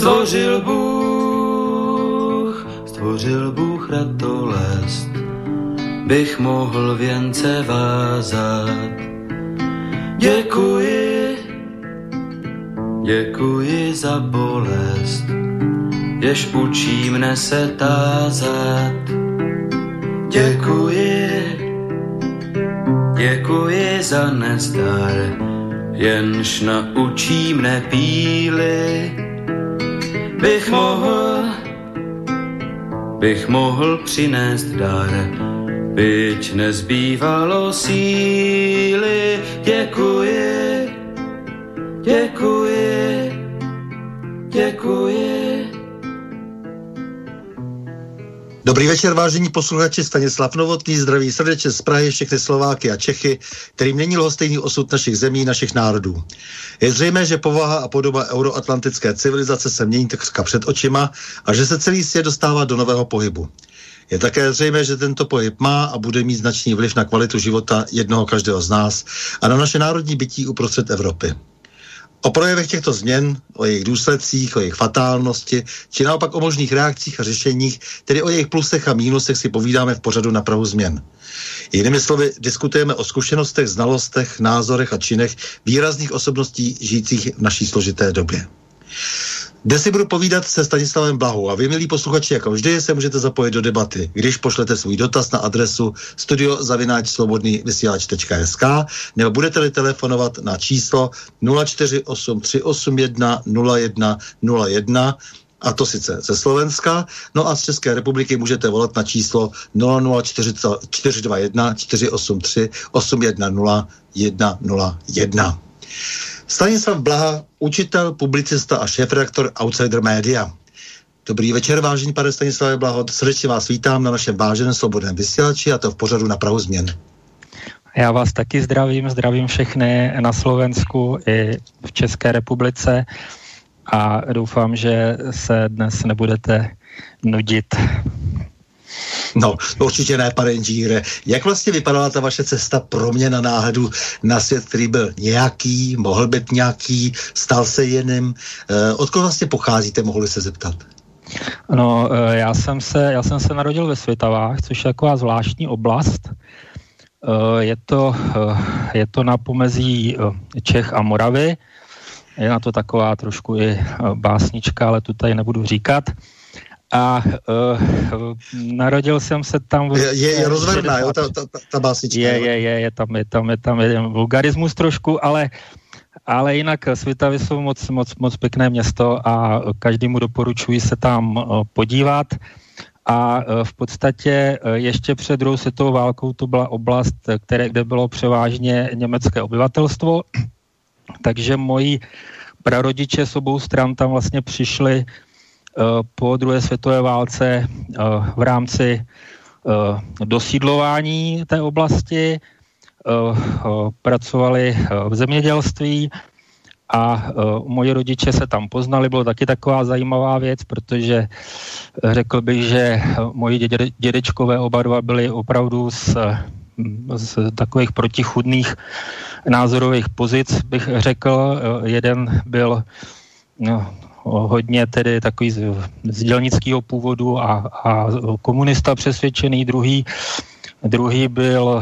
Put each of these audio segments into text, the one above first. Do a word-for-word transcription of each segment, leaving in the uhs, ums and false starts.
Stvořil Bůh, stvořil Bůh ratolest, bych mohl věnce vázat. Děkuji, děkuji za bolest, jež učí mne se tázat. Děkuji, děkuji za nezdar, jenž naučí mne píly. Bych mohl, bych mohl přinést dar, byť nezbývalo síly. Děkuji, děkuji, děkuji. Dobrý večer, vážení posluchači, Stanislav Novotný zdraví srdečně z Prahy všechny Slováky a Čechy, kterým není lhostejný osud našich zemí, našich národů. Je zřejmé, že povaha a podoba euroatlantické civilizace se mění takřka před očima a že se celý svět dostává do nového pohybu. Je také zřejmé, že tento pohyb má a bude mít značný vliv na kvalitu života jednoho každého z nás a na naše národní bytí uprostřed Evropy. O projevech těchto změn, o jejich důsledcích, o jejich fatálnosti, či naopak o možných reakcích a řešeních, tedy o jejich plusech a mínusech si povídáme v pořadu Na prahu změn. Jinými slovy, diskutujeme o zkušenostech, znalostech, názorech a činech výrazných osobností žijících v naší složité době. Dnes si budu povídat se Stanislavem Blahou a vy, milí posluchači, jako vždy se můžete zapojit do debaty, když pošlete svůj dotaz na adresu studio zavináč slobodný vysílač tečka es ká nebo budete-li telefonovat na číslo nula čtyři osm tři osm jedna nula jedna nula jedna, a to sice ze Slovenska, no a z České republiky můžete volat na číslo nula nula čtyři dva jedna čtyři osm tři osm jedna nula jedna nula jedna. Stanislav Blaha, učitel, publicista a šéfredaktor Outsider Media. Dobrý večer, vážení pane Stanislave Blaho, srdečně vás vítám na našem váženém slobodném vysílači a to v pořadu Na prahu změn. Já vás taky zdravím, zdravím všechny na Slovensku i v České republice a doufám, že se dnes nebudete nudit. No, určitě ne, pane inženýre. Jak vlastně vypadala ta vaše cesta pro mě na náhledu na svět, který byl nějaký, mohl být nějaký, stal se jiným? Eh, odkud vlastně pocházíte, mohli se zeptat? No, já jsem se, já jsem se narodil ve Svitavách, což je taková zvláštní oblast. Je to, je to na pomezí Čech a Moravy. Je na to taková trošku i básnička, ale tu tady nebudu říkat. A uh, narodil jsem se tam... V... Je, je rozvedná, jo, ta, ta, ta básnička. Je, je, je, je tam, je tam, je tam jeden vulgarismus trošku, ale, ale jinak Svitavy jsou moc, moc, moc pěkné město a každému doporučuji se tam uh, podívat. A uh, v podstatě uh, ještě před druhou světovou válkou to byla oblast, které, kde bylo převážně německé obyvatelstvo, takže moji prarodiče s obou stran tam vlastně přišli po druhé světové válce v rámci dosídlování té oblasti, pracovali v zemědělství a moji rodiče se tam poznali. Bylo taky taková zajímavá věc, protože řekl bych, že moji dědečkové oba dva byli opravdu z, z takových protichůdných názorových pozic, bych řekl. Jeden byl no, hodně tedy takový z, z dělnického původu a, a komunista přesvědčený, druhý, druhý byl uh,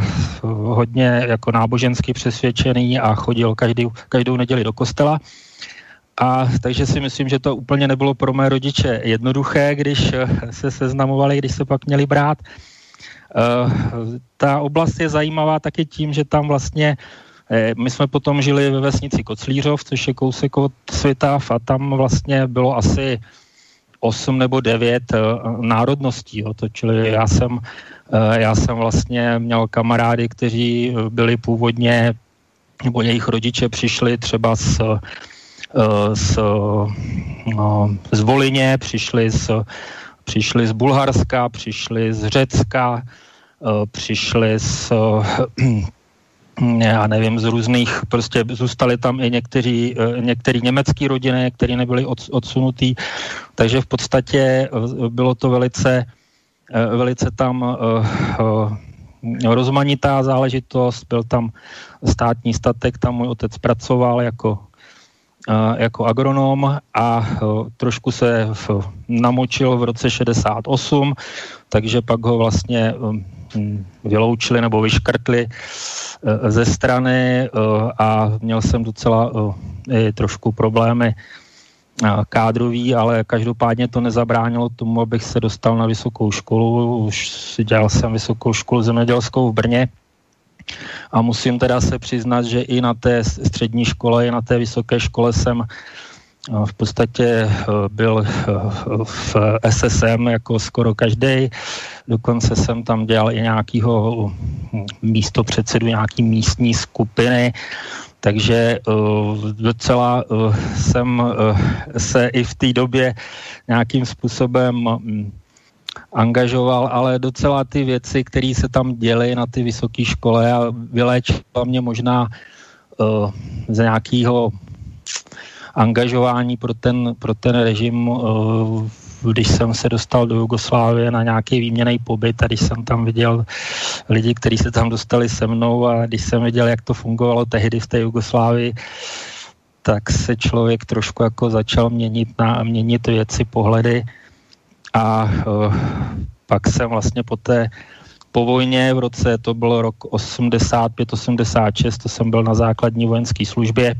hodně jako nábožensky přesvědčený a chodil každý, každou neděli do kostela. A takže si myslím, že to úplně nebylo pro mé rodiče jednoduché, když se seznamovali, když se pak měli brát. Uh, ta oblast je zajímavá taky tím, že tam vlastně my jsme potom žili ve vesnici Koclířov, což je kousek od Svitav a tam vlastně bylo asi osm nebo devět národností. Jo. To, čili já jsem, já jsem vlastně měl kamarády, kteří byli původně, nebo jejich rodiče přišli třeba z, z, no, z Volině, přišli z, přišli z Bulharska, přišli z Řecka, přišli z... já nevím, z různých, prostě zůstali tam i někteří, některý německý rodiny, kteří nebyli od, odsunutý, takže v podstatě bylo to velice, velice tam uh, uh, rozmanitá záležitost, byl tam státní statek, tam můj otec pracoval jako jako agronom a trošku se namočil v roce šedesát osm, takže pak ho vlastně vyloučili nebo vyškrtli ze strany a měl jsem docela i trošku problémy kádrový, ale každopádně to nezabránilo tomu, abych se dostal na vysokou školu. Už si dělal jsem vysokou školu zemědělskou v Brně a musím teda se přiznat, že i na té střední škole, i na té vysoké škole jsem v podstatě byl v S S M jako skoro každý. Dokonce jsem tam dělal i nějakého místopředsedu nějaký místní skupiny, takže docela jsem se i v té době nějakým způsobem angažoval, ale docela ty věci, které se tam děly na ty vysoké škole a vyléčila mě možná z nějakého angažování pro ten, pro ten režim, když jsem se dostal do Jugoslávie na nějaký výměnný pobyt a když jsem tam viděl lidi, kteří se tam dostali se mnou a když jsem viděl, jak to fungovalo tehdy v té Jugoslávii, tak se člověk trošku jako začal měnit, na, měnit věci, pohledy a uh, pak jsem vlastně po té po vojně v roce, to byl rok osmdesát pět osmdesát šest, to jsem byl na základní vojenské službě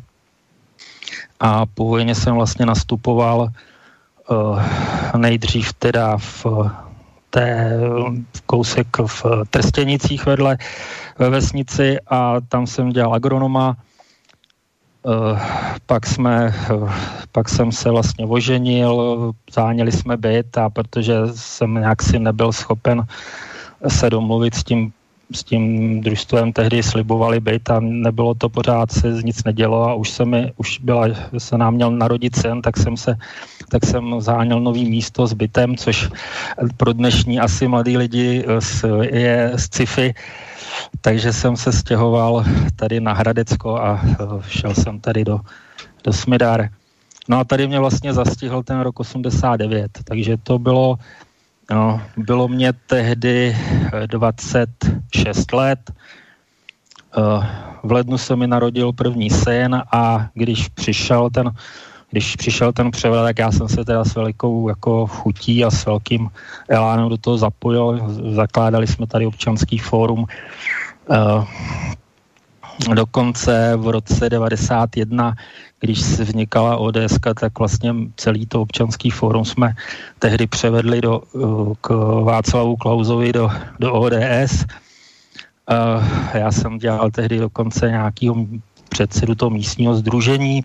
a po vojně jsem vlastně nastupoval uh, nejdřív teda v té v kousek v Trstěnicích vedle ve vesnici a tam jsem dělal agronoma. Uh, pak jsme, uh, pak jsem se vlastně oženil, záněli jsme byt a protože jsem nějak si nebyl schopen se domluvit s tím s tím družstvem, tehdy slibovali byt a nebylo to pořád, se nic nedělo a už se mi, už byla, se nám měl narodit syn, tak jsem se, tak jsem záněl nový místo s bytem, což pro dnešní asi mladí lidi je z sci-fi, takže jsem se stěhoval tady na Hradecko a šel jsem tady do, do Smidar. No a tady mě vlastně zastihl ten rok osmdesát devět, takže to bylo No, bylo mě tehdy dvacet šest let. V lednu se mi narodil první syn a když přišel ten, když přišel ten převrat, tak já jsem se teda s velikou jako chutí a s velkým elánem do toho zapojil. Zakládali jsme tady občanský fórum. Dokonce v roce devadesát jedna, když vznikala O D S, tak vlastně celý to občanský fórum jsme tehdy převedli do, k Václavu Klausovi do, do O D S. Já jsem dělal tehdy dokonce nějakého předsedu toho místního sdružení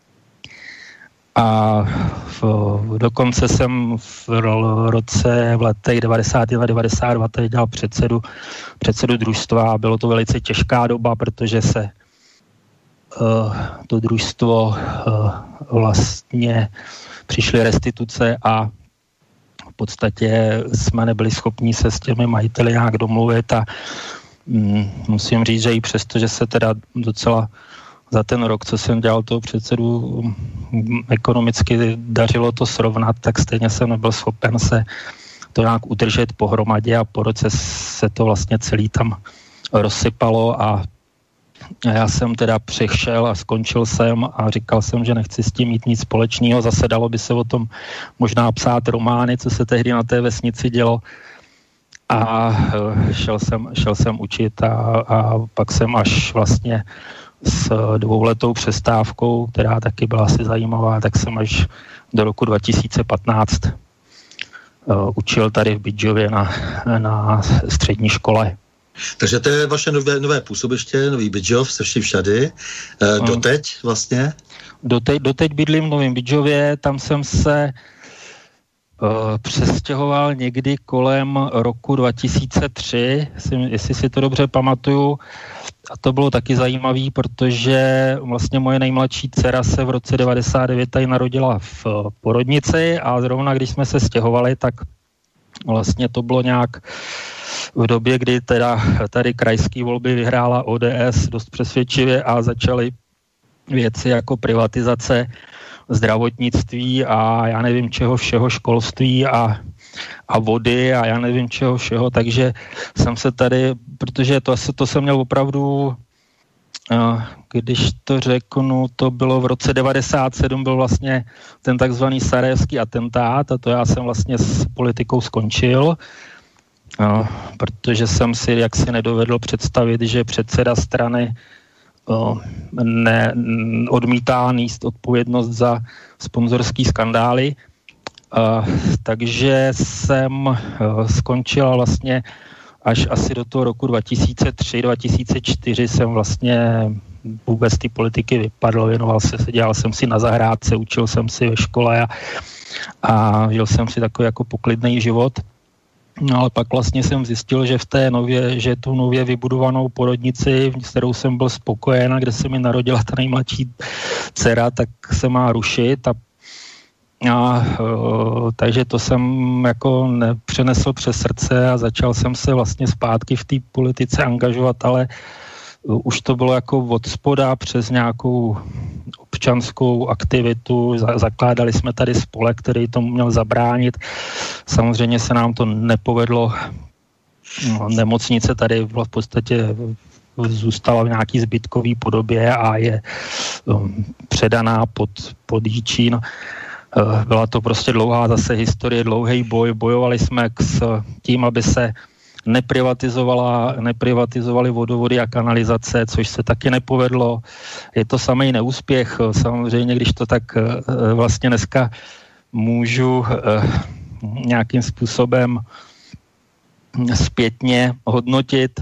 a v, dokonce jsem v roce v letech devadesát jedna devadesát dva tady dělal předsedu, předsedu družstva a bylo to velice těžká doba, protože se uh, to družstvo uh, vlastně přišly restituce a v podstatě jsme nebyli schopni se s těmi majiteli nějak domluvit a um, musím říct, že i přesto, že se teda docela za ten rok, co jsem dělal toho předsedu, ekonomicky dařilo to srovnat, tak stejně jsem nebyl schopen se to nějak udržet pohromadě a po roce se to vlastně celý tam rozsypalo a já jsem teda přešel a skončil jsem a říkal jsem, že nechci s tím mít nic společného. Zase dalo by se o tom možná psát romány, co se tehdy na té vesnici dělo. A šel jsem, šel jsem učit a, a pak jsem až vlastně s dvouletou přestávkou, která taky byla asi zajímavá, tak jsem až do roku dva tisíce patnáct uh, učil tady v Bydžově na, na střední škole. Takže to je vaše nové, nové působiště, Nový Bydžov, se vším všady. E, doteď vlastně? Doteď, doteď bydlím v Novém Bydžově, tam jsem se uh, přestěhoval někdy kolem roku dva tisíce tři, jestli, jestli si to dobře pamatuju. A to bylo taky zajímavé, protože vlastně moje nejmladší dcera se v roce devadesát devět tady narodila v porodnici a zrovna když jsme se stěhovali, tak vlastně to bylo nějak v době, kdy teda tady krajské volby vyhrála O D S dost přesvědčivě a začaly věci jako privatizace zdravotnictví a já nevím čeho všeho, školství a a vody a já nevím čeho všeho, takže jsem se tady, protože to, to jsem měl opravdu uh, když to řeknu, to bylo v roce devadesát sedm, byl vlastně ten takzvaný sarajevský atentát a to já jsem vlastně s politikou skončil, no, protože jsem si jaksi nedovedl představit, že předseda strany o, ne, odmítá nést odpovědnost za sponzorský skandály. Uh, takže jsem uh, skončila vlastně až asi do toho roku dva tisíce tři, dva tisíce čtyři jsem vlastně vůbec ty politiky vypadl, věnoval se, dělal jsem si na zahrádce, učil jsem si ve škole a, a žil jsem si takový jako poklidný život. No ale pak vlastně jsem zjistil, že v té nově, že tu nově vybudovanou porodnici, s kterou jsem byl spokojen a kde se mi narodila ta nejmladší dcera, tak se má rušit a A, uh, takže to jsem jako nepřenesl přes srdce a začal jsem se vlastně zpátky v té politice angažovat, ale uh, už to bylo jako od spoda přes nějakou občanskou aktivitu. Za, zakládali jsme tady spolek, který tomu měl zabránit. Samozřejmě se nám to nepovedlo. No, nemocnice tady v podstatě zůstala v nějaký zbytkový podobě a je um, předaná pod, pod Jičín. Byla to prostě dlouhá zase historie, dlouhý boj. Bojovali jsme s tím, aby se neprivatizovala, neprivatizovali vodovody a kanalizace, což se taky nepovedlo. Je to samý neúspěch. Samozřejmě, když to tak vlastně dneska můžu nějakým způsobem zpětně hodnotit.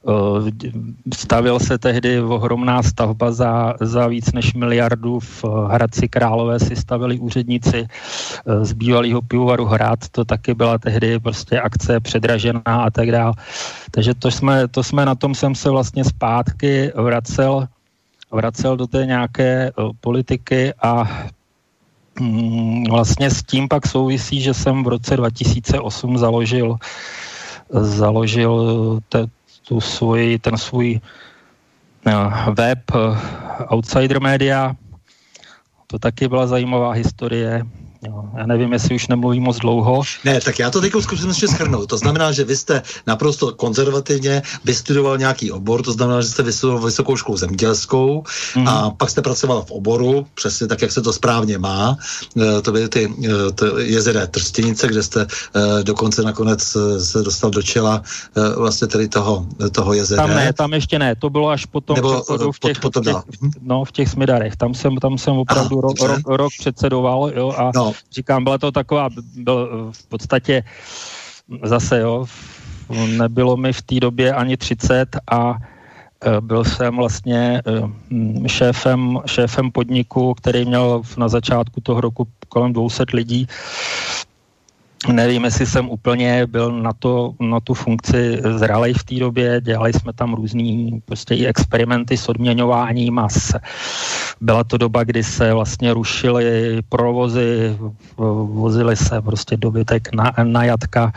Stavil se tehdy ohromná stavba za, za víc než miliardu. V Hradci Králové si stavili úředníci z bývalého pivovaru Hrad. To taky byla tehdy prostě akce předražená a tak dále. Takže to jsme, to jsme na tom jsem se vlastně zpátky vracel, vracel do té nějaké politiky a vlastně s tím pak souvisí, že jsem v roce dva tisíce osm založil založil te, tu svůj, ten svůj uh, web uh, Outsider Media. To taky byla zajímavá historie. Jo, já nevím, jestli už nemluvím moc dlouho. Ne, tak já to teď zkusím ještě shrnout. To znamená, že vy jste naprosto konzervativně vystudoval nějaký obor, to znamená, že jste vystudoval vysokou školu zemědělskou mm. a pak jste pracoval v oboru, přesně tak, jak se to správně má. To byly ty, ty jezeré Trstěnice, kde jste dokonce nakonec se dostal do čela vlastně tedy toho, toho jezera. Tam ne, tam ještě ne, to bylo až potom Nebo v těch, potom v těch, no, v těch Smidarech. Tam jsem, tam jsem opravdu Aha, ro, ro, rok předsedoval, jo, a no. Říkám, byla to taková, byl v podstatě zase, jo, nebylo mi v té době ani třicet a byl jsem vlastně šéfem, šéfem podniku, který měl na začátku toho roku kolem dvě stě lidí. Nevím, jestli jsem úplně byl na, to, na tu funkci zralej v té době, dělali jsme tam různý prostě i experimenty s odměňováním a s, byla to doba, kdy se vlastně rušily provozy, vozily se prostě dobytek na, na jatka,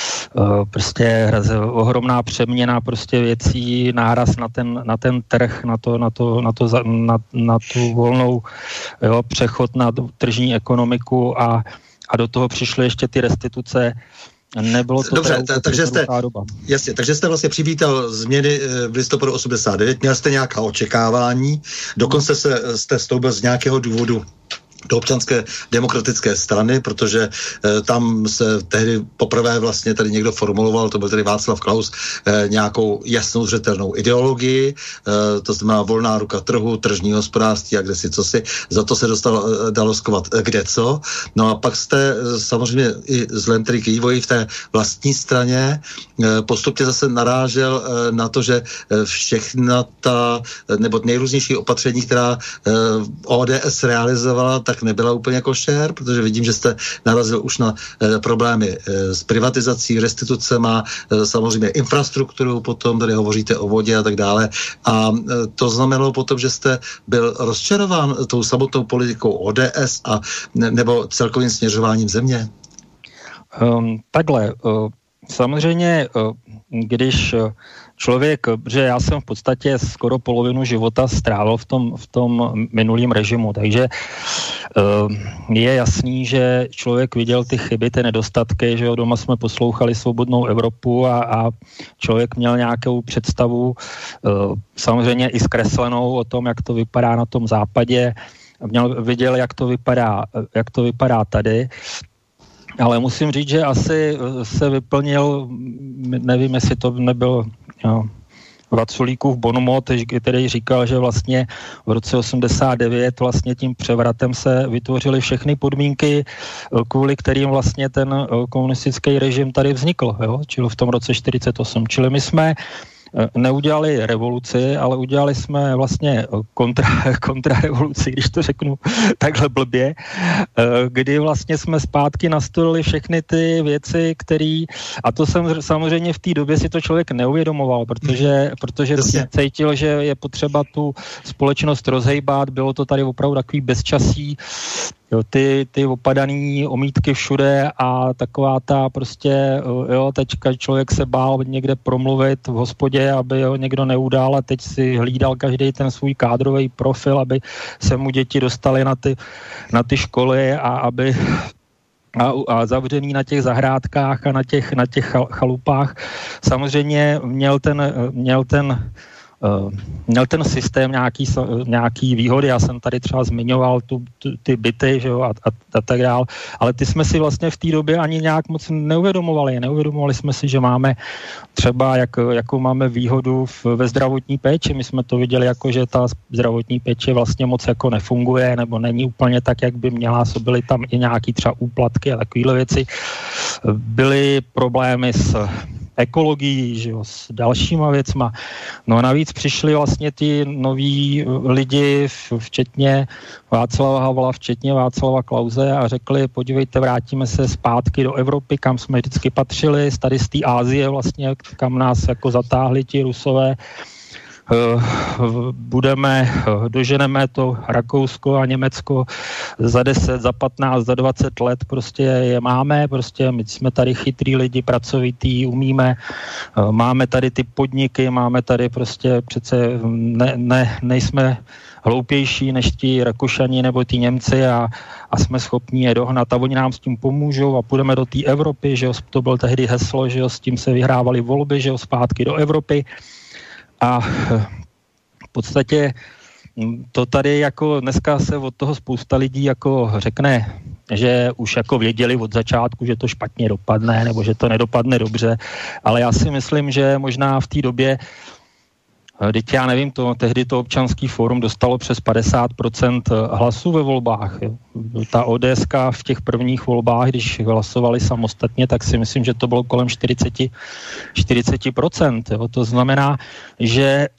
prostě ohromná přeměna prostě věcí, náraz na ten, na ten trh, na, to, na, to, na, to, na, na tu volnou, jo, přechod na tržní ekonomiku a A do toho přišly ještě ty restituce. Nebylo to Dobře, ta, takže jste, doba. Jasně, takže jste vlastně přivítal změny v listopadu osmdesát devět, měl jste nějaká očekávání, dokonce se, jste vstoupil z nějakého důvodu do občanské demokratické strany, protože e, tam se tehdy poprvé vlastně tady někdo formuloval, to byl tedy Václav Klaus, e, nějakou jasnou zřetelnou ideologii, e, to znamená volná ruka trhu, tržní hospodářství a kde si co si, za to se dostalo, e, dalo skovat e, kde co. No a pak jste e, samozřejmě i vzhledem tedy k vývoji v té vlastní straně e, postupně zase narážel e, na to, že e, všechna ta, e, nebo nejrůznější opatření, která e, O D S realizovala, tak nebyla úplně košer, protože vidím, že jste narazil už na e, problémy e, s privatizací, restitucema, e, samozřejmě infrastrukturu, potom tady hovoříte o vodě a tak dále. A e, to znamenalo potom, že jste byl rozčarován tou samotnou politikou O D S a ne, nebo celkovým směřováním země? Um, takhle, uh, samozřejmě, uh, když uh, člověk, že já jsem v podstatě skoro polovinu života strávil v tom, v tom minulém režimu, takže je jasný, že člověk viděl ty chyby, ty nedostatky, že jo, doma jsme poslouchali Svobodnou Evropu a, a člověk měl nějakou představu, samozřejmě i zkreslenou o tom, jak to vypadá na tom západě, měl, viděl, jak to vypadá, jak to vypadá tady. Ale musím říct, že asi se vyplnil, nevím, jestli to nebyl jo, Vaculíkův bonmot, který říkal, že vlastně v roce osmdesát devět vlastně tím převratem se vytvořily všechny podmínky, kvůli kterým vlastně ten komunistický režim tady vznikl, jo, čili v tom roce čtyřicet osm. Čili my jsme neudělali revoluci, ale udělali jsme vlastně kontra, kontrarevoluci, když to řeknu takhle blbě, kdy vlastně jsme zpátky nastolili všechny ty věci, které, a to jsem samozřejmě v té době si to člověk neuvědomoval, protože, protože cítil, že je potřeba tu společnost rozhejbat, bylo to tady opravdu takový bezčasí, jo, ty, ty opadaný omítky všude a taková ta prostě, jo, teďka člověk se bál někde promluvit v hospodě, aby ho někdo neudál a teď si hlídal každý ten svůj kádrový profil, aby se mu děti dostaly na ty, na ty školy a aby a, a zavřený na těch zahrádkách a na těch, na těch chalupách. Samozřejmě měl ten, měl ten Uh, měl ten systém nějaký, nějaký výhody, já jsem tady třeba zmiňoval tu, tu, ty byty, že jo, a, a, a tak dál, ale ty jsme si vlastně v té době ani nějak moc neuvědomovali. Neuvědomovali jsme si, že máme třeba, jak, jakou máme výhodu v, ve zdravotní péči. My jsme to viděli jako, že ta zdravotní péče vlastně moc jako nefunguje, nebo není úplně tak, jak by měla. Byly tam i nějaký třeba úplatky a takovéhle věci. Byly problémy s ekologií, že jo, s dalšíma věcma. No a navíc přišli vlastně ty noví lidi, včetně Václava Havla, včetně Václava Klause a řekli, podívejte, vrátíme se zpátky do Evropy, kam jsme vždycky patřili, tady z té Asie vlastně, kam nás jako zatáhli ti Rusové. Budeme, doženeme to Rakousko a Německo za deset, za patnáct, za dvacet let prostě je máme, prostě my jsme tady chytrý lidi, pracovitý, umíme, máme tady ty podniky, máme tady prostě přece ne, ne, nejsme hloupější než ti Rakušani nebo ti Němci a, a jsme schopni je dohnat a oni nám s tím pomůžou a půjdeme do té Evropy, že jo, to byl tehdy heslo, že jo, s tím se vyhrávaly volby, že jo, zpátky do Evropy. A v podstatě to tady jako dneska se od toho spousta lidí jako řekne, že už jako věděli od začátku, že to špatně dopadne, nebo že to nedopadne dobře, ale já si myslím, že možná v té době, teď já nevím, to, tehdy to občanský fórum dostalo přes padesát procent hlasů ve volbách. Jo. Ta ó dé eska v těch prvních volbách, když hlasovali samostatně, tak si myslím, že to bylo kolem čtyřicet procent. Jo. To znamená, že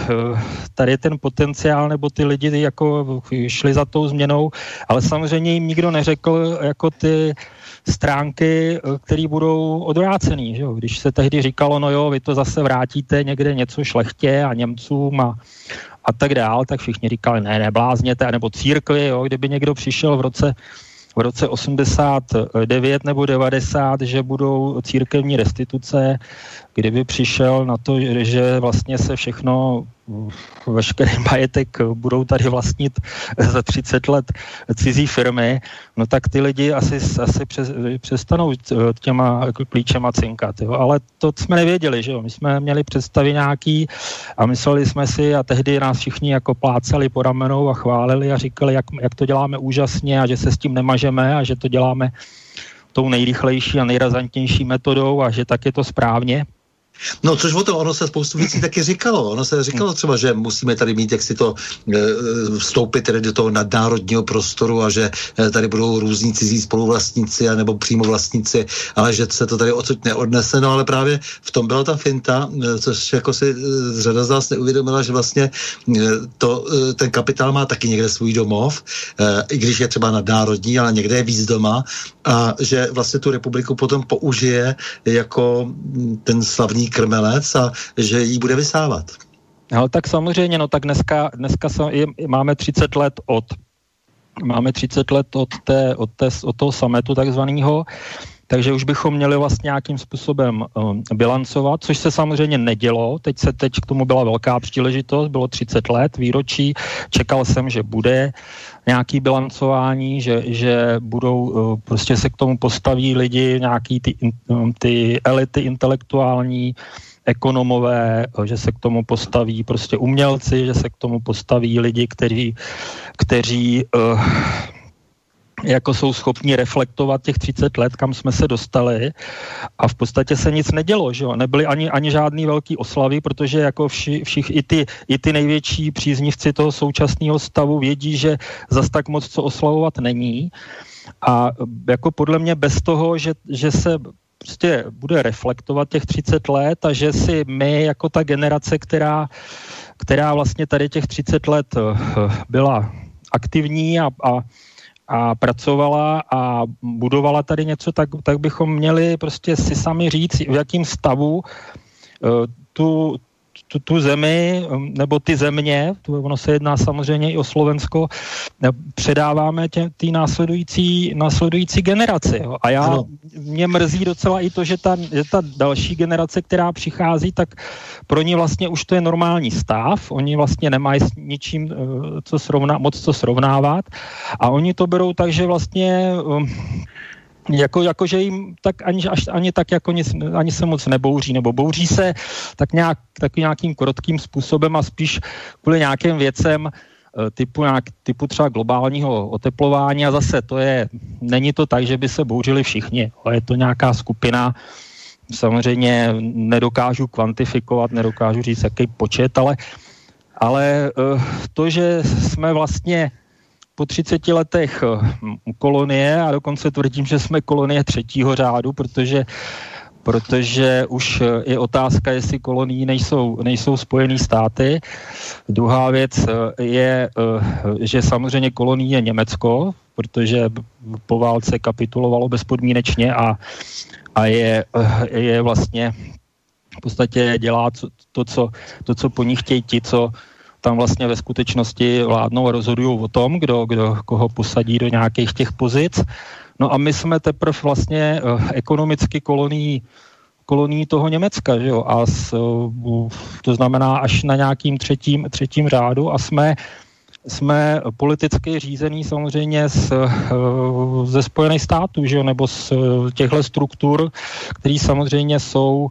tady ten potenciál, nebo ty lidi jako šli za tou změnou, ale samozřejmě jim nikdo neřekl jako ty stránky, které budou odvrácený. Že jo? Když se tehdy říkalo, no jo, vy to zase vrátíte někde něco šlechtě a Němcům a, a tak dál, tak všichni říkali, ne, neblázněte, nebo církvi, jo? Kdyby někdo přišel v roce v roce osmdesát devět nebo devadesát, že budou církevní restituce, kdyby přišel na to, že vlastně se všechno, veškerý majetek budou tady vlastnit za třicet let cizí firmy, no tak ty lidi asi, asi přes, přestanou těma klíčema cinkat. Jo. Ale to jsme nevěděli, že jo. My jsme měli představy nějaký a mysleli jsme si a tehdy nás všichni jako plácali po ramenou a chválili a říkali, jak, jak to děláme úžasně a že se s tím nemažeme a že to děláme tou nejrychlejší a nejrazantnější metodou a že tak je to správně. No, což o tom, ono se spoustu věcí taky říkalo. Ono se říkalo třeba, že musíme tady mít, jak si to e, vstoupit tedy do toho nadnárodního prostoru a že e, tady budou různí cizí spoluvlastníci a nebo přímo vlastníci, ale že se to tady odsud neodnese. No, ale právě v tom byla ta finta, e, což jako si e, řada z nás neuvědomila, že vlastně e, to, e, ten kapitál má taky někde svůj domov, e, i když je třeba nadnárodní, ale někde je víc doma a že vlastně tu republiku potom použije jako ten slavný krmelec a že jí bude vysávat. No tak samozřejmě, no tak dneska, dneska je, máme třicet let od máme třicet let od, té, od, té, od toho sametu takzvanýho takže už bychom měli vlastně nějakým způsobem um, bilancovat, což se samozřejmě nedělo. Teď se teď k tomu byla velká příležitost, bylo třicet let výročí, čekal jsem, že bude nějaký bilancování, že, že budou, uh, prostě se k tomu postaví lidi, nějaký ty, um, ty elity intelektuální, ekonomové, že se k tomu postaví prostě umělci, že se k tomu postaví lidi, kteří, kteří uh, jako jsou schopni reflektovat těch třicet let, kam jsme se dostali, a v podstatě se nic nedělo, že jo? Nebyly ani, ani žádný velký oslavy, protože jako vši, všich, i ty, i ty největší příznivci toho současného stavu vědí, že zas tak moc co oslavovat není, a jako podle mě bez toho, že, že se prostě bude reflektovat těch třicet let a že si my jako ta generace, která, která vlastně tady těch třicet let byla aktivní a, a, a pracovala a budovala tady něco, tak, tak bychom měli prostě si sami říct, v jakém stavu tu, tu, tu zemi, nebo ty země, tu, ono se jedná samozřejmě i o Slovensko, předáváme té následující, následující generaci. Jo. A já, ano. Mě mrzí docela i to, že ta, že ta další generace, která přichází, tak pro ní vlastně už to je normální stav, oni vlastně nemají s ničím co srovna, moc co srovnávat, a oni to berou tak, že vlastně Jako, jako, že jim tak ani, až, ani tak jako nic, ani se moc nebouří, nebo bouří se tak nějak, tak nějakým korotkým způsobem a spíš kvůli nějakým věcem typu, nějak, typu třeba globálního oteplování, a zase to je, není to tak, že by se bouřili všichni, ale je to nějaká skupina, samozřejmě nedokážu kvantifikovat, nedokážu říct, jaký počet, ale, ale to, že jsme vlastně po třiceti letech kolonie, a dokonce tvrdím, že jsme kolonie třetího řádu, protože, protože už je otázka, jestli kolonií nejsou, nejsou Spojený státy. Druhá věc je, že samozřejmě kolonií je Německo, protože po válce kapitulovalo bezpodmínečně a, a je, je vlastně v podstatě dělá to, co, to, co po nich chtějí ti, co tam vlastně ve skutečnosti vládnou a rozhodují o tom, kdo, kdo koho posadí do nějakých těch pozic. No a my jsme teprve vlastně ekonomicky kolonií, kolonií toho Německa, že jo? A s, to znamená až na nějakým třetím, třetím řádu, a jsme, jsme politicky řízení samozřejmě z, ze Spojených států, že jo? Nebo z těchto struktur, které samozřejmě jsou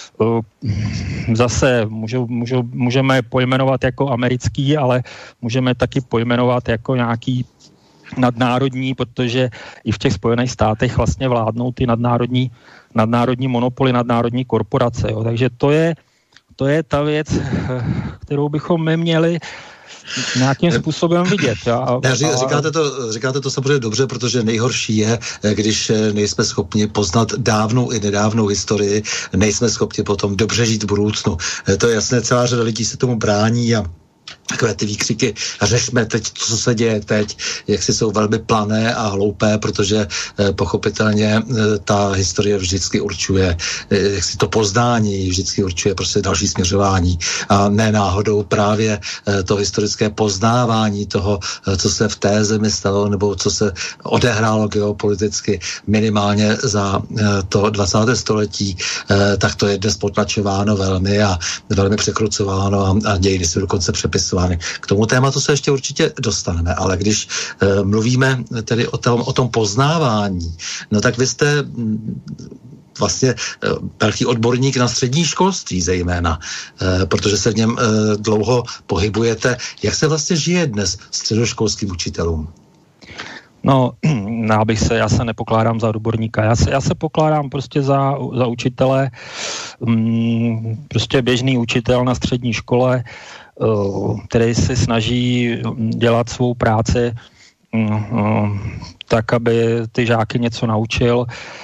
zase můžou, můžou, můžeme je pojmenovat jako americký, ale můžeme taky pojmenovat jako nějaký nadnárodní, protože i v těch Spojených státech vlastně vládnou ty nadnárodní, nadnárodní monopoly, nadnárodní korporace. Jo. Takže to je, to je ta věc, kterou bychom my měli nějakým způsobem vidět. A, ne, říkáte, to, říkáte to samozřejmě dobře, protože nejhorší je, když nejsme schopni poznat dávnou i nedávnou historii, nejsme schopni potom dobře žít v budoucnu. To je jasné, celá řada lidí se tomu brání a takové ty výkřiky, řešme teď, co se děje teď, jak si jsou velmi plané a hloupé, protože eh, pochopitelně eh, ta historie vždycky určuje, eh, jak si to poznání vždycky určuje prostě další směřování. A ne náhodou právě eh, to historické poznávání toho, eh, co se v té zemi stalo, nebo co se odehrálo geopoliticky minimálně za eh, to dvacáté století, eh, tak to je dnes potlačováno velmi a velmi překrucováno a, a dějiny jsou dokonce přepisovány. K tomu tématu se ještě určitě dostaneme, ale když e, mluvíme tedy o tom, o tom poznávání, no tak vy jste m, vlastně e, velký odborník na střední školství zejména, e, protože se v něm e, dlouho pohybujete. Jak se vlastně žije dnes středoškolským učitelům? No, já bych se, já se nepokládám za odborníka, já se, já se pokládám prostě za, za učitele, mm, prostě běžný učitel na střední škole, který se snaží dělat svou práci tak, aby ty žáky něco naučil.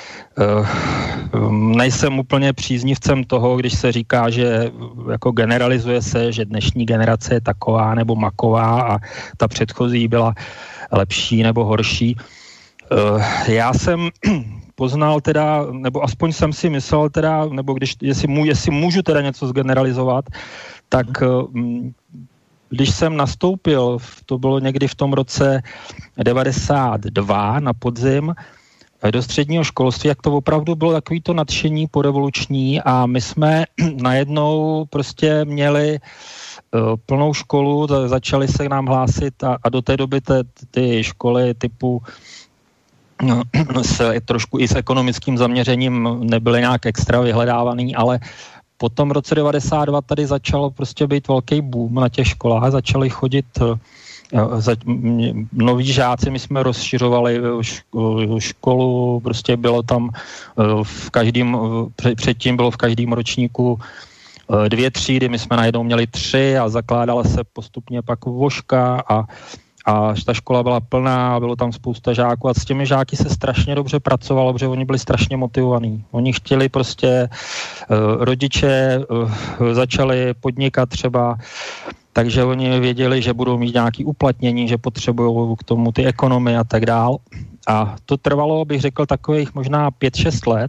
Nejsem úplně příznivcem toho, když se říká, že jako generalizuje se, že dnešní generace je taková nebo maková a ta předchozí byla lepší nebo horší. Já jsem poznal teda, nebo aspoň jsem si myslel teda, nebo když, jestli, můžu, jestli můžu teda něco zgeneralizovat, tak když jsem nastoupil, to bylo někdy v tom roce devadesát dva na podzim, do středního školství, jak to opravdu bylo takový to nadšení porevoluční a my jsme najednou prostě měli plnou školu, začali se k nám hlásit a, a do té doby te, ty školy typu no, s, trošku i s ekonomickým zaměřením nebyly nějak extra vyhledávaný, ale potom v roce devadesát dva tady začalo prostě být velký boom na těch školách, začali chodit za, noví žáci, my jsme rozšiřovali školu, prostě bylo tam v každém, předtím bylo v každém ročníku dvě třídy, my jsme najednou měli tři a zakládala se postupně pak voška a, a ta škola byla plná, bylo tam spousta žáků a s těmi žáky se strašně dobře pracovalo, protože oni byli strašně motivovaní. Oni chtěli prostě, rodiče začali podnikat třeba, takže oni věděli, že budou mít nějaké uplatnění, že potřebují k tomu ty ekonomie a tak dál. A to trvalo, bych řekl, takových možná pět šest let.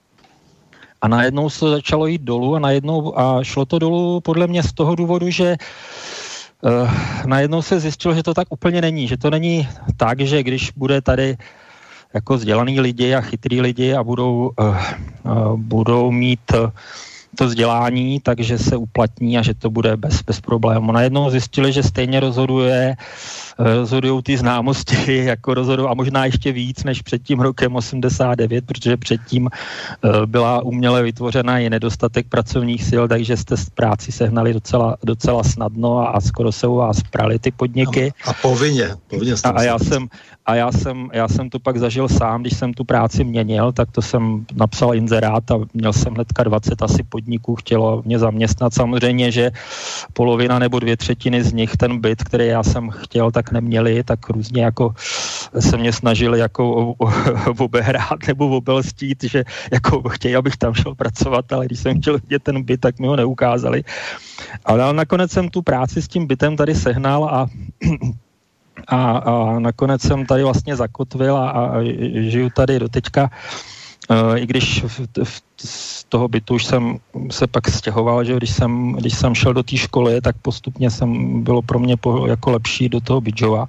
A najednou se začalo jít dolů a najednou a šlo to dolů podle mě z toho důvodu, že uh, najednou se zjistilo, že to tak úplně není. Že to není tak, že když bude tady jako vzdělaný lidi a chytrý lidi a budou, uh, uh, budou mít uh, to vzdělání, takže se uplatní a že to bude bez, bez problému. Najednou zjistili, že stejně rozhoduje, rozhodují ty známosti, jako rozhodují a možná ještě víc než před tím rokem osmdesát devět, protože předtím byla uměle vytvořena i nedostatek pracovních sil, takže jste z práci sehnali docela, docela snadno a, a skoro se u vás prali ty podniky. A, a povinně. povinně a, a já jsem A já jsem, já jsem to pak zažil sám, když jsem tu práci měnil, tak to jsem napsal inzerát a měl jsem hnedka dvacet asi podniků, chtělo mě zaměstnat. Samozřejmě, že polovina nebo dvě třetiny z nich ten byt, který já jsem chtěl, tak neměli, tak různě jako se mě snažili jako obehrát nebo obelstít, že jako chtějí, abych tam šel pracovat, ale když jsem chtěl vidět ten byt, tak mi ho neukázali. Ale nakonec jsem tu práci s tím bytem tady sehnal a A, a nakonec jsem tady vlastně zakotvil a, a žiju tady do teďka, e, i když v, v, z toho bytu už jsem se pak stěhoval, že když jsem, když jsem šel do té školy, tak postupně jsem, bylo pro mě po, jako lepší do toho Bydžova.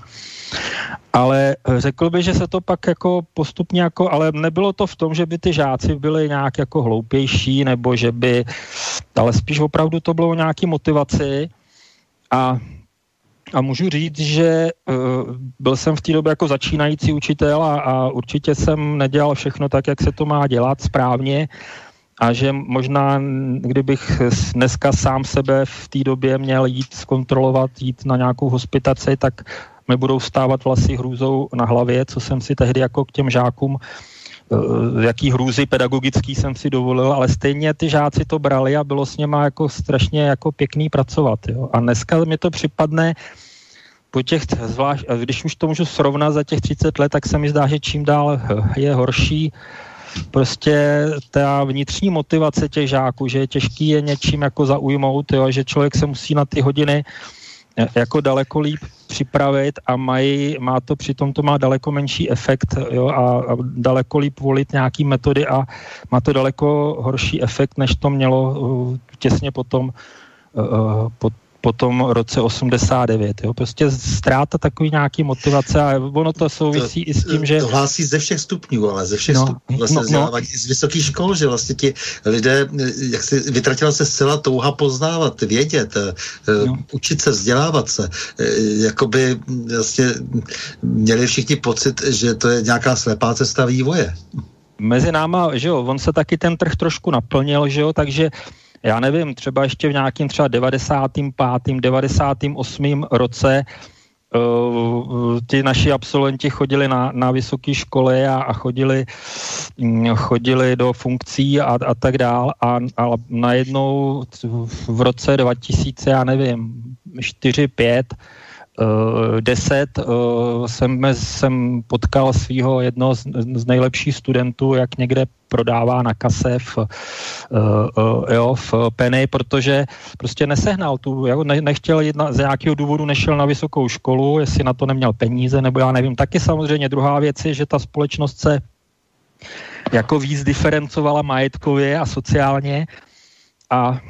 Ale řekl bych, že se to pak jako postupně jako, ale nebylo to v tom, že by ty žáci byli nějak jako hloupější, nebo že by, ale spíš opravdu to bylo o nějaký motivaci a A můžu říct, že uh, byl jsem v té době jako začínající učitel a, a určitě jsem nedělal všechno tak, jak se to má dělat správně a že možná, kdybych dneska sám sebe v té době měl jít zkontrolovat, jít na nějakou hospitaci, tak mi budou stávat vlasy hrůzou na hlavě, co jsem si tehdy jako k těm žákům, uh, jaký hrůzy pedagogický jsem si dovolil, ale stejně ty žáci to brali a bylo s něma jako strašně jako pěkný pracovat. Jo. A dneska mi to připadne po těch, zvlášť, když už to můžu srovnat za těch třicet let, tak se mi zdá, že čím dál je horší prostě ta vnitřní motivace těch žáků, že je těžký je něčím jako zaujmout, jo, že člověk se musí na ty hodiny jako daleko líp připravit a mají, má to přitom to má daleko menší efekt, jo, a, a daleko líp volit nějaký metody a má to daleko horší efekt, než to mělo uh, těsně potom uh, po, po tom roce osmdesát devět. Jo. Prostě ztráta takový nějaký motivace a ono to souvisí to, i s tím, že... To hlásí ze všech stupňů, ale ze všech no, stupňů vlastně no, vzdělávání no. z vysokých škol, že vlastně ti lidé, jak si vytratila se zcela touha poznávat, vědět, no. učit se, vzdělávat se. Jakoby vlastně měli všichni pocit, že to je nějaká slepá cesta vývoje. Mezi náma, že jo, on se taky ten trh trošku naplnil, že jo, takže já nevím, třeba ještě v nějakým třeba devadesátém pátém, devadesátém osmém roce uh, ti naši absolventi chodili na, na vysoké školy a, a chodili, chodili do funkcí a, a tak dál a, a najednou v roce dva tisíce, já nevím, čtyři, pět, Uh, deset uh, jsem, jsem potkal svého jednoho z, z nejlepších studentů, jak někde prodává na kase v, uh, uh, jo, v Penny, protože prostě nesehnal tu, jako ne, nechtěl jít na, z nějakého důvodu, nešel na vysokou školu, jestli na to neměl peníze, nebo já nevím. Taky samozřejmě druhá věc je, že ta společnost se jako víc diferencovala majetkově a sociálně a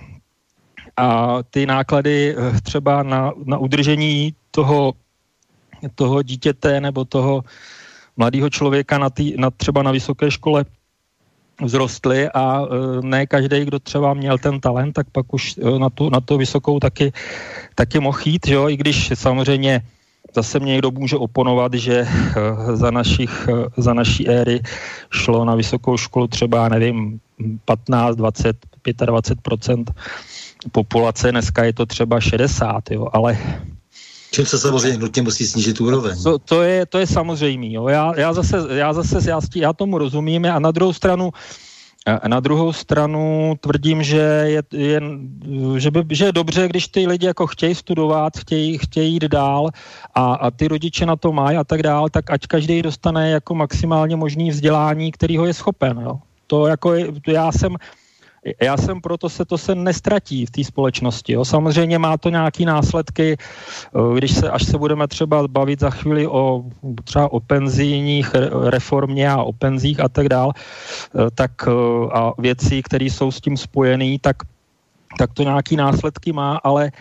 a ty náklady třeba na, na udržení toho, toho dítěte nebo toho mladého člověka na, tý, na třeba na vysoké škole vzrostly a ne každý, kdo třeba měl ten talent, tak pak už na tu, na tu vysokou taky, taky mohl jít, že jo? I když samozřejmě zase mě někdo může oponovat, že za, našich, za naší éry šlo na vysokou školu třeba, nevím, patnáct, dvacet, dvacet pět procent populace, dneska je to třeba šedesát, jo, ale čím se samozřejmě nutně musí snížit úroveň. To, to, je, to je samozřejmý. Jo. Já, já zase, já, zase já, já tomu rozumím a na druhou stranu na druhou stranu tvrdím, že je, je, že, by, že je dobře, když ty lidi jako chtějí studovat, chtějí, chtějí jít dál a, a ty rodiče na to mají a tak dál, tak ať každý dostane jako maximálně možný vzdělání, kterýho je schopen. Jo. To jako je, já jsem Já jsem proto se to se nestratí v té společnosti. Jo. Samozřejmě má to nějaké následky, když se, až se budeme třeba bavit za chvíli o třeba o penzijních reformě a o penzích a tak dál, tak a věcí, které jsou s tím spojené, tak, tak to nějaké následky má, ale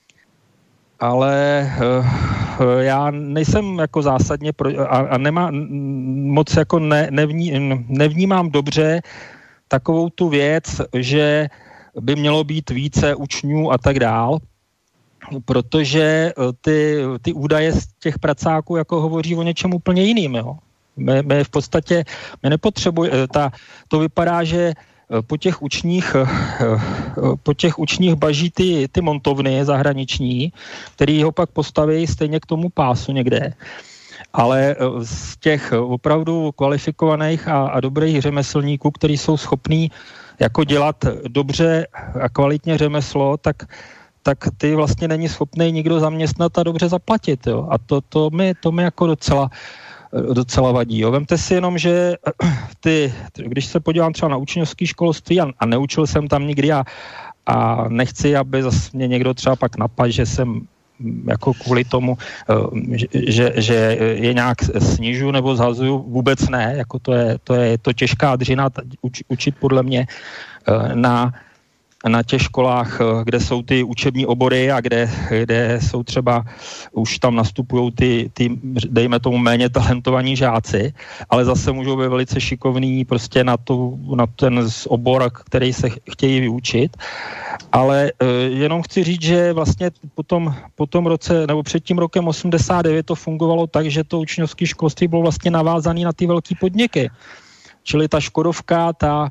ale já nejsem jako zásadně pro, a, a nemá, moc jako ne, nevní, nevnímám dobře takovou tu věc, že by mělo být více učňů a tak dál, protože ty, ty údaje z těch pracáků jako hovoří o něčem úplně jiným. Jo. My, my v podstatě my nepotřebujeme, ta, to vypadá, že po těch učních, po těch učních baží ty, ty montovny zahraniční, který ho pak postaví stejně k tomu pásu někde. Ale z těch opravdu kvalifikovaných a, a dobrých řemeslníků, kteří jsou schopní jako dělat dobře a kvalitně řemeslo, tak, tak ty vlastně není schopný nikdo zaměstnat a dobře zaplatit. Jo. A to, to, mi, to mi jako docela, docela vadí. Jo. Vemte si jenom, že ty, když se podívám třeba na učňovské školství a, a neučil jsem tam nikdy a, a nechci, aby zase mě někdo třeba pak napadl, že jsem jako kvůli tomu, že, že je nějak snižu nebo zhazuju, vůbec ne, jako to je, to je to těžká dřina uč, učit podle mě na, na těch školách, kde jsou ty učební obory a kde, kde jsou třeba, už tam nastupují ty, ty, dejme tomu, méně talentovaní žáci, ale zase můžou být velice šikovní prostě na, tu, na ten obor, který se chtějí vyučit. Ale e, jenom chci říct, že vlastně po tom, po tom roce, nebo před tím rokem osmdesát devět to fungovalo tak, že to učňovské školství bylo vlastně navázané na ty velké podniky. Čili ta Škodovka, ta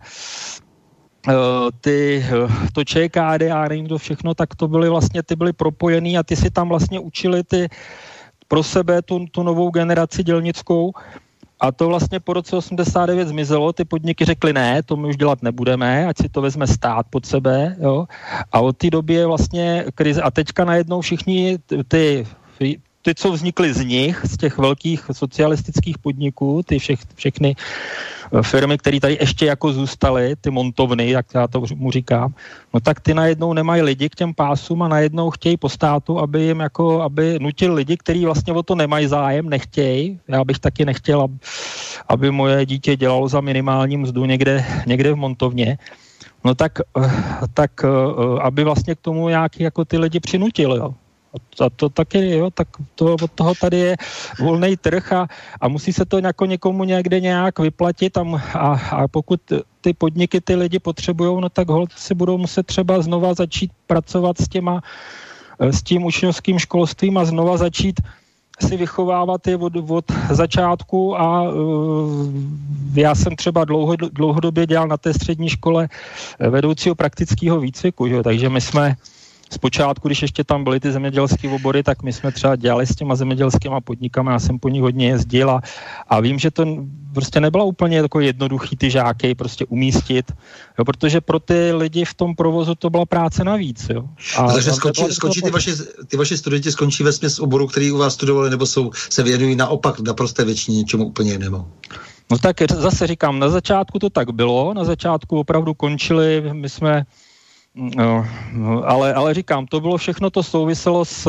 ty, to ČKD a nevím to všechno, tak to byly vlastně, ty byly propojený a ty si tam vlastně učili ty pro sebe tu, tu novou generaci dělnickou a to vlastně po roce osmdesát devět zmizelo, ty podniky řekly ne, to my už dělat nebudeme, ať si to vezme stát pod sebe, jo, a od té doby je vlastně krize a teďka najednou všichni ty, ty, co vznikly z nich, z těch velkých socialistických podniků, ty všech, všechny firmy, které tady ještě jako zůstaly, ty montovny, jak já to mu říkám, no tak ty najednou nemají lidi k těm pásům a najednou chtějí po státu, aby jim jako, aby nutil lidi, kteří vlastně o to nemají zájem, nechtějí. Já bych taky nechtěl, aby moje dítě dělalo za minimální mzdu někde, někde v montovně. No tak, tak aby vlastně k tomu nějaký jako ty lidi přinutili, jo. A to taky, jo, tak to, od toho tady je volný trh a, a musí se to jako někomu někde nějak vyplatit a, a, a pokud ty podniky ty lidi potřebujou, no tak holt si budou muset třeba znova začít pracovat s těma, s tím učňovským školstvím a znova začít si vychovávat je od, od začátku a uh, já jsem třeba dlouho, dlouhodobě dělal na té střední škole vedoucího praktického výcviku, že? Takže my jsme zpočátku, když ještě tam byly ty zemědělské obory, tak my jsme třeba dělali s těma zemědělskými podnikami, já jsem po nich hodně jezdil a, a vím, že to prostě nebylo úplně jako jednoduchý ty žáky prostě umístit, jo, protože pro ty lidi v tom provozu to byla práce navíc. Jo. A, takže skončí, skončí ty, vaši, ty vaši studenti skončí vesměs oboru, který u vás studovali, nebo jsou, se věnují naopak naprosté většině něčemu úplně jinému? No tak zase říkám, na začátku to tak bylo, na začátku opravdu končili, my jsme No, ale, ale říkám, to bylo všechno, to souviselo s,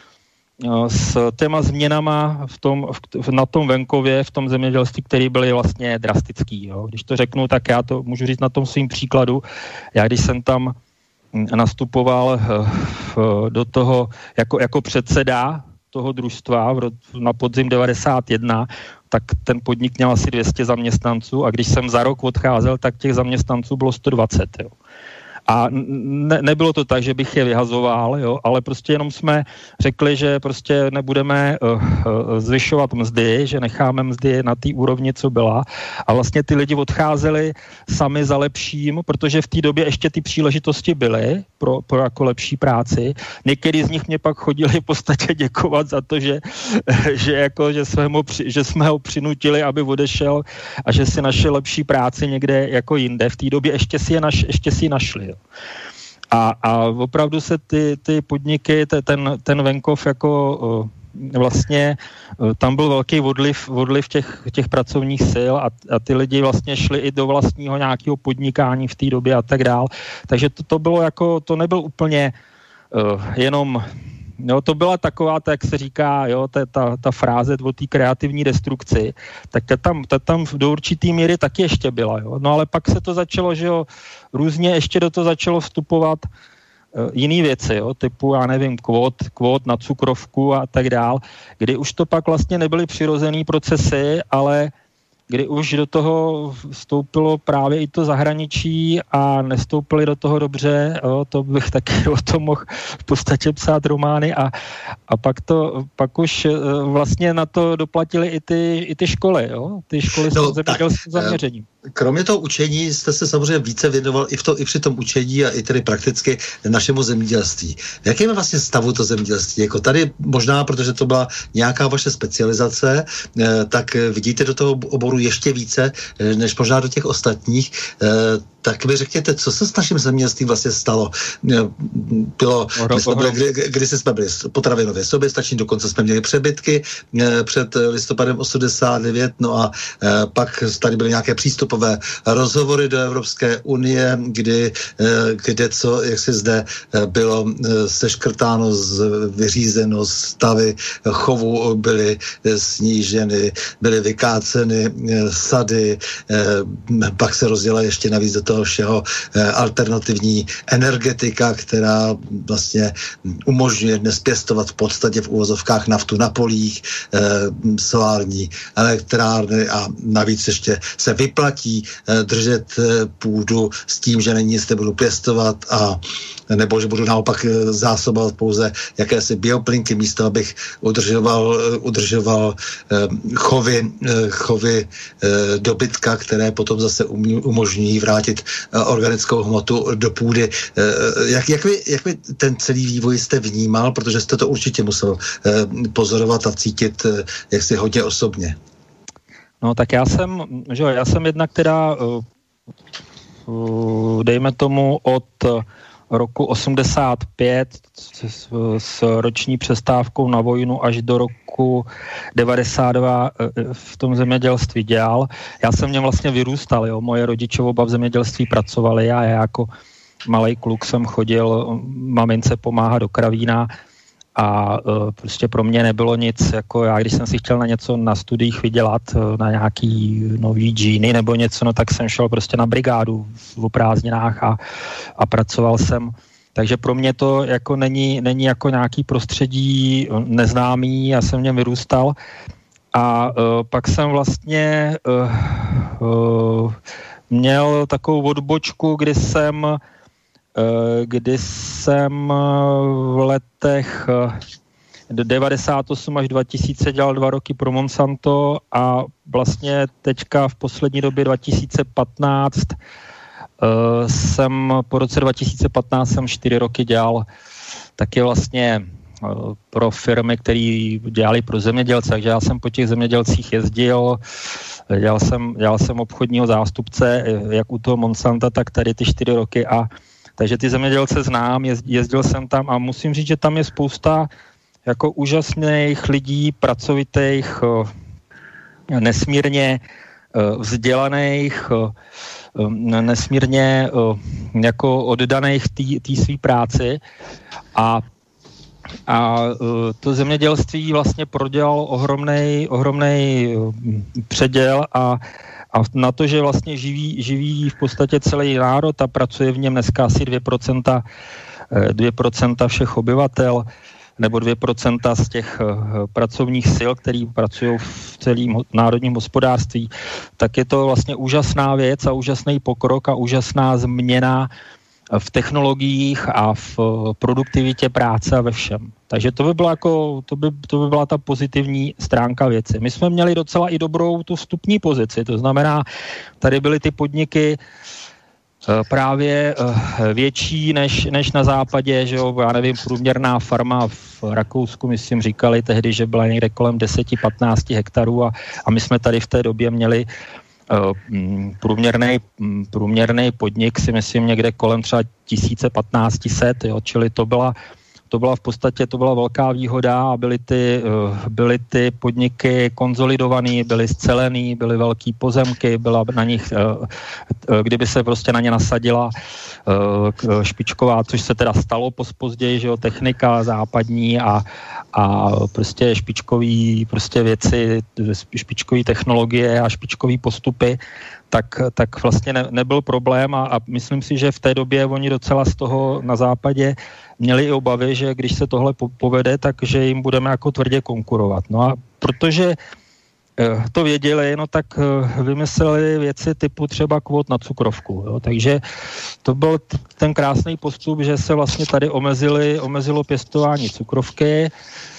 s těma změnama v tom, v, na tom venkově, v tom zemědělství, které byly vlastně drastický. Jo. Když to řeknu, tak já to můžu říct na tom svým příkladu. Já když jsem tam nastupoval do toho jako, jako předseda toho družstva na podzim devadesát jedna, tak ten podnik měl asi dvě stě zaměstnanců a když jsem za rok odcházel, tak těch zaměstnanců bylo sto dvacet, jo. A ne, nebylo to tak, že bych je vyhazoval, jo, ale prostě jenom jsme řekli, že prostě nebudeme uh, uh, zvyšovat mzdy, že necháme mzdy na té úrovni, co byla. A vlastně ty lidi odcházeli sami za lepším, protože v té době ještě ty příležitosti byly pro, pro jako lepší práci. Některý z nich mě pak chodili v podstatě děkovat za to, že, že, jako, že, jsme, ho, že jsme ho přinutili, aby odešel a že si našel lepší práci někde jako jinde. V té době ještě si je naš, ještě si našli. Jo. A, a opravdu se ty, ty podniky, ten, ten venkov jako vlastně, tam byl velký odliv, odliv těch, těch pracovních sil a, a ty lidi vlastně šli i do vlastního nějakého podnikání v té době a tak dál. Takže to, to bylo jako, to nebyl úplně uh, jenom, jo, to byla taková, tak se říká, jo, ta, ta, ta fráze o té kreativní destrukci, tak ta tam, ta tam do určitý míry taky ještě byla, jo. No ale pak se to začalo, že jo, různě ještě do toho začalo vstupovat uh, jiný věci, jo, typu, já nevím, kvót, kvót na cukrovku a tak dál, kdy už to pak vlastně nebyly přirozený procesy, ale kdy už do toho vstoupilo právě i to zahraničí a nestoupili do toho dobře, jo, to bych taky o tom mohl v podstatě psát romány a, a pak to, pak už vlastně na to doplatili i ty, i ty školy, jo, ty školy no, s zemědělským zaměřením. Kromě toho učení jste se samozřejmě více věnoval i, v to, i při tom učení a i tedy prakticky našemu zemědělství. V jakém je vlastně stavu to zemědělství? Jako tady možná, protože to byla nějaká vaše specializace, tak vidíte do toho oboru ještě více, než možná do těch ostatních. Tak mi řekněte, co se s naším zemědělstvím vlastně stalo? Bylo, my jsme byli, kdy, kdy jsme byli potravinově soběstační, dokonce jsme měli přebytky před listopadem osmdesát devět, no a pak tady byly nějaké přístupové rozhovory do Evropské unie, kdy, kde co, jak se zde bylo seškrtáno, vyřízeno, stavy chovu byly sníženy, byly vykáceny sady, pak se rozděla ještě navíc do toho všeho alternativní energetika, která vlastně umožňuje dnes pěstovat v podstatě v uvozovkách naftu na polích, solární elektrárny a navíc ještě se vyplatí držet půdu s tím, že není nic nebudu pěstovat a nebo že budu naopak zásobovat pouze jakési bioplynky místo, abych udržoval, udržoval chovy, chovy dobytka, které potom zase umožňují vrátit organickou hmotu do půdy. Jak, jak, vy, jak vy ten celý vývoj jste vnímal, protože jste to určitě musel pozorovat a cítit jaksi hodně osobně. No tak já jsem, že já jsem jedna, která dejme tomu od roku osmdesát pět s, s roční přestávkou na vojnu až do roku devadesát dva v tom zemědělství dělal. Já jsem v něm vlastně vyrůstal, jo. Moje rodiče oba v zemědělství pracovali a já jako malej kluk jsem chodil mamince pomáhat do kravína a uh, prostě pro mě nebylo nic, jako já, když jsem si chtěl na něco na studiích vydělat, na nějaký nový džíny nebo něco, no tak jsem šel prostě na brigádu v prázdninách a, a pracoval jsem. Takže pro mě to jako není, není jako nějaký prostředí neznámý, já jsem v něm vyrůstal a uh, pak jsem vlastně uh, uh, měl takovou odbočku, kdy jsem kdy jsem v letech devadesát osm až dva tisíce dělal dva roky pro Monsanto a vlastně teďka v poslední době dva tisíce patnáct jsem, po roce dva tisíce patnáct jsem čtyři roky dělal taky vlastně pro firmy, které dělali pro zemědělce, takže já jsem po těch zemědělcích jezdil, dělal jsem, dělal jsem obchodního zástupce, jak u toho Monsanta, tak tady ty čtyři roky a takže ty zemědělce znám, jezdil jsem tam a musím říct, že tam je spousta jako úžasných lidí, pracovitých, nesmírně vzdělaných, nesmírně jako oddaných té své práci a A to zemědělství vlastně prodělalo ohromnej, ohromnej předěl a A na to, že vlastně živí, živí v podstatě celý národ a pracuje v něm dneska asi dvě procenta, dvě procenta všech obyvatel, nebo dvě procenta z těch pracovních sil, který pracují v celém národním hospodářství, tak je to vlastně úžasná věc a úžasný pokrok a úžasná změna v technologiích a v produktivitě práce a ve všem. Takže to by byla, jako, to by, to by byla ta pozitivní stránka věci. My jsme měli docela i dobrou tu vstupní pozici, to znamená, tady byly ty podniky právě větší než, než na západě, že jo, já nevím, průměrná farma v Rakousku, myslím, říkali tehdy, že byla někde kolem deset až patnáct hektarů a, a my jsme tady v té době měli průměrný, průměrný podnik, si myslím, někde kolem třeba tisíc patnáct set, jo, čili to byla To byla v podstatě, to byla velká výhoda a byly ty, byly ty podniky konzolidovaný, byly scelený, byly velký pozemky, byla na nich, kdyby se prostě na ně nasadila špičková, což se teda stalo později, že jo, technika západní a, a prostě špičkový prostě věci, špičkový technologie a špičkový postupy, tak, tak vlastně ne, nebyl problém a, a myslím si, že v té době oni docela z toho na západě měli i obavy, že když se tohle povede, tak že jim budeme jako tvrdě konkurovat. No a protože to věděli, no tak vymysleli věci typu třeba kvót na cukrovku. Jo. Takže to byl ten krásný postup, že se vlastně tady omezili, omezilo pěstování cukrovky,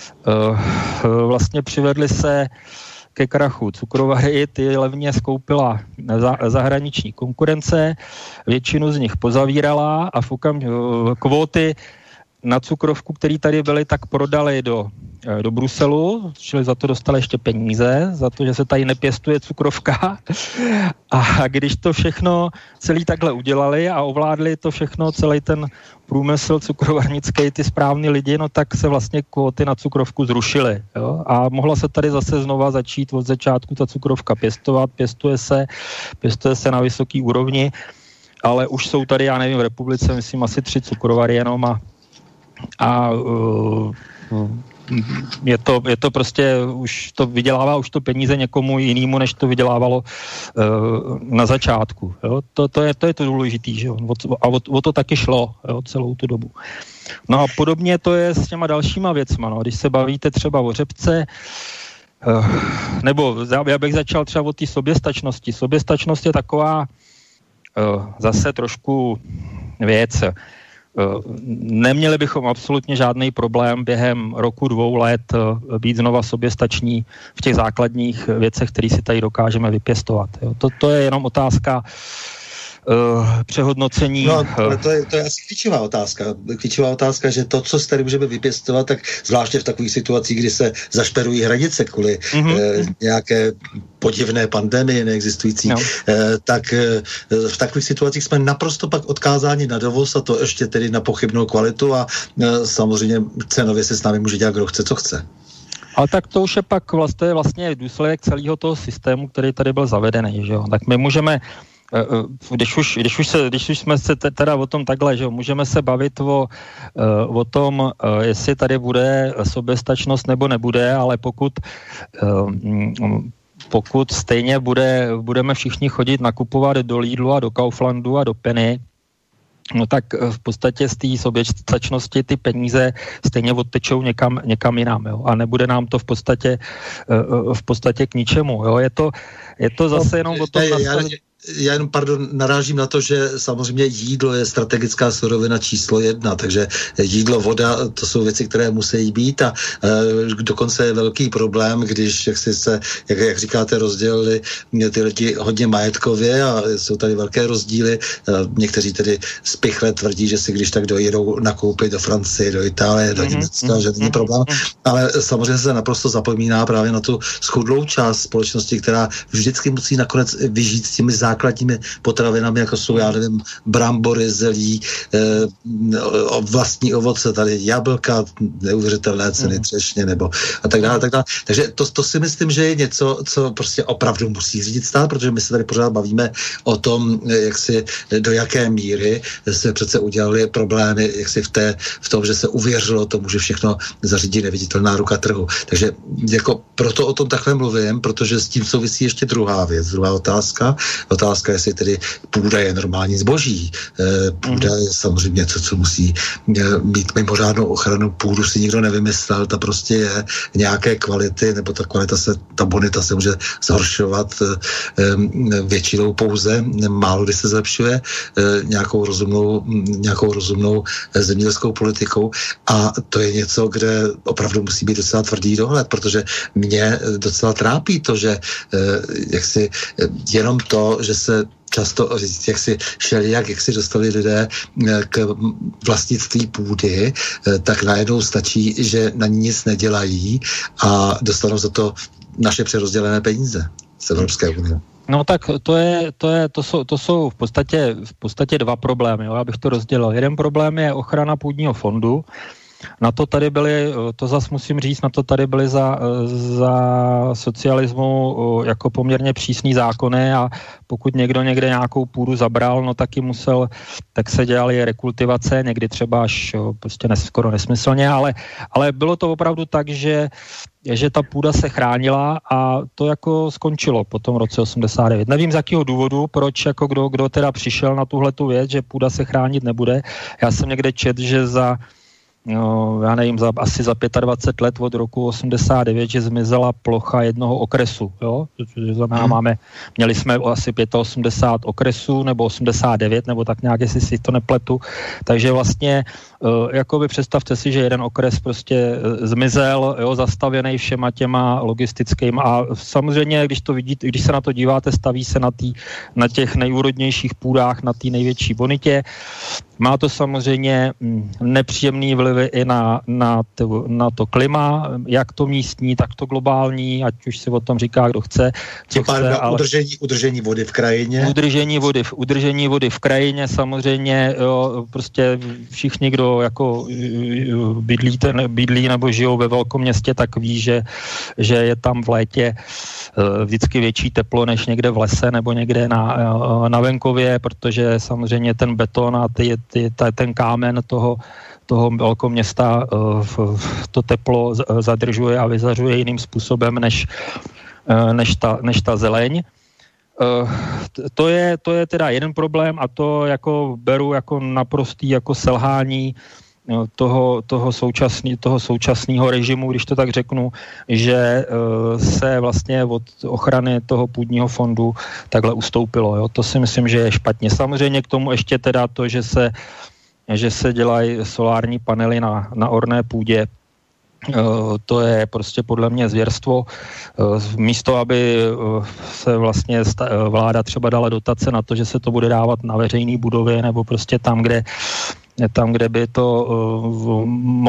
vlastně přivedli se ke krachu cukrovary, ty levně skoupila zahraniční konkurence, většinu z nich pozavírala a v okam, kvóty na cukrovku, které tady byly, tak prodali do, do Bruselu, čili za to dostali ještě peníze, za to, že se tady nepěstuje cukrovka. A když to všechno celý takhle udělali a ovládli to všechno, celý ten průmysl cukrovarnický, ty správní lidi, no tak se vlastně kvóty na cukrovku zrušily. Jo? A mohla se tady zase znova začít od začátku ta cukrovka pěstovat, pěstuje se, pěstuje se na vysoký úrovni, ale už jsou tady, já nevím, v republice, myslím, asi tři cukrovary jenom a a uh, je to, je to prostě, už to vydělává už to peníze někomu jinému, než to vydělávalo uh, na začátku. Jo? To, to, je, to je to důležitý, že jo? A o, o to taky šlo, jo? Celou tu dobu. No a podobně to je s těma dalšíma věcma. No? Když se bavíte třeba o řepce, uh, nebo já bych začal třeba od té soběstačnosti. Soběstačnost je taková uh, zase trošku věc. Neměli bychom absolutně žádný problém během roku, dvou let být znova soběstační v těch základních věcech, které si tady dokážeme vypěstovat. To, to je jenom otázka uh, přehodnocení. No, ale to je, to je asi klíčová otázka. Klíčová otázka, že to, co si tady můžeme vypěstovat, tak zvláště v takových situacích, kdy se zašperují hranice kvůli mm-hmm. eh, nějaké podivné pandemie neexistující, no. eh, tak eh, v takových situacích jsme naprosto pak odkázáni na dovoz a to ještě tedy na pochybnou kvalitu a eh, samozřejmě cenově se s námi může dělat, kdo chce, co chce. Ale tak to už je pak vlastně, vlastně důsledek celého toho systému, který tady byl zavedený. Že jo? Tak my můžeme Když už, když, už se, když už jsme se teda o tom takhle, že jo, můžeme se bavit o, o tom, jestli tady bude soběstačnost nebo nebude, ale pokud pokud stejně bude, budeme všichni chodit nakupovat do Lidlu a do Kauflandu a do Penny, no tak v podstatě z té soběstačnosti ty peníze stejně odtečou někam, někam jinam, jo? A nebude nám to v podstatě, v podstatě k ničemu, jo? Je to, je to zase jenom o tom... Já jenom, pardon, narážím na to, že samozřejmě jídlo je strategická surovina číslo jedna, takže jídlo, voda, to jsou věci, které musí být a e, dokonce je velký problém, když, jak si se, jak, jak říkáte, rozdělili ty lidi hodně majetkově a jsou tady velké rozdíly. E, někteří tedy spichle tvrdí, že si když tak dojedou nakoupit do Francie, do Itálie, do Německa, mm-hmm. že není problém, ale samozřejmě se naprosto zapomíná právě na tu schudlou část společnosti, která vždycky musí nakonec vyžít s těmi základními potravinami, jako jsou, já nevím, brambory, zelí, e, vlastní ovoce, tady jablka, neuvěřitelné ceny, mm. třešně, nebo a tak dále, a tak dále. Takže to, to si myslím, že je něco, co prostě opravdu musí řídit stát, protože my se tady pořád bavíme o tom, jak si, do jaké míry se přece udělali problémy, jak si v, té, v tom, že se uvěřilo tomu, že všechno zařídí neviditelná ruka trhu. Takže jako proto o tom takhle mluvím, protože s tím souvisí ještě druhá věc, druhá otázka. otázka, jestli tedy půda je normální zboží. Půda je samozřejmě něco, co musí mít mimořádnou ochranu. Půdu si nikdo nevymyslel, ta prostě je nějaké kvality, nebo ta kvalita se, ta bonita se může zhoršovat většinou pouze, málo kdy se zlepšuje nějakou rozumnou, nějakou rozumnou zemědělskou politikou a to je něco, kde opravdu musí být docela tvrdý dohled, protože mě docela trápí to, že jak si jenom to, že se často, jak si šeli, jak, jak si dostali lidé k vlastnictví půdy, tak najednou stačí, že na ní nic nedělají a dostanou za to naše přerozdělené peníze z Evropské unie. No tak to je, to je, to jsou, to jsou v podstatě, v podstatě dva problémy, jo, abych to rozdělil. Jeden problém je ochrana půdního fondu. Na to tady byly, to zas musím říct, na to tady byly za, za socialismu jako poměrně přísný zákony a pokud někdo někde nějakou půdu zabral, no taky musel, tak se dělaly rekultivace, někdy třeba až prostě nes, skoro nesmyslně, ale, ale bylo to opravdu tak, že že ta půda se chránila a to jako skončilo po tom roce osmdesát devět. Nevím z jakého důvodu, proč jako kdo, kdo teda přišel na tuhletu věc, že půda se chránit nebude. Já jsem někde čet, že za No, já nevím, za, asi za dvacet pět let od roku osmdesát devět, že zmizela plocha jednoho okresu, jo, to znamená, hmm. máme, měli jsme asi osmdesát pět okresů, nebo osmdesát devět, nebo tak nějak, jestli si to nepletu, takže vlastně, uh, jakoby představte si, že jeden okres prostě uh, zmizel, jo, zastavěný všema těma logistickým a samozřejmě, když to vidíte, když se na to díváte, staví se na, tý, na těch nejúrodnějších půdách, na té největší bonitě. Má to samozřejmě nepříjemný vlivy i na, na, to, na to klima, jak to místní, tak to globální, ať už si o tom říká, kdo chce. Co chce ale... udržení, udržení vody v krajině. Udržení vody, udržení vody v krajině, samozřejmě, jo, prostě všichni, kdo jako bydlí, ten, bydlí nebo žijou ve velkom městě, tak ví, že, že je tam v létě vždycky větší teplo než někde v lese nebo někde na, na venkově, protože samozřejmě ten beton a ty, ty, ta, ten kámen toho, toho velkoměsta to teplo zadržuje a vyzařuje jiným způsobem než, než, ta, než ta zeleň. To je, to je teda jeden problém a to jako beru jako naprostý jako selhání toho, toho, současný, toho současného režimu, když to tak řeknu, že uh, se vlastně od ochrany toho půdního fondu takhle ustoupilo. Jo? To si myslím, že je špatně. Samozřejmě k tomu ještě teda to, že se, že se dělají solární panely na, na orné půdě, Uh, to je prostě podle mě zvěrstvo. Uh, místo, aby uh, se vlastně sta- vláda třeba dala dotace na to, že se to bude dávat na veřejné budovy nebo prostě tam, kde tam, kde by to uh,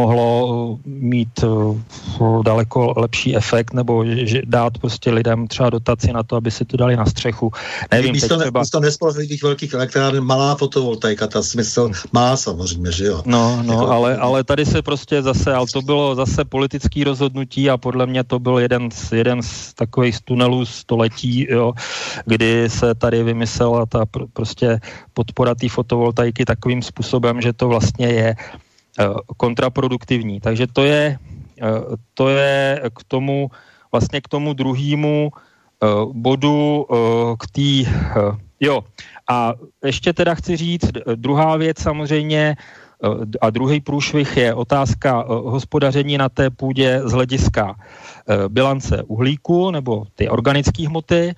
mohlo mít uh, daleko lepší efekt, nebo že dát prostě lidem třeba dotaci na to, aby si to dali na střechu. Nevím, místo, teď třeba... místo nespolehlivých velkých elektráren malá fotovoltaika, ta smysl má samozřejmě, že jo? No, no, jako... ale, ale tady se prostě zase, ale to bylo zase politické rozhodnutí a podle mě to byl jeden z, jeden z takových z tunelů století, jo, kdy se tady vymyslela ta pr- prostě podpora té fotovoltaiky takovým způsobem, že to vlastně je uh, kontraproduktivní. Takže to je, uh, to je k tomu, vlastně k tomu druhému uh, bodu, uh, k té, uh, jo. A ještě teda chci říct, druhá věc samozřejmě, uh, a druhý průšvih je otázka uh, hospodaření na té půdě z hlediska uh, bilance uhlíku, nebo ty organické hmoty.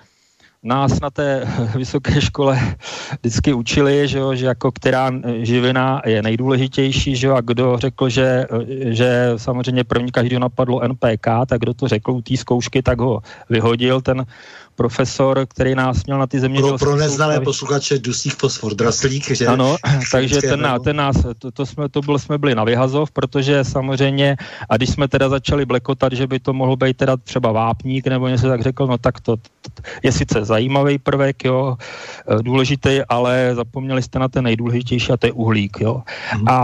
Nás na té vysoké škole vždycky učili, že, jo, že jako která živina je nejdůležitější, že jo, a kdo řekl, že, že samozřejmě první každý napadlo N P K, tak kdo to řekl u té zkoušky, tak ho vyhodil ten profesor, který nás měl na ty zemědělské... Pro, pro neznalé posluchače dusík, fosfor, draslík, že? Ano, takže ten, ten nás, to, to, jsme, to byl, jsme byli na vyhazov, protože samozřejmě, a když jsme teda začali blekotat, že by to mohl být teda třeba vápník, nebo něco tak řekl, no tak to, to je sice zajímavý prvek, jo, důležitý, ale zapomněli jste na ten nejdůležitější a to je uhlík, jo. Hmm. A,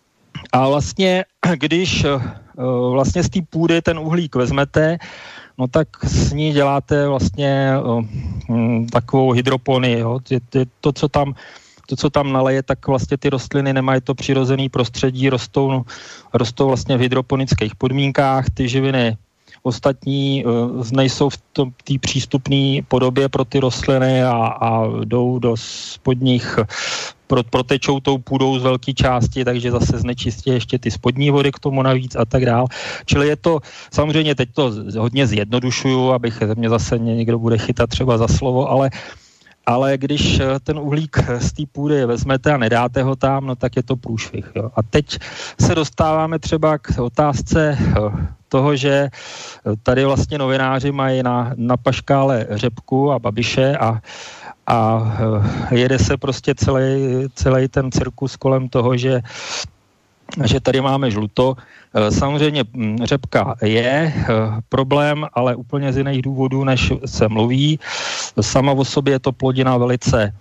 a vlastně, když vlastně z té půdy ten uhlík vezmete, no tak s ní děláte vlastně uh, hm, takovou hydroponii, jo. To, co tam, to, co tam naleje, tak vlastně ty rostliny nemají to přirozené prostředí, rostou, rostou vlastně v hydroponických podmínkách, ty živiny ostatní nejsou v té přístupné podobě pro ty rostliny a, a jdou do spodních, pro, protečou tou půdou z velké části, takže zase znečistí ještě ty spodní vody k tomu navíc a tak dál. Čili je to, samozřejmě teď to hodně zjednodušuju, abych mě zase někdo bude chytat třeba za slovo, ale ale když ten uhlík z té půdy vezmete a nedáte ho tam, no tak je to průšvih. Jo. A teď se dostáváme třeba k otázce toho, že tady vlastně novináři mají na, na paškále řepku a Babiše a, a jede se prostě celý, celý ten cirkus kolem toho, že že tady máme žluto. Samozřejmě řepka je problém, ale úplně z jiných důvodů, než se mluví. Sama o sobě je to plodina velice,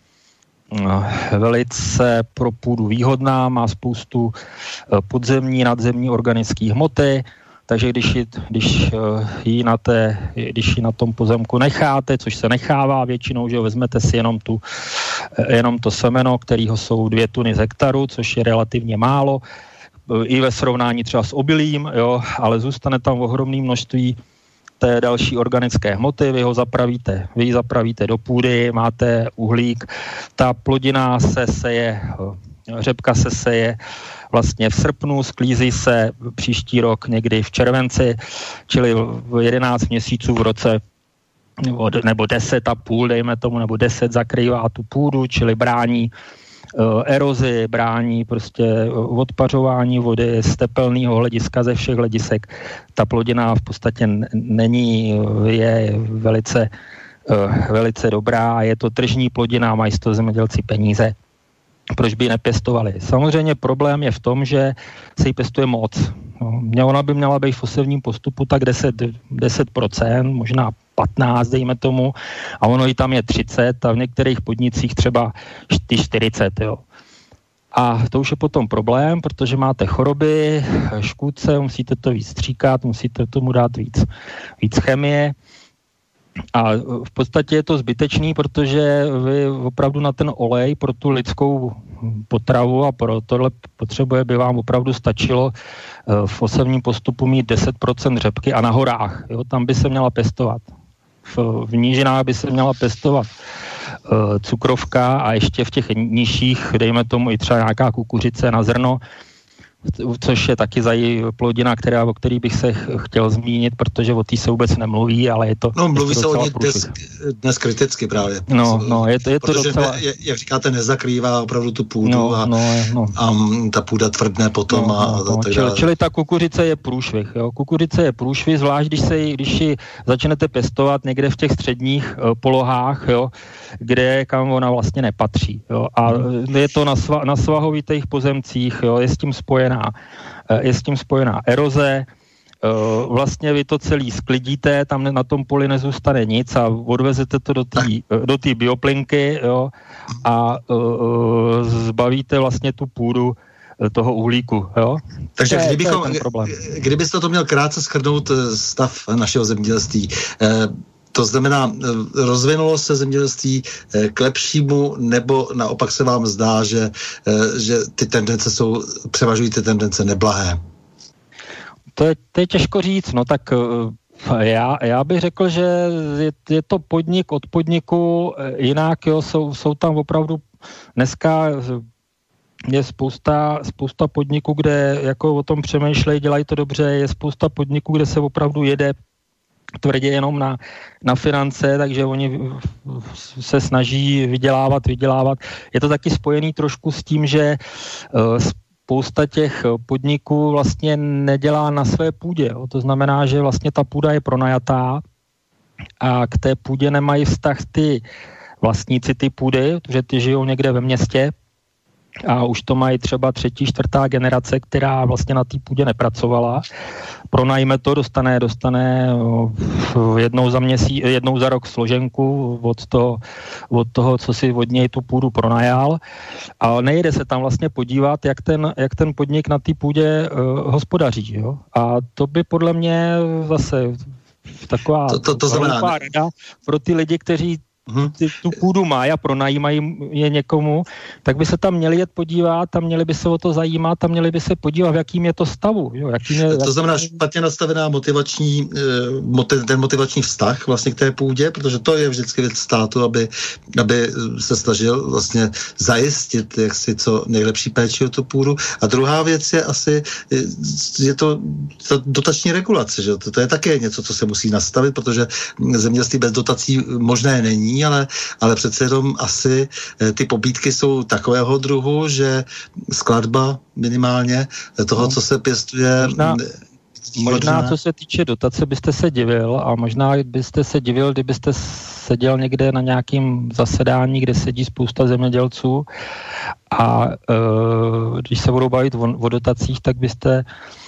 velice pro půdu výhodná, má spoustu podzemní, nadzemní organické hmoty, takže když ji, když ji, na, té, když ji na tom pozemku necháte, což se nechává většinou, že vezmete si jenom, tu, jenom to semeno, kterého jsou dvě tuny z hektaru, což je relativně málo, i ve srovnání třeba s obilím, jo, ale zůstane tam ohromné množství té další organické hmoty, vy ho zapravíte, vy ji zapravíte do půdy, máte uhlík, ta plodina se seje, řepka se seje vlastně v srpnu, sklízí se příští rok někdy v červenci, čili v jedenáct měsíců v roce nebo deset a půl, dejme tomu, nebo deset zakrývá tu půdu, čili brání erozi, brání prostě odpařování vody z tepelného hlediska, ze všech hledisek. Ta plodina v podstatě není, je velice, velice dobrá a je to tržní plodina, mají z toho zemědělci peníze. Proč by ji nepěstovali? Samozřejmě problém je v tom, že se jí pěstuje moc. No, ona by měla být v osevním postupu tak deset procent, možná patnáct, dejme tomu, a ono i tam je třicet a v některých podnicích třeba čtyřicet, jo. A to už je potom problém, protože máte choroby, škůdce, musíte to víc stříkat, musíte tomu dát víc, víc chemie. A v podstatě je to zbytečný, protože vy opravdu na ten olej pro tu lidskou potravu a pro tohle potřebuje by vám opravdu stačilo v osevním postupu mít deset procent řepky a na horách. Jo, tam by se měla pěstovat. V, v nížinách by se měla pěstovat uh, cukrovka a ještě v těch nižších, dejme tomu i třeba nějaká kukuřice na zrno, což je taky zají plodina, která, o který bych se ch- chtěl zmínit, protože o té se vůbec nemluví, ale je to... No, mluví je to se o ní dnes, dnes kriticky právě. No, no, je to, je to protože docela... ne, jak říkáte, nezakrývá opravdu tu půdu no, a, no, no. a ta půda tvrdne potom no, a, no, no. a tak čili, dále. čili ta kukuřice je průšvih, jo. Kukuřice je průšvih, zvlášť když, se, když ji začnete pěstovat někde v těch středních uh, polohách, jo, kde kam ona vlastně nepatří, jo. A hmm. je to na, sva, na svahovitých pozemcích, jo, je s tím spojená je s tím spojená eroze, vlastně vy to celý sklidíte, tam na tom poli nezůstane nic a odvezete to do té do té bioplinky, jo, a zbavíte vlastně tu půdu toho uhlíku, jo. Takže to je, kdybychom, to je ten problém. kdybyste to měl krátce shrnout stav našeho zemědělství, to znamená, rozvinulo se zemědělství k lepšímu, nebo naopak se vám zdá, že, že ty tendence jsou, převažují ty tendence neblahé? To je, to je těžko říct, no tak já, já bych řekl, že je, je to podnik od podniku jinak, jo, jsou, jsou tam opravdu dneska je spousta, spousta podniků, kde jako o tom přemýšlejí, dělají to dobře, je spousta podniků, kde se opravdu jede tvrdě jenom na, na finance, takže oni se snaží vydělávat, vydělávat. Je to taky spojený trošku s tím, že spousta těch podniků vlastně nedělá na své půdě. Jo. To znamená, že vlastně ta půda je pronajatá a k té půdě nemají vztah ty vlastníci ty půdy, protože ty žijou někde ve městě a už to mají třeba třetí, čtvrtá generace, která vlastně na té půdě nepracovala. Pronajme to, dostane, dostane jednou za měsíc, jednou za rok složenku od toho, od toho, co si od něj tu půdu pronajal. A nejde se tam vlastně podívat, jak ten, jak ten podnik na té půdě uh, hospodaří. Jo? A to by podle mě zase taková to, to, to znamená... rada pro ty lidi, kteří ty, tu půdu mají a pronajímají je někomu, tak by se tam měli jet podívat, tam měli by se o to zajímat, tam měli by se podívat, v jakým je to stavu. Jo, jakým je, to jakým... znamená špatně nastavená motivační, ten motivační vztah vlastně k té půdě, protože to je vždycky věc státu, aby, aby se snažil vlastně zajistit jaksi co nejlepší péči o tu půdu. A druhá věc je asi, je to ta dotační regulace, že? To, to je také něco, co se musí nastavit, protože zemědělství bez dotací možné není, ale, ale přece jenom asi ty pobídky jsou takového druhu, že skladba minimálně toho, no. co se pěstuje... Možná, možná co se týče dotace, byste se divil a možná byste se divil, kdybyste seděl někde na nějakém zasedání, kde sedí spousta zemědělců a e, když se budou bavit o, o dotacích, tak byste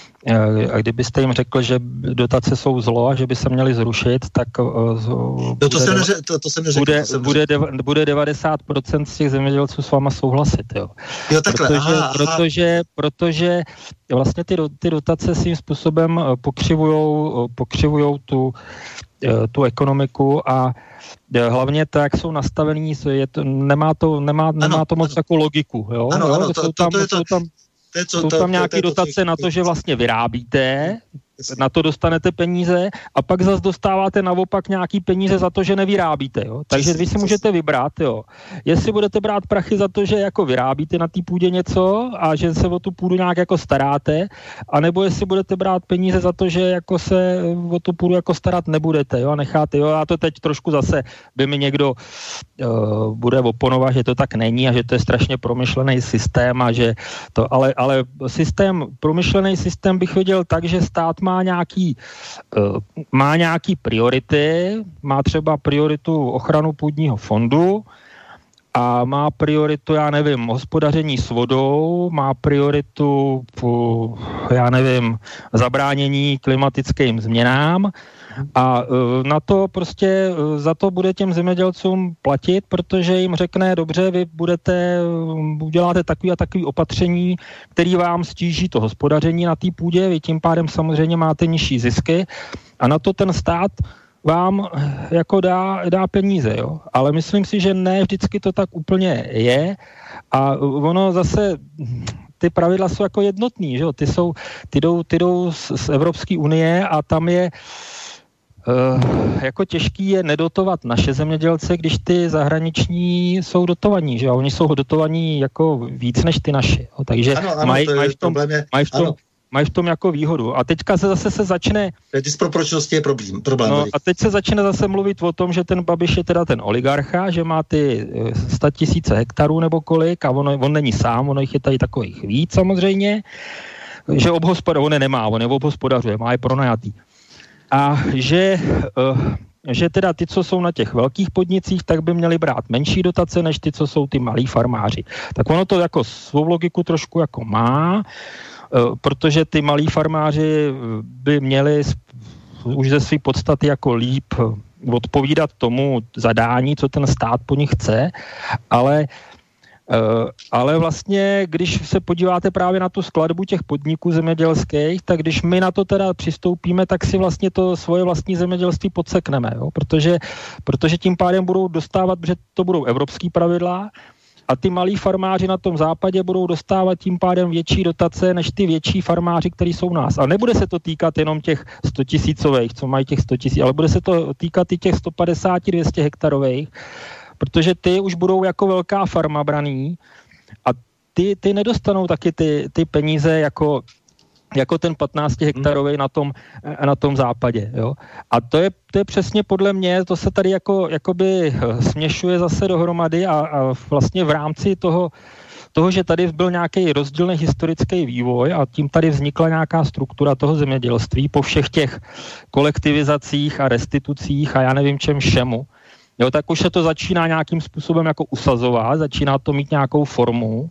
a kdybyste jim řekl, že dotace jsou zlo a že by se měly zrušit, tak no to, bude, neře, to, to jsem neřekl, bude, to jsem bude, deva, bude devadesát procent z těch zemědělců s váma souhlasit. Jo. Jo, takhle, protože, aha, protože, protože vlastně ty, ty dotace svým způsobem pokřivujou, pokřivujou tu, tu ekonomiku a hlavně tak, jak jsou nastavení, je to, nemá, to, nemá, nemá ano, to moc ano. jako logiku. Jo? Ano, jo? ano, to, jsou tam, to, to, to, jsou tam Co, jsou to, tam nějaké to, to, dotace to, to, na to, že vlastně vyrábíte, na to dostanete peníze a pak zase dostáváte naopak nějaký peníze za to, že nevyrábíte. Jo? Takže vy si můžete vybrat, jo. Jestli budete brát prachy za to, že jako vyrábíte na té půdě něco a že se o tu půdu nějak jako staráte, anebo jestli budete brát peníze za to, že jako se o tu půdu jako starat nebudete, jo, a necháte, jo. A to teď trošku zase by mi někdo uh, bude oponovat, že to tak není a že to je strašně promyšlený systém a že to, ale, ale systém, promyšlený systém bych viděl tak, že stát má nějaký, uh, má nějaký priority, má třeba prioritu ochranu půdního fondu a má prioritu, já nevím, hospodaření s vodou, má prioritu, já nevím, zabránění klimatickým změnám a na to prostě za to bude těm zemědělcům platit, protože jim řekne, dobře, vy budete, uděláte takový a takový opatření, který vám stíží to hospodaření na té půdě, vy tím pádem samozřejmě máte nižší zisky a na to ten stát vám jako dá, dá peníze, jo. Ale myslím si, že ne vždycky to tak úplně je a ono zase, ty pravidla jsou jako jednotný, že jo. Ty jsou, ty jdou, ty jdou z, z Evropské unie a tam je Uh, jako těžký je nedotovat naše zemědělce, když ty zahraniční jsou dotovaní, že jo? Oni jsou dotovaní jako víc než ty naše. Jo? Takže mají maj v, maj v, maj v tom jako výhodu. A teďka se zase se začne... Disproporčnosti je problém. problém no, a teď se začne zase mluvit o tom, že ten Babiš je teda ten oligarcha, že má ty sto tisíce hektarů nebo kolik a on, on není sám, ono jich je tady takových víc samozřejmě, že obhospodařuje, on je nemá, on je obhospodařuje, má je pronajatý. A že, uh, že teda ty, co jsou na těch velkých podnicích, tak by měli brát menší dotace, než ty, co jsou ty malí farmáři. Tak ono to jako svou logiku trošku jako má, uh, protože ty malí farmáři by měli už ze své podstaty jako líp odpovídat tomu zadání, co ten stát po nich chce, ale Uh, ale vlastně, když se podíváte právě na tu skladbu těch podniků zemědělských, tak když my na to teda přistoupíme, tak si vlastně to svoje vlastní zemědělství podsekneme, jo? Protože, protože tím pádem budou dostávat, že to budou evropský pravidla a ty malí farmáři na tom západě budou dostávat tím pádem větší dotace než ty větší farmáři, kteří jsou u nás. A nebude se to týkat jenom těch sto tisícových, co mají těch sto tisíc, ale bude se to týkat i těch sto padesát dvě stě hektarových, protože ty už budou jako velká farma braný a ty, ty nedostanou taky ty, ty peníze jako, jako ten patnáct hektarový na tom, na tom západě. Jo? A to je, to je přesně podle mě, to se tady jako, jakoby směšuje zase dohromady a, a vlastně v rámci toho, toho, že tady byl nějaký rozdílný historický vývoj a tím tady vznikla nějaká struktura toho zemědělství po všech těch kolektivizacích a restitucích a já nevím čem všemu, jo, tak už se to začíná nějakým způsobem jako usazovat, začíná to mít nějakou formu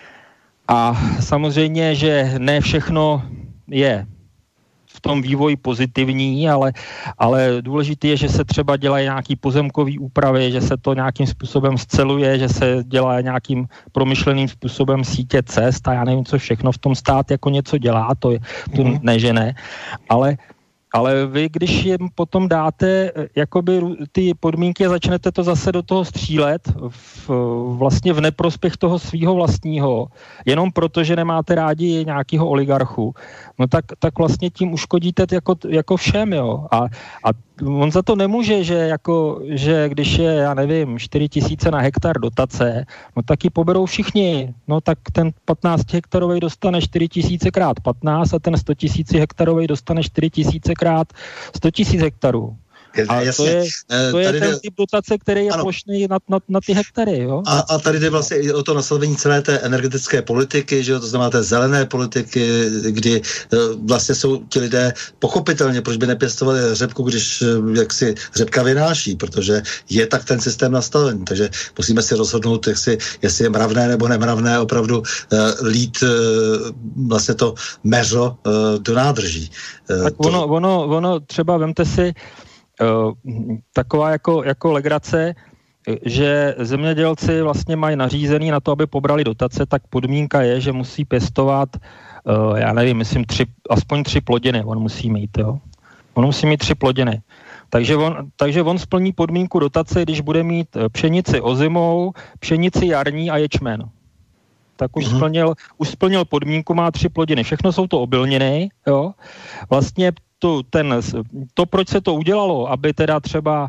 a samozřejmě, že ne všechno je v tom vývoji pozitivní, ale, ale důležité je, že se třeba dělají nějaký pozemkový úpravy, že se to nějakým způsobem sceluje, že se dělá nějakým promyšleným způsobem sítě cest a já nevím, co všechno v tom stát jako něco dělá, to, je, to mm-hmm. ne, že ne, ale Ale vy, když jim potom dáte jakoby ty podmínky a začnete to zase do toho střílet v, vlastně v neprospěch toho svýho vlastního, jenom proto, že nemáte rádi nějakého oligarchu, no tak, tak vlastně tím uškodíte jako, jako všem, jo. A, a on za to nemůže, že jako, že když je, já nevím, čtyři tisíce na hektar dotace, no tak ji poberou všichni. No tak ten patnáct hektarový dostane čtyři tisíce krát patnáct a ten sto tisíc hektarový dostane čtyři tisíce krát sto tisíc hektarů. A jasně, to je, to je ten typ dotace, který je ano. plošný na, na, na ty hektary. Jo? A, a tady jde vlastně i o to nastavení celé té energetické politiky, že jo, to znamená té zelené politiky, kdy vlastně jsou ti lidé pochopitelně, proč by nepěstovali řepku, když jak si řepka vynáší, protože je tak ten systém nastaven, takže musíme si rozhodnout, jak si, jestli je mravné nebo nemravné opravdu uh, lít uh, vlastně to meřo uh, do nádrží. Uh, tak to... ono, ono, ono třeba vemte si Uh, taková jako, jako legrace, že zemědělci vlastně mají nařízený na to, aby pobrali dotace, tak podmínka je, že musí pěstovat, uh, já nevím, myslím, tři, aspoň tři plodiny on musí mít, jo. On musí mít tři plodiny. Takže on, takže on splní podmínku dotace, když bude mít pšenici ozimou, pšenici jarní a ječmen. Tak už, mm-hmm. splnil, už splnil podmínku, má tři plodiny. Všechno jsou to obilniny, jo. Vlastně to, ten, to, proč se to udělalo, aby teda třeba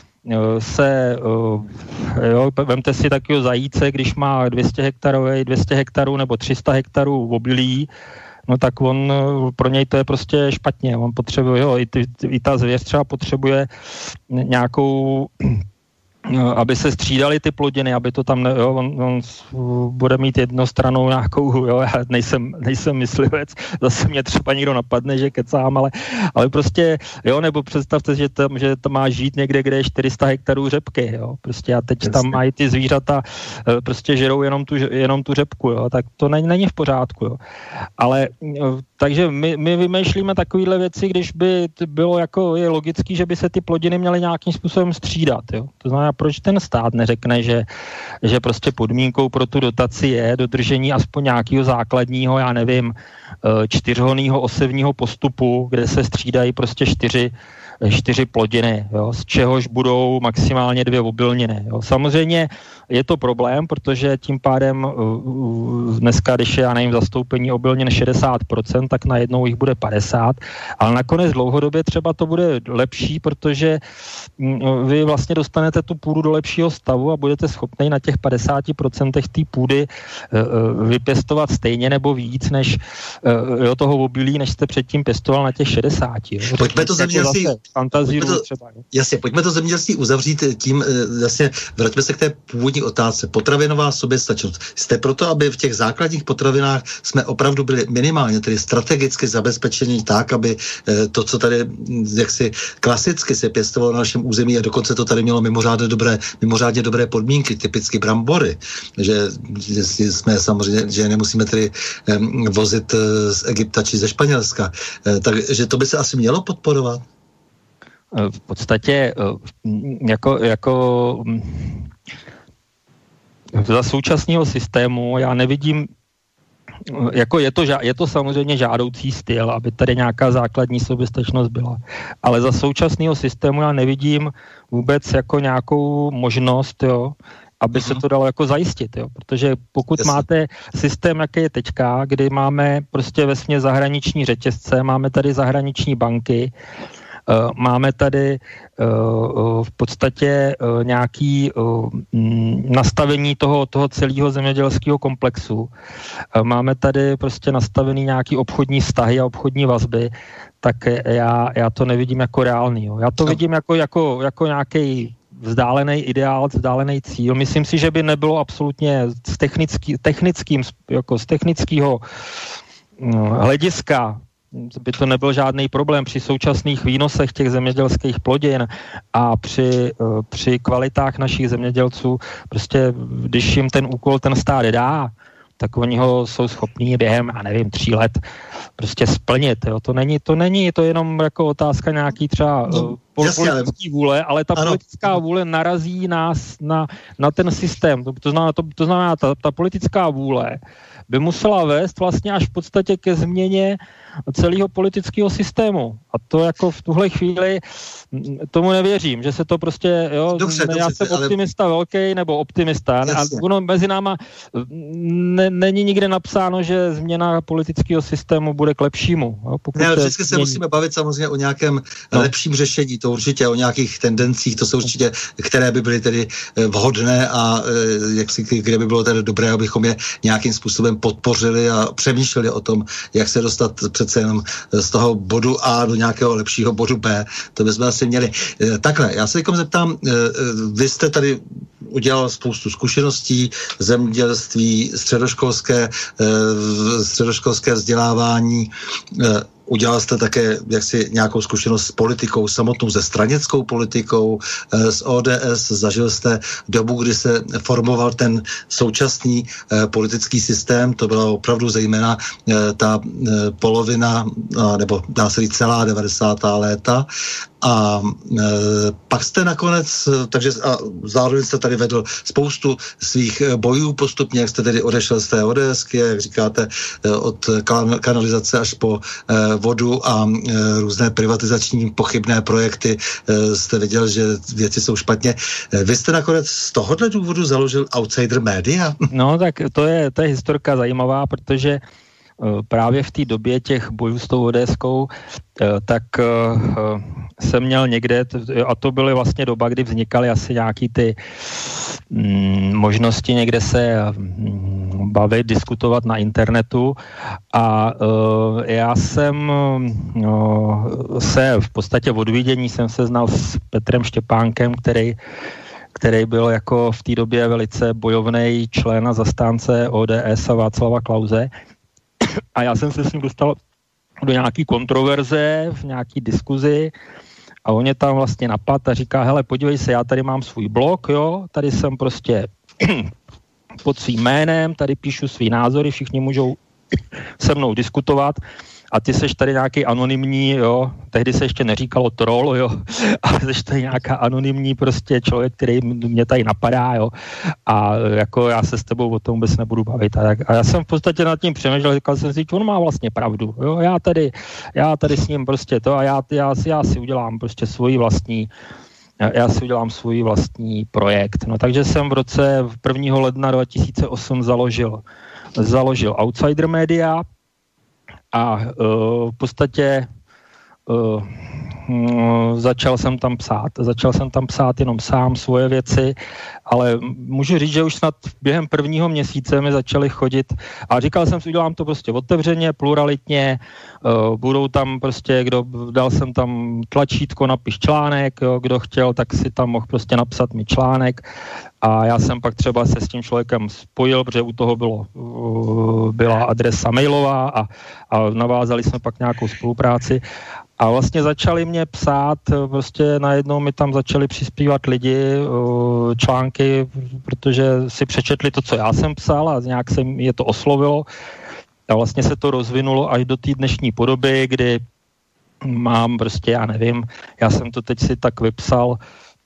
se, jo, vemte si takového zajíce, když má dvě stě hektarový, dvě stě hektarů nebo tři sta hektarů obilí, no tak on, pro něj to je prostě špatně. On potřebuje, jo, i, ty, i ta zvěř třeba potřebuje nějakou, aby se střídaly ty plodiny, aby to tam, jo, on, on bude mít jednostranou nějakou, jo, já nejsem, nejsem myslivec, zase mě třeba někdo napadne, že kecám, ale, ale prostě, jo, nebo představte, že tam, že tam má žít někde, kde je čtyři sta hektarů řepky, jo, prostě a teď tam mají ty zvířata, prostě žerou jenom tu, jenom tu řepku, jo, tak to není, není v pořádku, jo, ale takže my, my vymýšlíme takovýhle věci, když by bylo jako, je logický, že by se ty plodiny měly nějakým způsobem střídat, jo, to znamená, proč ten stát neřekne, že, že prostě podmínkou pro tu dotaci je dodržení aspoň nějakého základního, já nevím, čtyřhonného osevního postupu, kde se střídají prostě čtyři, čtyři plodiny, jo, z čehož budou maximálně dvě obilniny. Jo. Samozřejmě je to problém, protože tím pádem dneska, když je, já nevím, zastoupení obilnin šedesát procent, tak najednou jich bude padesát, ale nakonec dlouhodobě třeba to bude lepší, protože vy vlastně dostanete tu půdu do lepšího stavu a budete schopni na těch padesáti procentech té půdy vypěstovat stejně nebo víc, než jo, toho obilí, než jste předtím pěstoval na těch šedesáti. Jo. Pojďme to zemědělství, pojďme to, třeba, jasně, pojďme to zemědělství uzavřít tím, jasně, vraťme se k té původní otázce. Potravinová soběstačnost. Jste proto, aby v těch základních potravinách jsme opravdu byli minimálně, tedy strategicky zabezpečení tak, aby to, co tady jaksi klasicky se pěstovalo na našem území a dokonce to tady mělo mimořádně dobré, mimořádně dobré podmínky, typicky brambory, že, že jsme samozřejmě, že nemusíme tedy um, vozit z Egypta či ze Španělska. Uh, takže to by se asi mělo podporovat? V podstatě jako, jako za současného systému já nevidím, jako je to, je to samozřejmě žádoucí styl, aby tady nějaká základní soběstačnost byla, ale za současného systému já nevidím vůbec jako nějakou možnost, jo, aby se to dalo jako zajistit, jo, protože pokud Jasně. máte systém, jaký je teďka, kdy máme prostě vesměs zahraniční řetězce, máme tady zahraniční banky, Uh, máme tady uh, v podstatě uh, nějaký uh, nastavení toho, toho celého zemědělského komplexu. Uh, máme tady prostě nastavený nějaký obchodní vztahy a obchodní vazby, tak já, já to nevidím jako reálný. Jo. Já to no. vidím jako, jako, jako nějaký vzdálený ideál, vzdálený cíl. Myslím si, že by nebylo absolutně z, technický, technickým, jako z technického uh, hlediska by to nebyl žádný problém při současných výnosech těch zemědělských plodin a při, při kvalitách našich zemědělců, prostě když jim ten úkol ten stát dá, tak oni ho jsou schopní během, já nevím, tří let prostě splnit. Jo. To není, to není, to je jenom jako otázka nějaký třeba no. politické vůle, ale ta ano. politická vůle narazí nás na, na ten systém. To, to znamená, to, to znamená ta, ta politická vůle by musela vést vlastně až v podstatě ke změně celého politického systému. A to jako v tuhle chvíli tomu nevěřím, že se to prostě, jo, dobře, já dobře, jsem optimista ale... velký nebo optimista. Jasně. A ono mezi náma ne, není nikde napsáno, že změna politického systému bude k lepšímu. Jo, ne, ale vždycky se změní. Musíme bavit samozřejmě o nějakém no. lepším řešení, to určitě, o nějakých tendencích, to jsou určitě, které by byly tedy vhodné a jak si, kde by bylo tedy dobré, abychom je nějakým způsobem podpořili a přemýšleli o tom, jak se dostat přece jenom z toho bodu A do nějakého lepšího bodu B. To bychom asi měli. Takhle, já se teď zeptám, vy jste tady udělal spoustu zkušeností, zemědělství, středoškolské, středoškolské vzdělávání, udělal jste také jaksi nějakou zkušenost s politikou samotnou, se stranickou politikou, s O D S, zažil jste dobu, kdy se formoval ten současný eh, politický systém, to byla opravdu zejména eh, ta eh, polovina, eh, nebo dá se říct celá devadesátá léta. A e, pak jste nakonec, takže a zároveň jste tady vedl spoustu svých bojů postupně, jak jste tedy odešel z té ODSky, jak říkáte, od kanalizace až po e, vodu a e, různé privatizační pochybné projekty, e, jste viděl, že věci jsou špatně. E, vy jste nakonec z tohohle důvodu založil Outsider Media? No tak to je, to je historka zajímavá, protože právě v té době těch bojů s tou ODSkou, tak jsem měl někde, a to byly vlastně doba, kdy vznikaly asi nějaký ty možnosti někde se bavit, diskutovat na internetu a já jsem se v podstatě od vidění jsem se znal s Petrem Štěpánkem, který který byl jako v té době velice bojovný člen a zastánce O D S a Václava Klause. A já jsem se s ním dostal do nějaký kontroverze, v nějaký diskuzi a on je tam vlastně napad a říká, hele, podívej se, já tady mám svůj blog, jo, tady jsem prostě pod svým jménem, tady píšu svý názory, všichni můžou se mnou diskutovat a ty seš tady nějaký anonymní, jo, tehdy se ještě neříkalo troll, jo, ale seš tady nějaká anonymní prostě člověk, který mě tady napadá, jo, a jako já se s tebou o tom vůbec nebudu bavit. A, tak, a já jsem v podstatě nad tím přemýšlel, říkal jsem si, on má vlastně pravdu, jo, já tady, já tady s ním prostě to a já, já, já si udělám prostě svůj vlastní já si udělám svůj vlastní projekt. No takže jsem v roce prvního ledna dva tisíce osm založil, založil Outsider Media a uh, v podstatě uh, uh, začal jsem tam psát. Začal jsem tam psát jenom sám svoje věci, ale můžu říct, že už snad během prvního měsíce mi začaly chodit a říkal jsem si, udělám to prostě otevřeně, pluralitně, uh, budou tam prostě, kdo, dal jsem tam tlačítko, napiš článek, jo, kdo chtěl, tak si tam mohl prostě napsat mi článek a já jsem pak třeba se s tím člověkem spojil, protože u toho bylo, uh, byla adresa mailová a, a navázali jsme pak nějakou spolupráci. A vlastně začali mě psát, prostě najednou mi tam začali přispívat lidi, články, protože si přečetli to, co já jsem psal a nějak se je to oslovilo. A vlastně se to rozvinulo až do té dnešní podoby, kdy mám prostě, já nevím, já jsem to teď si tak vypsal,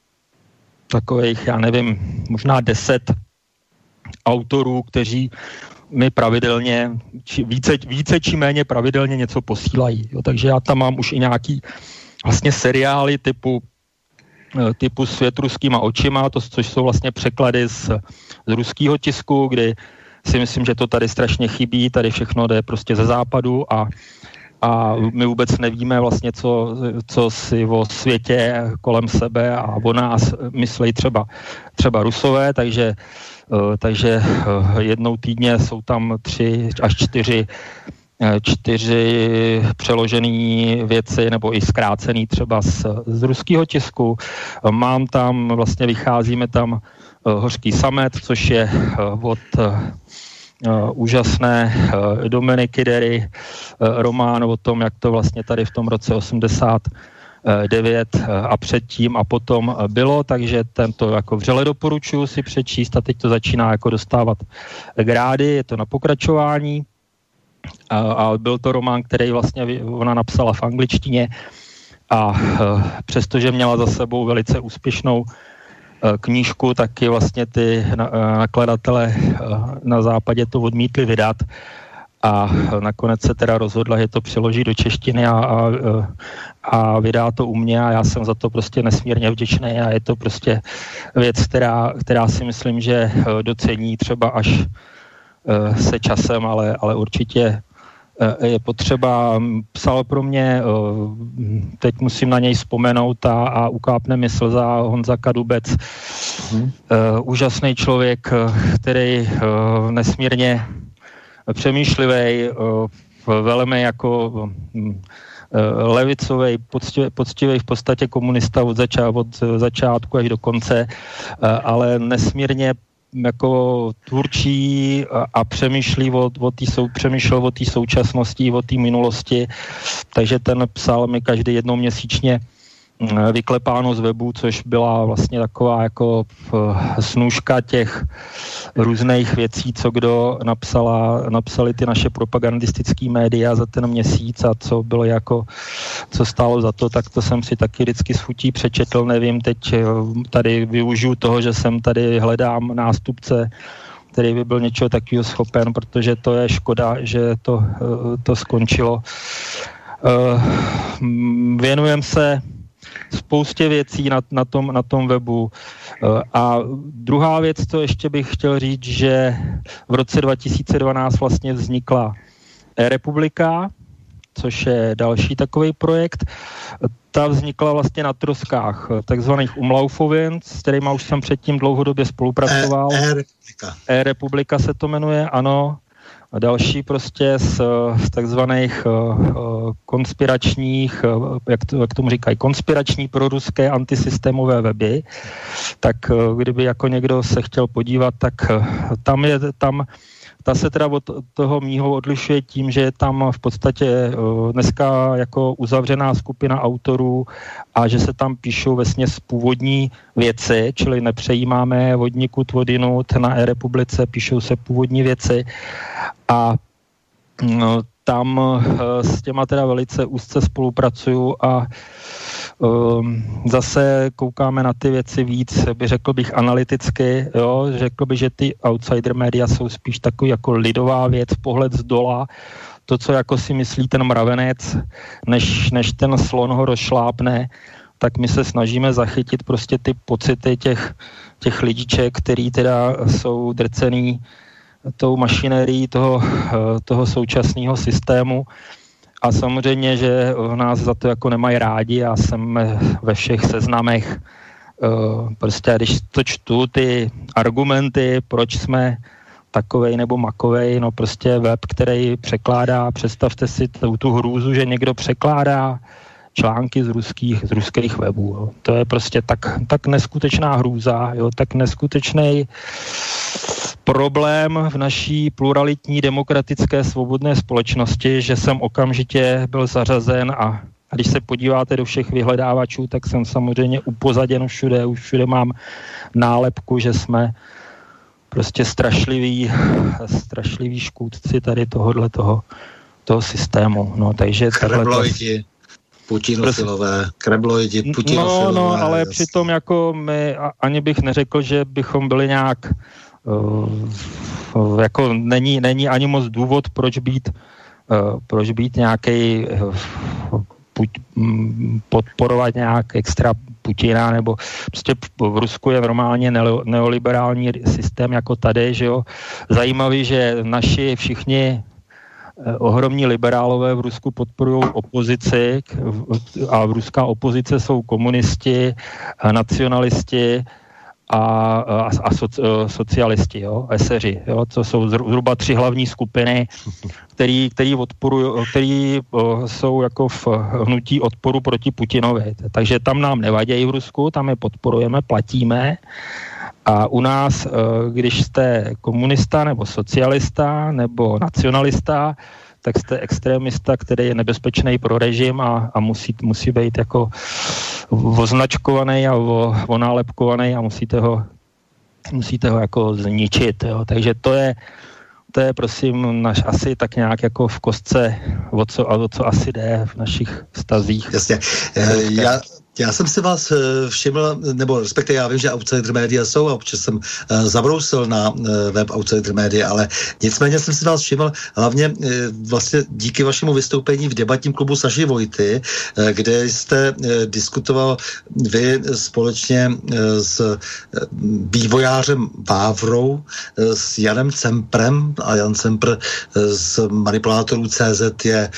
takových, já nevím, možná deset autorů, kteří mi pravidelně, či více, více či méně pravidelně něco posílají. Jo. Takže já tam mám už i nějaký vlastně seriály typu, typu Svět ruskýma očima, to, což jsou vlastně překlady z, z ruského tisku, kdy si myslím, že to tady strašně chybí, tady všechno jde prostě ze západu a, a my vůbec nevíme vlastně, co, co si o světě kolem sebe a o nás myslejí třeba, třeba Rusové, takže Uh, takže uh, jednou týdně jsou tam tři až čtyři, uh, čtyři přeložené věci nebo i zkrácený třeba z, z ruského tisku. Uh, mám tam, vlastně vycházíme tam uh, Hořký samet, což je uh, od uh, uh, úžasné uh, Dominiky Dery uh, román o tom, jak to vlastně tady v tom roce osmdesát devět a předtím a potom bylo, takže tento jako vřele doporučuji si přečíst a teď to začíná jako dostávat grády, je to na pokračování a, a byl to román, který vlastně ona napsala v angličtině A přestože měla za sebou velice úspěšnou knížku, tak je vlastně ty nakladatelé na západě to odmítli vydat a nakonec se teda rozhodla, že to přeloží do češtiny a, a, a vydá to u mě a já jsem za to prostě nesmírně vděčný a je to prostě věc, která, která si myslím, že docení třeba až se časem, ale, ale určitě je potřeba. Psal pro mě, teď musím na něj vzpomenout a, a ukápne mi slza, Honza Kadubec. Hmm. Úžasný člověk, který nesmírně přemýšlivý, velmi jako levicový, poctivý, poctivý v podstatě komunista od, zača, od začátku až do konce, ale nesmírně jako tvůrčí a, a přemýšlí o, o tý sou, přemýšlel o té současnosti, o té minulosti, takže ten psal mi každý jednou měsíčně vyklepáno z webu, což byla vlastně taková jako snůžka těch různých věcí, co kdo napsala, napsali ty naše propagandistické média za ten měsíc a co bylo jako, co stálo za to, tak to jsem si taky vždycky s chutí přečetl, nevím, teď tady využiju toho, že jsem tady hledám nástupce, který by byl něčeho takového schopen, protože to je škoda, že to, to skončilo. Věnujem se spoustě věcí na, na, tom, na tom webu. A druhá věc, co ještě bych chtěl říct, že v roce dva tisíce dvanáct vlastně vznikla eRepublika, což je další takový projekt. Ta vznikla vlastně na troskách takzvaných Umlaufovien, s kterými už jsem předtím dlouhodobě spolupracoval. eRepublika. eRepublika se to jmenuje, ano. A další prostě z, z takzvaných uh, konspiračních, uh, jak, to, jak tomu říkají, konspirační proruské antisystémové weby, tak uh, kdyby jako někdo se chtěl podívat, tak uh, tam je, tam, ta se teda od toho mýho odlišuje tím, že je tam v podstatě uh, dneska jako uzavřená skupina autorů a že se tam píšou vesměs původní věci, čili nepřejímáme od nikud odinut na eRepublice, píšou se původní věci. A no, tam uh, s těma teda velice úzce spolupracuju a um, zase koukáme na ty věci víc, by řekl bych analyticky, jo, řekl bych, že ty outsider média jsou spíš takový jako lidová věc, pohled z dola, to, co jako si myslí ten mravenec, než, než ten slon ho rozšlápne, tak my se snažíme zachytit prostě ty pocity těch, těch lidíček, který teda jsou drcený tou mašinérií toho, toho současného systému a samozřejmě, že nás za to jako nemají rádi. Já jsem ve všech seznamech prostě, když to čtu ty argumenty, proč jsme takovej nebo makovej, no prostě web, který překládá, představte si tu, tu hrůzu, že někdo překládá články z ruských, z ruských webů. Jo. To je prostě tak, tak neskutečná hrůza, jo, tak neskutečný problém v naší pluralitní, demokratické, svobodné společnosti, že jsem okamžitě byl zařazen a, a když se podíváte do všech vyhledávačů, tak jsem samozřejmě upozaděn všude, už všude mám nálepku, že jsme prostě strašliví, strašliví škůdci tady tohohle toho, toho systému. No, takže Krebloidi, Putinofilové, krebloidi, Putinofilové. No, no, ale jasný. Přitom jako my, ani bych neřekl, že bychom byli nějak Uh, jako není, není ani moc důvod, proč být, uh, proč být nějaký uh, um, podporovat nějak extra Putina, nebo prostě v Rusku je normálně neo, neoliberální systém jako tady, že jo. Zajímavý, že naši všichni uh, ohromní liberálové v Rusku podporují opozici a v ruská opozice jsou komunisti, nacionalisti a, a, a soci, socialisti, jo, eseři, jo, to jsou zhruba tři hlavní skupiny, který, který, odporují, který o, jsou jako v hnutí odporu proti Putinovi. Takže tam nám nevadějí v Rusku, tam je podporujeme, platíme a u nás, když jste komunista nebo socialista nebo nacionalista, tak jste extrémista, který je nebezpečný pro režim a, a musí, musí být jako označkovaný a o, onálepkovaný a musíte ho, musíte ho jako zničit. Jo. Takže to je to je prosím naš asi tak nějak jako v kostce, o co, o co asi jde v našich vztazích. Jasně. Já... Já jsem si vás všiml, nebo respektive já vím, že Outsider Media jsou a občas jsem zabrousil na web Outsider Media, ale nicméně jsem si vás všiml hlavně vlastně díky vašemu vystoupení v debatním klubu Saši Vojty, kde jste diskutoval vy společně s vývojářem Vávrou, s Janem Cemprem, a Jan Cempr z manipulátorů tečka cé zet je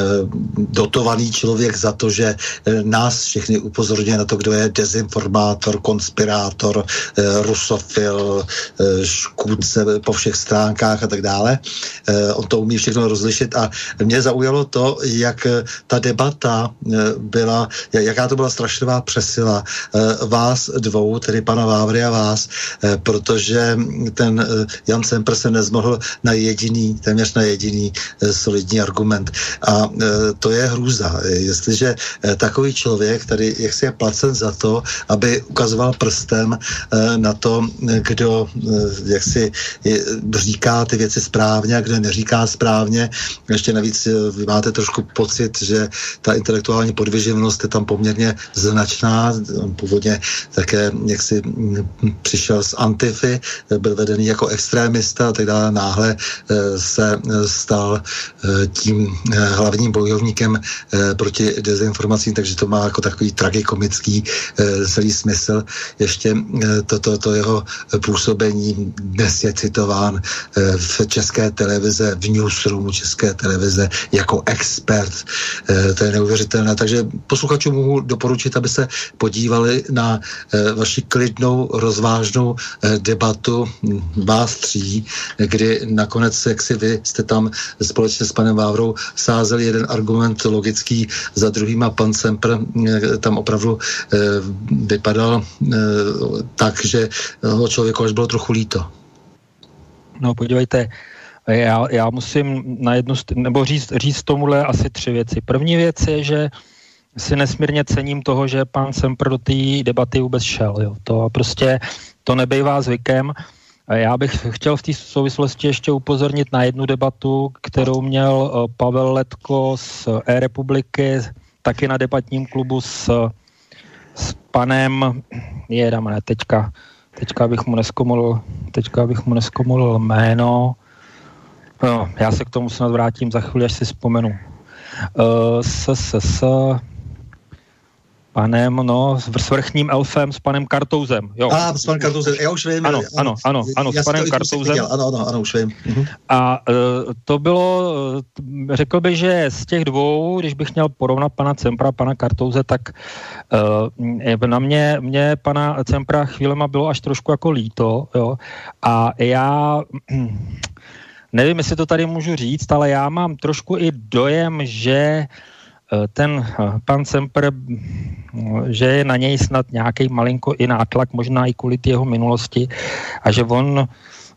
dotovaný člověk za to, že nás všechny upozorňuje na to, kdo je dezinformátor, konspirátor, rusofil, škůdce po všech stránkách a tak dále. On to umí všechno rozlišit a mě zaujalo to, jak ta debata byla, jaká to byla strašlivá přesila vás dvou, tedy pana Vávry a vás, protože ten Jan Cempr se nezmohl na jediný, téměř na jediný solidní argument. A to je hrůza. Jestliže takový člověk tady, jak si je placen za to, aby ukazoval prstem na to, kdo jak si říká ty věci správně a kdo neříká správně. Ještě navíc vy máte trošku pocit, že ta intelektuální podvyživenost je tam poměrně značná. On původně také jak si přišel z Antify, byl vedený jako extrémista a tak dále. Náhle se stal tím hlavním bojovníkem proti dezinformacím, takže to má jako takový tragikomický celý smysl. Ještě toto to jeho působení dnes je citován v České televize, v newsroomu České televize jako expert. To je neuvěřitelné. Takže posluchačům mohu doporučit, aby se podívali na vaši klidnou, rozvážnou debatu vás tří, kdy nakonec, jak si vy jste tam společně s panem Vávrou sázeli jeden argument logický za druhým a pan Cempr tam opravdu e, vypadal e, tak, že ho člověku až bylo trochu líto. No podívejte, já, já musím na jednu, nebo říct, říct tomuhle asi tři věci. První věc je, že si nesmírně cením toho, že pan Cempr do té debaty vůbec šel. Jo. To prostě, to nebejvá zvykem. Já bych chtěl v té souvislosti ještě upozornit na jednu debatu, kterou měl Pavel Letko z E-republiky, taky na debatním klubu s, s panem, jedám, ne, teďka, teďka bych mu neskomolil, teďka bych mu neskomolil jméno. No, já se k tomu snad vrátím za chvíli, až si vzpomenu. Uh, s, s, s, panem, no, s vrchním elfem, s panem Kartouzem. Jo. A, s panem Kartouzem, já už vím. Ano, ano, ano, ano, s panem Kartouzem. Ano, ano, ano, už vím. Mhm. A uh, to bylo, řekl bych, že z těch dvou, když bych měl porovnat pana Cempra a pana Kartouze, tak uh, na mě, mě pana Cempra chvílema bylo až trošku jako líto, jo. A já... Nevím, jestli to tady můžu říct, ale já mám trošku i dojem, že ten pan Cempr, že je na něj snad nějaký malinko i nátlak, možná i kvůli jeho minulosti a že on,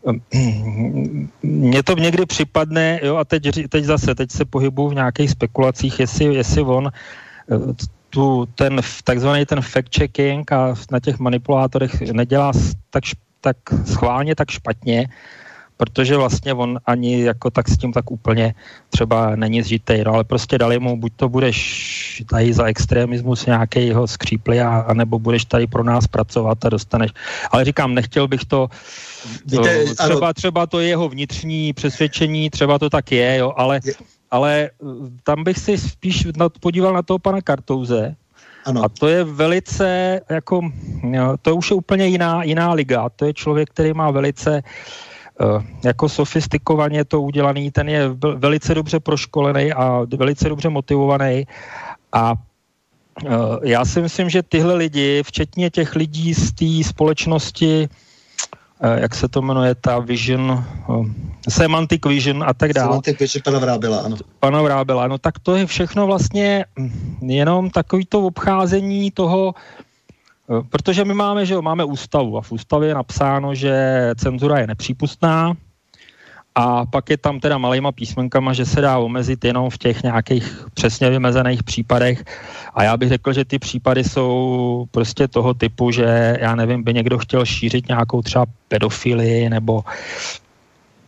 mně to někdy připadne, jo, a teď, teď zase, teď se pohybuju v nějakých spekulacích, jestli, jestli on tu, ten takzvaný ten fact-checking a na těch manipulátorech nedělá tak, tak schválně, tak špatně, protože vlastně on ani jako tak s tím tak úplně třeba není zžitej, no, ale prostě dali mu, buď to budeš tady za extremismus nějakého skřípli, a, a nebo budeš tady pro nás pracovat a dostaneš. Ale říkám, nechtěl bych to, Víte, to třeba, třeba to je jeho vnitřní přesvědčení, třeba to tak je, jo, ale, ale tam bych si spíš podíval na toho pana Kartouze. Ano. A to je velice, jako, jo, to už je úplně jiná, jiná liga. To je člověk, který má velice jako sofistikovaně to udělaný, ten je velice dobře proškolený a velice dobře motivovaný a já si myslím, že tyhle lidi, včetně těch lidí z té společnosti, jak se to jmenuje, ta Vision, Semantic Vision a tak dále. Semantic Vision pana Vrábela, ano. Pana Vrábela, no tak to je všechno vlastně jenom takový to obcházení toho, protože my máme, že jo, máme ústavu a v ústavě je napsáno, že cenzura je nepřípustná a pak je tam teda malejma písmenkama, že se dá omezit jenom v těch nějakých přesně vymezených případech a já bych řekl, že ty případy jsou prostě toho typu, že já nevím, by někdo chtěl šířit nějakou třeba pedofilii nebo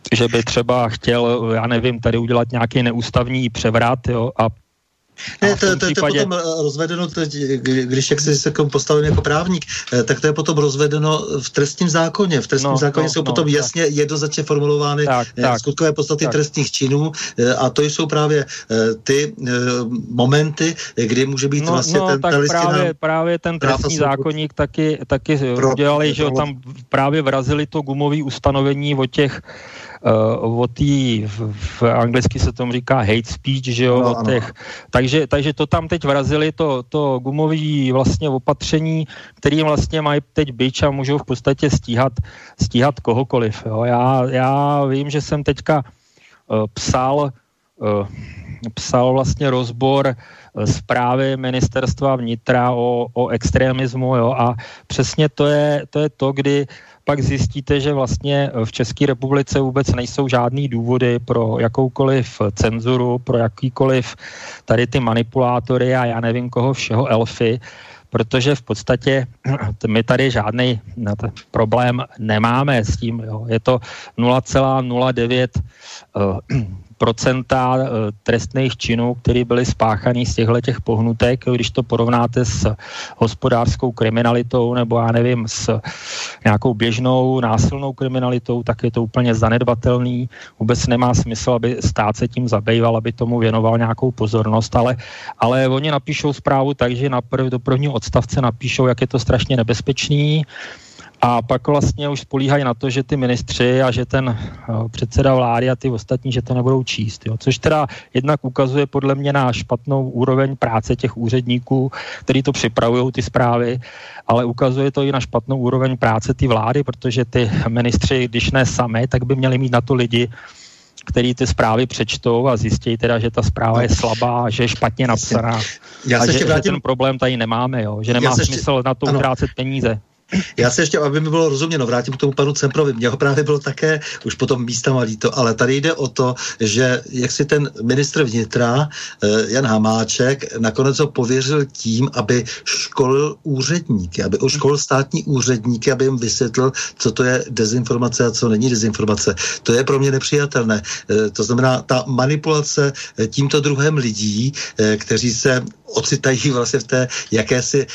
že by třeba chtěl, já nevím, tady udělat nějaký neústavní převrat, jo, a Ne, to, to, případě... to je potom rozvedeno, když jak se k tomu postavím jako právník, tak to je potom rozvedeno v trestním zákoně. V trestním no, zákoně no, jsou no, potom no, jasně jednoznačně formulovány tak, tak, skutkové podstaty tak. trestných činů a to jsou právě ty momenty, kdy může být no, vlastně no, ten tak právě, právě ten trestní zákoník taky, taky pro, udělali, že pro... tam právě vrazili to gumové ustanovení o těch Uh, o tý, v, v anglicky se tomu říká hate speech, že jo, no, o těch, takže, takže to tam teď vrazili, to, to gumový vlastně opatření, kterým vlastně mají teď bič a můžou v podstatě stíhat, stíhat kohokoliv, jo. Já, já vím, že jsem teďka uh, psal, uh, psal vlastně rozbor uh, zprávy ministerstva vnitra o, o extremismu, jo, a přesně to je, to je to, kdy pak zjistíte, že vlastně v České republice vůbec nejsou žádný důvody pro jakoukoliv cenzuru, pro jakýkoliv tady ty manipulátory a já nevím koho všeho elfy, protože v podstatě my tady žádný problém nemáme s tím. Jo. Je to nula celá nula devět procenta trestných činů, které byly spáchaný z těchto těch pohnutek, když to porovnáte s hospodářskou kriminalitou nebo já nevím, s nějakou běžnou násilnou kriminalitou, tak je to úplně zanedbatelný. Vůbec nemá smysl, aby stát se tím zabýval, aby tomu věnoval nějakou pozornost, ale, ale oni napíšou zprávu tak, že na prv, do prvního odstavce napíšou, jak je to strašně nebezpečný, a pak vlastně už spolíhají na to, že ty ministři a že ten uh, předseda vlády a ty ostatní, že to nebudou číst. Jo. Což teda jednak ukazuje podle mě na špatnou úroveň práce těch úředníků, kteří to připravují ty zprávy, ale ukazuje to i na špatnou úroveň práce ty vlády, protože ty ministři, když ne sami, tak by měli mít na to lidi, který ty zprávy přečtou a zjistí teda, že ta zpráva je slabá, že je špatně napsaná Já a se že, vrátím... že ten problém tady nemáme, jo. Že nemá smysl ještě... na to utrácet peníze. Já se ještě, aby mi bylo rozuměno, vrátím k tomu panu Cemprovi. Mně ho právě bylo také už potom místama líto, ale tady jde o to, že jak si ten ministr vnitra Jan Hamáček nakonec ho pověřil tím, aby školil úředníky, aby školil státní úředníky, aby jim vysvětlil, co to je dezinformace a co není dezinformace. To je pro mě nepřijatelné. To znamená, ta manipulace tímto druhem lidí, kteří se ocitají vlastně v té jakési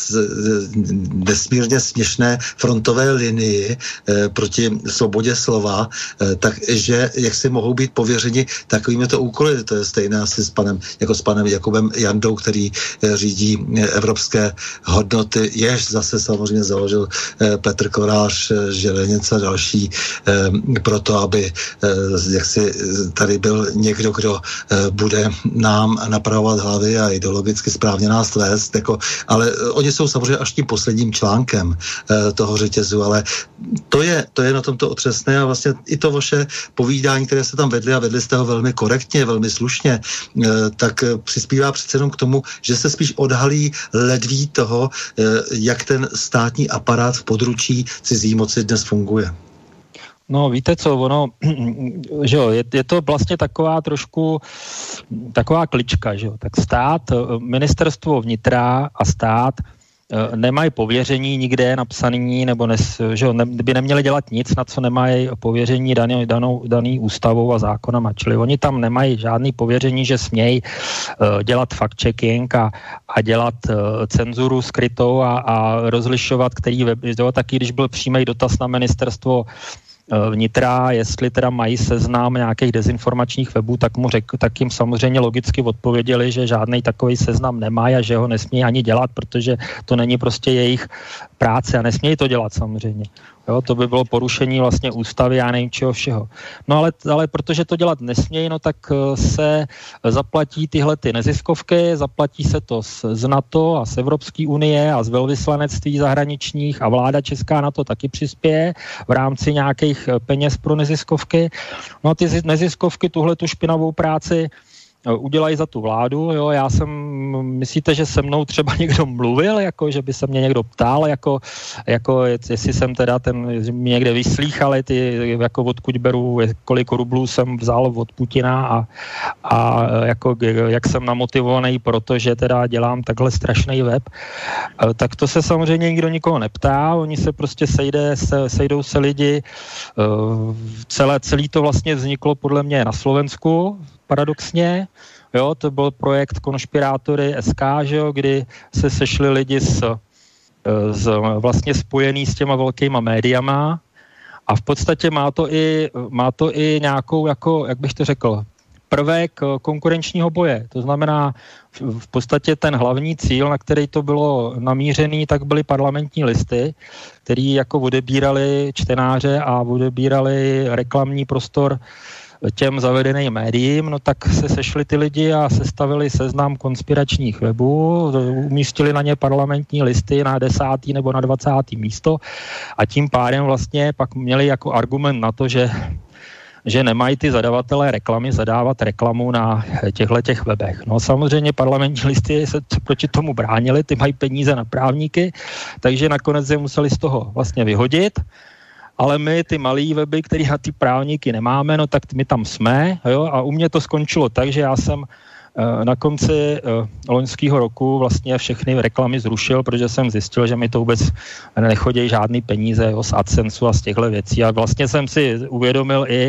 nesmírně směšné frontové linii e, proti svobodě slova, e, takže jak si mohou být pověřeni takovými to úkoly. To je stejné asi s panem, jako s panem Jakubem Jandou, který e, řídí e, evropské hodnoty, jež zase samozřejmě založil e, Petr Korář, e, Želeněc a další e, proto, aby e, jak si tady byl někdo, kdo e, bude nám napravovat hlavy a ideologicky správně nás vést, jako, ale e, oni jsou samozřejmě až tím posledním článkem e, toho řetězu, ale to je, to je na tomto otřesné a vlastně i to vaše povídání, které jste tam vedli a vedli jste ho velmi korektně, velmi slušně, e, tak přispívá přece jenom k tomu, že se spíš odhalí ledví toho, e, jak ten státní aparát v područí cizí moci dnes funguje. No víte co, ono, že jo, je, je to vlastně taková trošku, taková klička, že jo, tak stát, ministerstvo vnitra a stát nemají pověření nikde napsaný, nebo nes, že ne, by neměli dělat nic, na co nemají pověření daný, danou, daný ústavou a zákonama. Čili oni tam nemají žádný pověření, že smějí uh, dělat fact-checking a, a dělat uh, cenzuru skrytou a, a rozlišovat, který web, jo, taky když byl přímý dotaz na ministerstvo vnitra, jestli teda mají seznam nějakých dezinformačních webů, tak mu řek, tak jim samozřejmě logicky odpověděli, že žádný takový seznam nemají a že ho nesmí ani dělat, protože to není prostě jejich práce a nesmějí to dělat samozřejmě. Jo, to by bylo porušení vlastně ústavy a nevím čeho všeho. No ale, ale protože to dělat nesmějí, no tak se zaplatí tyhle ty neziskovky, zaplatí se to z, z NATO a z Evropské unie a z velvyslanectví zahraničních a vláda česká na to taky přispěje v rámci nějakých peněz pro neziskovky. No a ty neziskovky tuhle tu špinavou práci udělají za tu vládu, jo, já jsem, myslíte, že se mnou třeba někdo mluvil, jako, že by se mě někdo ptal, jako, jako jestli jsem teda ten, mě někde vyslýchali, ty, jako odkud beru, kolik rublů jsem vzal od Putina a, a jako, jak jsem namotivovaný, protože teda dělám takhle strašný web, tak to se samozřejmě nikdo nikoho neptá, oni se prostě sejde, se, sejdou se lidi, celé, celý to vlastně vzniklo podle mě na Slovensku, paradoxně, jo, to byl projekt Konšpirátory es ká, že jo, kdy se sešli lidi s, s vlastně spojený s těma velkýma médiama a v podstatě má to i, má to i nějakou, jako, jak bych to řekl, prvek konkurenčního boje. To znamená, v podstatě ten hlavní cíl, na který to bylo namířený, tak byly parlamentní listy, který jako odebírali čtenáře a odebírali reklamní prostor těm zavedeným médiím, no tak se sešli ty lidi a sestavili seznam konspiračních webů, umístili na ně parlamentní listy na desátý nebo na dvacátý místo a tím pádem vlastně pak měli jako argument na to, že že nemají ty zadavatelé reklamy zadávat reklamu na těchto těch webech. No samozřejmě parlamentní listy se proti tomu bránili, ty mají peníze na právníky, takže nakonec je museli z toho vlastně vyhodit, ale my ty malý weby, který na ty právníky nemáme, no tak my tam jsme, jo, a u mě to skončilo tak, že já jsem na konci loňského roku vlastně všechny reklamy zrušil, protože jsem zjistil, že mi to vůbec nechodí žádný peníze, jo, z AdSenseu a z těchto věcí. A vlastně jsem si uvědomil i,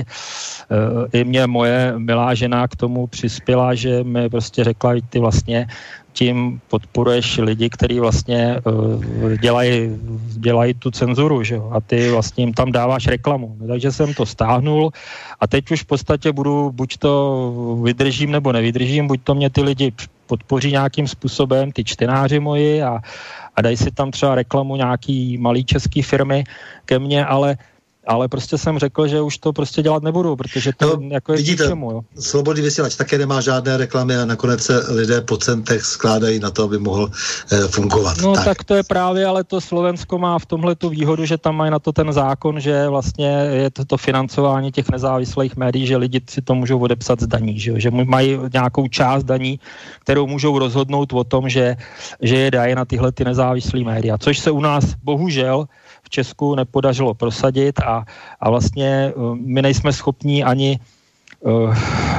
i mě moje milá žena k tomu přispěla, že mi prostě řekla, že ty vlastně tím podporuješ lidi, kteří vlastně uh, dělají, dělají tu cenzuru, že jo? A ty vlastně jim tam dáváš reklamu. No, takže jsem to stáhnul a teď už v podstatě budu, buď to vydržím nebo nevydržím, buď to mě ty lidi podpoří nějakým způsobem, ty čtenáři moji a, a dají si tam třeba reklamu nějaký malý český firmy ke mně, ale ale prostě jsem řekl, že už to prostě dělat nebudu, protože to no, jako je vidíte, k čemu, jo. Slobodný vysílač také nemá žádné reklamy a nakonec se lidé po centech skládají na to, aby mohl eh, fungovat. No tak. tak to je právě, ale to Slovensko má v tomhle tu výhodu, že tam mají na to ten zákon, že vlastně je to, to financování těch nezávislých médií, že lidi si to můžou odepsat z daní, že, že mají nějakou část daní, kterou můžou rozhodnout o tom, že, že je dají na tyhle ty nezávislé média, což se u nás bohužel v Česku nepodařilo prosadit a, a vlastně my nejsme schopní ani uh, uh,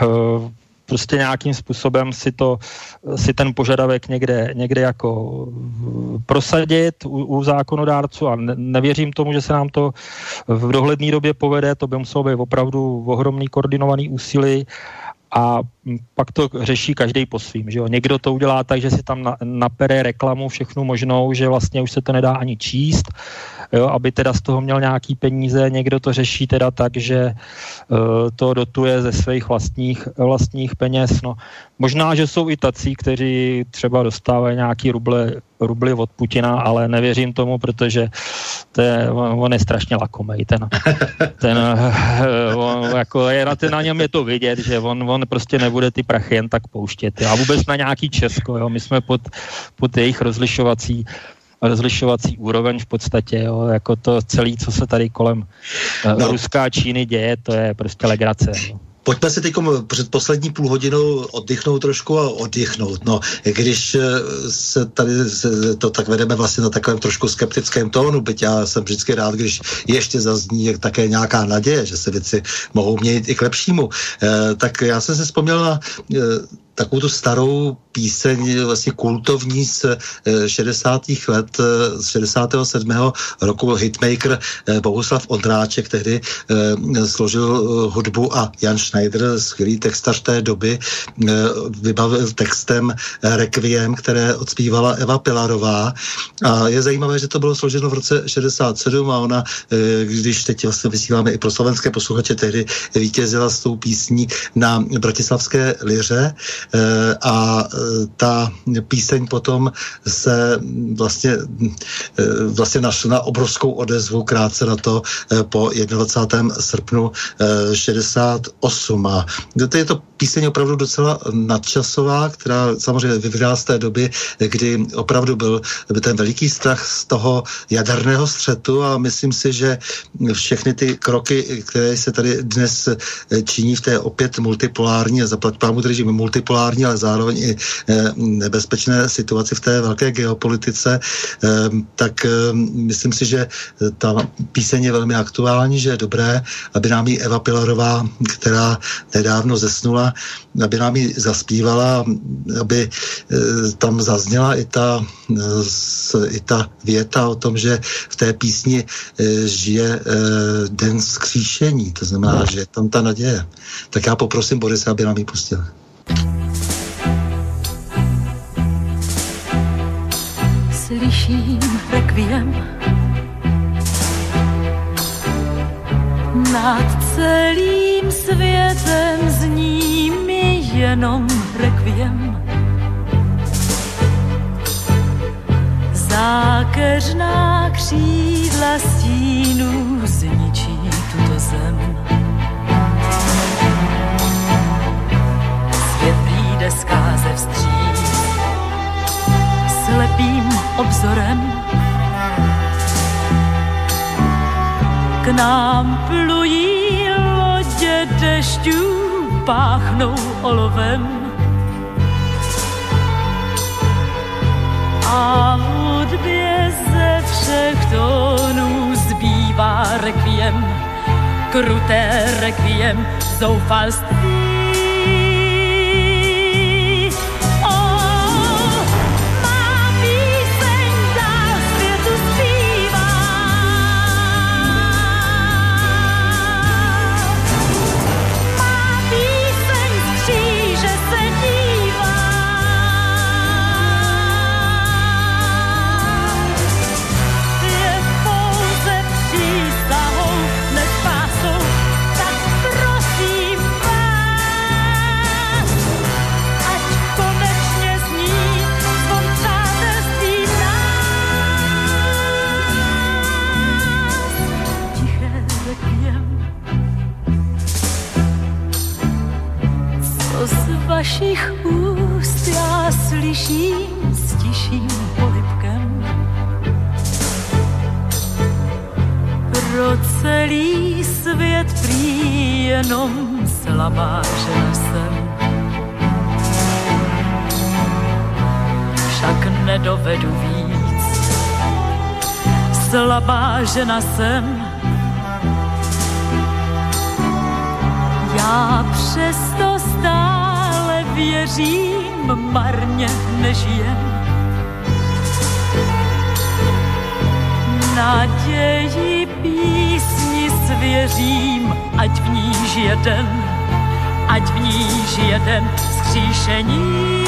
prostě nějakým způsobem si to, si ten požadavek někde, někde jako prosadit u, u zákonodárců a ne, nevěřím tomu, že se nám to v dohledné době povede, to by muselo být opravdu ohromný koordinovaný úsilí a pak to řeší každý po svým, že jo. Někdo to udělá tak, že si tam na, napere reklamu všechnu možnou, že vlastně už se to nedá ani číst, jo, aby teda z toho měl nějaký peníze, někdo to řeší teda tak, že uh, to dotuje ze svých vlastních, vlastních peněz, no. Možná, že jsou i tací, kteří třeba dostávají nějaký ruble, rubly od Putina, ale nevěřím tomu, protože to je, on, on je strašně lakomej, ten, ten on, jako je na, ten, na něm je to vidět, že on, on prostě nebude ty prachy jen tak pouštět, a vůbec na nějaký Česko, jo, my jsme pod, pod jejich rozlišovací rozlišovací úroveň v podstatě, jo, jako to celé, co se tady kolem no. Ruska a Číny děje, to je prostě legrace. Jo. Pojďme si teď před poslední půl hodinou oddychnout trošku a oddychnout. No, když se tady to tak vedeme vlastně na takovém trošku skeptickém tónu, byť já jsem vždycky rád, když ještě zazní také nějaká naděje, že se věci mohou měnit i k lepšímu. Eh, tak já jsem se vzpomněl na eh, takovou tu starou píseň vlastně kultovní z šedesátých let, z šedesátého sedmého roku, hitmaker Bohuslav Ondráček tehdy složil hudbu a Jan Schneider, skvělý textař té doby, vybavil textem Requiem, které odspívala Eva Pilarová. A je zajímavé, že to bylo složeno v roce šedesát sedm a ona, když teď vlastně vysíláme i pro slovenské posluchače, tehdy vítězila s tou písní na Bratislavské liře. A ta píseň potom se vlastně, vlastně našla na obrovskou odezvu krátce na to po dvacátého prvního srpnu šedesát osm. A to je to píseň opravdu docela nadčasová, která samozřejmě vyvírá z té doby, kdy opravdu byl ten veliký strach z toho jaderného střetu a myslím si, že všechny ty kroky, které se tady dnes činí v té opět multipolární, a zaplať pámu tedy, že multipolární, ale zároveň i nebezpečné situaci v té velké geopolitice, tak myslím si, že ta píseň je velmi aktuální, že je dobré, aby nám ji Eva Pilarová, která nedávno zesnula, aby nám ji zaspívala, aby tam zazněla i ta, i ta věta o tom, že v té písni žije den vzkříšení, to znamená, že je tam ta naděje. Tak já poprosím Borisa, aby nám ji pustil. Slyším rekviem nad celým světem, zní mi jenom rekviem. Zákeřná křídla stínů zničí tuto zem. Svět přijde zkáze vstříc slepým obzorem. K nám plují lodě dešťů, páchnou olovem. A v hudbě ze všech tónů zbývá rekviem, kruté rekviem zoufalství. Vašich úst já slyším s tichým polibkem. Pro celý svět prý jenom slabá žena jsem. Však nedovedu víc, slabá žena jsem. Já přesto stále věřím, marně nežijem. Naději písni svěřím, ať v ní žije den, ať v ní žije den vzkříšení.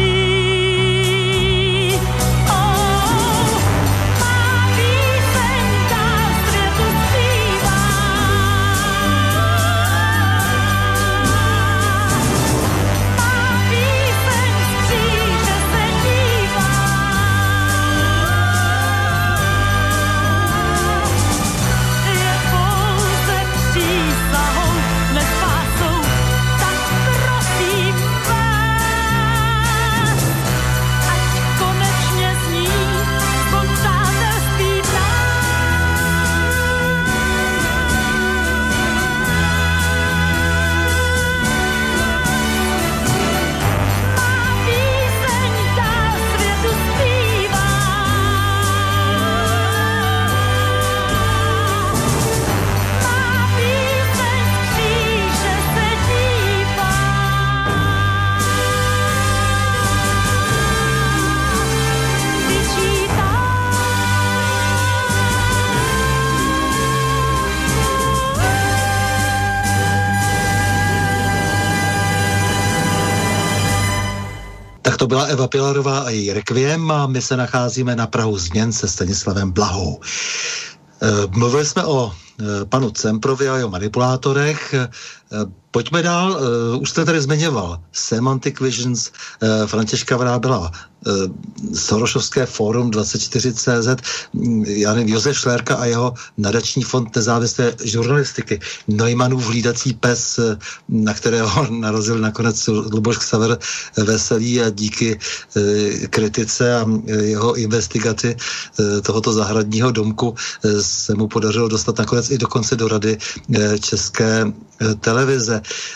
To byla Eva Pilarová a její Requiem a my se nacházíme na prahu změn se Stanislavem Blahou. Mluvili jsme o panu Cemprovi a jeho manipulátorech. Pojďme dál, uh, už jste tady zmiňoval Semantic Visions, uh, Františka Vrábela, uh, Sorosovské fórum dvacet čtyři tečka cé zet, já nevím, Josef Šlérka a jeho nadační fond nezávislé žurnalistiky, Neumannův hlídací pes, na kterého narazil nakonec Luboš Xaver Veselý a díky uh, kritice a jeho investigaci uh, tohoto zahradního domku uh, se mu podařilo dostat nakonec i dokonce do rady uh, České uh, televize.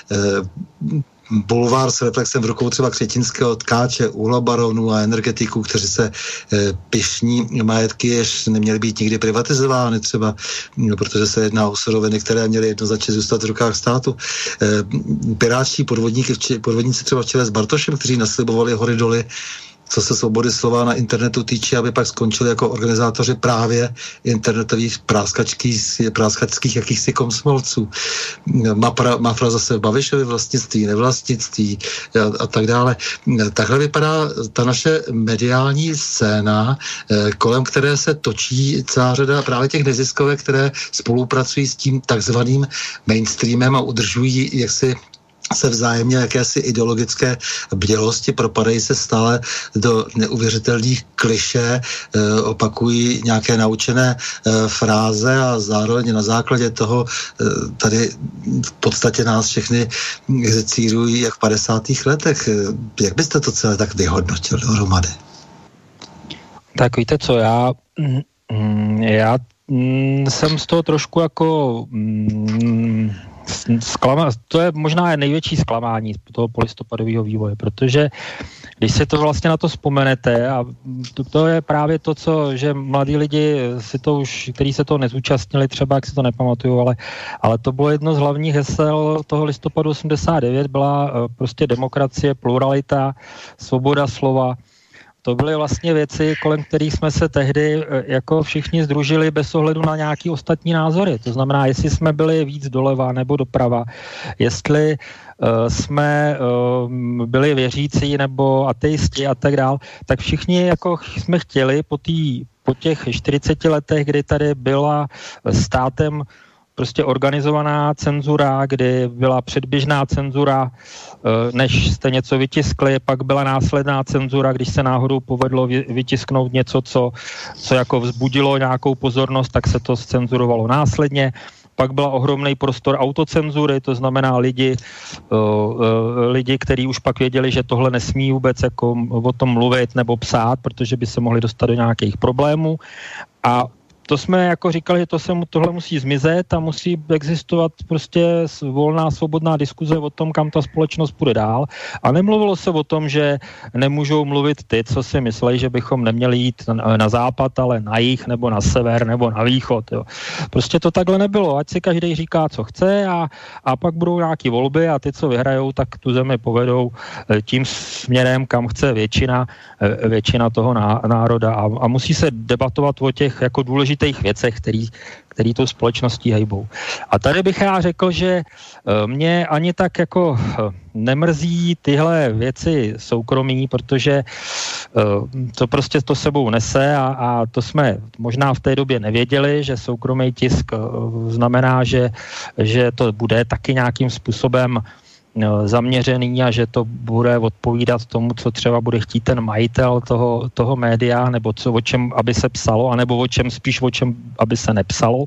Bulvár s reflexem v rukou třeba Křetinského, Tkáče, uhlobaronů a energetiků, kteří se pyšní majetky, jež neměly být nikdy privatizovány třeba, protože se jedná o suroviny, které měly jednoznačně zůstat v rukách státu. Pirátští podvodníky, podvodníci třeba v čele s Bartošem, kteří naslibovali hory doly, co se svobody slova na internetu týče, aby pak skončili jako organizátoři právě internetových práskačských, práskačských jakýchsi komsmolců. Mafra, mafra zase v Babišově vlastnictví, nevlastnictví a, a tak dále. Takhle vypadá ta naše mediální scéna, kolem které se točí celá řada právě těch neziskovek, které spolupracují s tím takzvaným mainstreamem a udržují jaksi se vzájemně jakési ideologické bdělosti, propadají se stále do neuvěřitelných klišé, e, opakují nějaké naučené e, fráze a zároveň na základě toho e, tady v podstatě nás všechny execírují jak v padesátých letech. E, jak byste to celé tak vyhodnotil dohromady? Tak víte co, já já jsem z toho trošku jako mm, Zklama, to je možná největší zklamání toho polistopadového vývoje, protože když se to vlastně na to vzpomenete, a to, to je právě to, co, že mladí lidi si to už, kteří se toho nezúčastnili, třeba jak si to nepamatuju, ale, ale to bylo jedno z hlavních hesel toho listopadu osmdesát devět, byla prostě demokracie, pluralita, svoboda slova. To byly vlastně věci, kolem kterých jsme se tehdy jako všichni sdružili bez ohledu na nějaký ostatní názory. To znamená, jestli jsme byli víc doleva nebo doprava, jestli uh, jsme uh, byli věřící nebo ateisti a tak dál, tak všichni jako jsme chtěli po, tý, po těch čtyřiceti letech, kdy tady byla státem prostě organizovaná cenzura, kdy byla předběžná cenzura, než jste něco vytiskli, pak byla následná cenzura, když se náhodou povedlo vytisknout něco, co, co jako vzbudilo nějakou pozornost, tak se to scenzurovalo následně. Pak byl ohromný prostor autocenzury, to znamená lidi, uh, uh, lidi, kteří už pak věděli, že tohle nesmí vůbec jako o tom mluvit nebo psát, protože by se mohli dostat do nějakých problémů. A to jsme jako říkali, že to se mu, tohle musí zmizet a musí existovat prostě volná, svobodná diskuze o tom, kam ta společnost půjde dál. A nemluvilo se o tom, že nemůžou mluvit ty, co si myslí, že bychom neměli jít na, na západ, ale na jih, nebo na sever, nebo na východ. Jo. Prostě to takhle nebylo. Ať si každý říká, co chce a, a pak budou nějaký volby a ty, co vyhrajou, tak tu zemi povedou tím směrem, kam chce většina, většina toho národa. A, a musí se debatovat o těch jako důležitých těch věcech, který, který tou společností hejbou. A tady bych já řekl, že mě ani tak jako nemrzí tyhle věci soukromí, protože to prostě to sebou nese a, a to jsme možná v té době nevěděli, že soukromý tisk znamená, že, že to bude taky nějakým způsobem zaměřený a že to bude odpovídat tomu, co třeba bude chtít ten majitel toho, toho média, nebo co, o čem, aby se psalo, anebo o čem, spíš o čem, aby se nepsalo.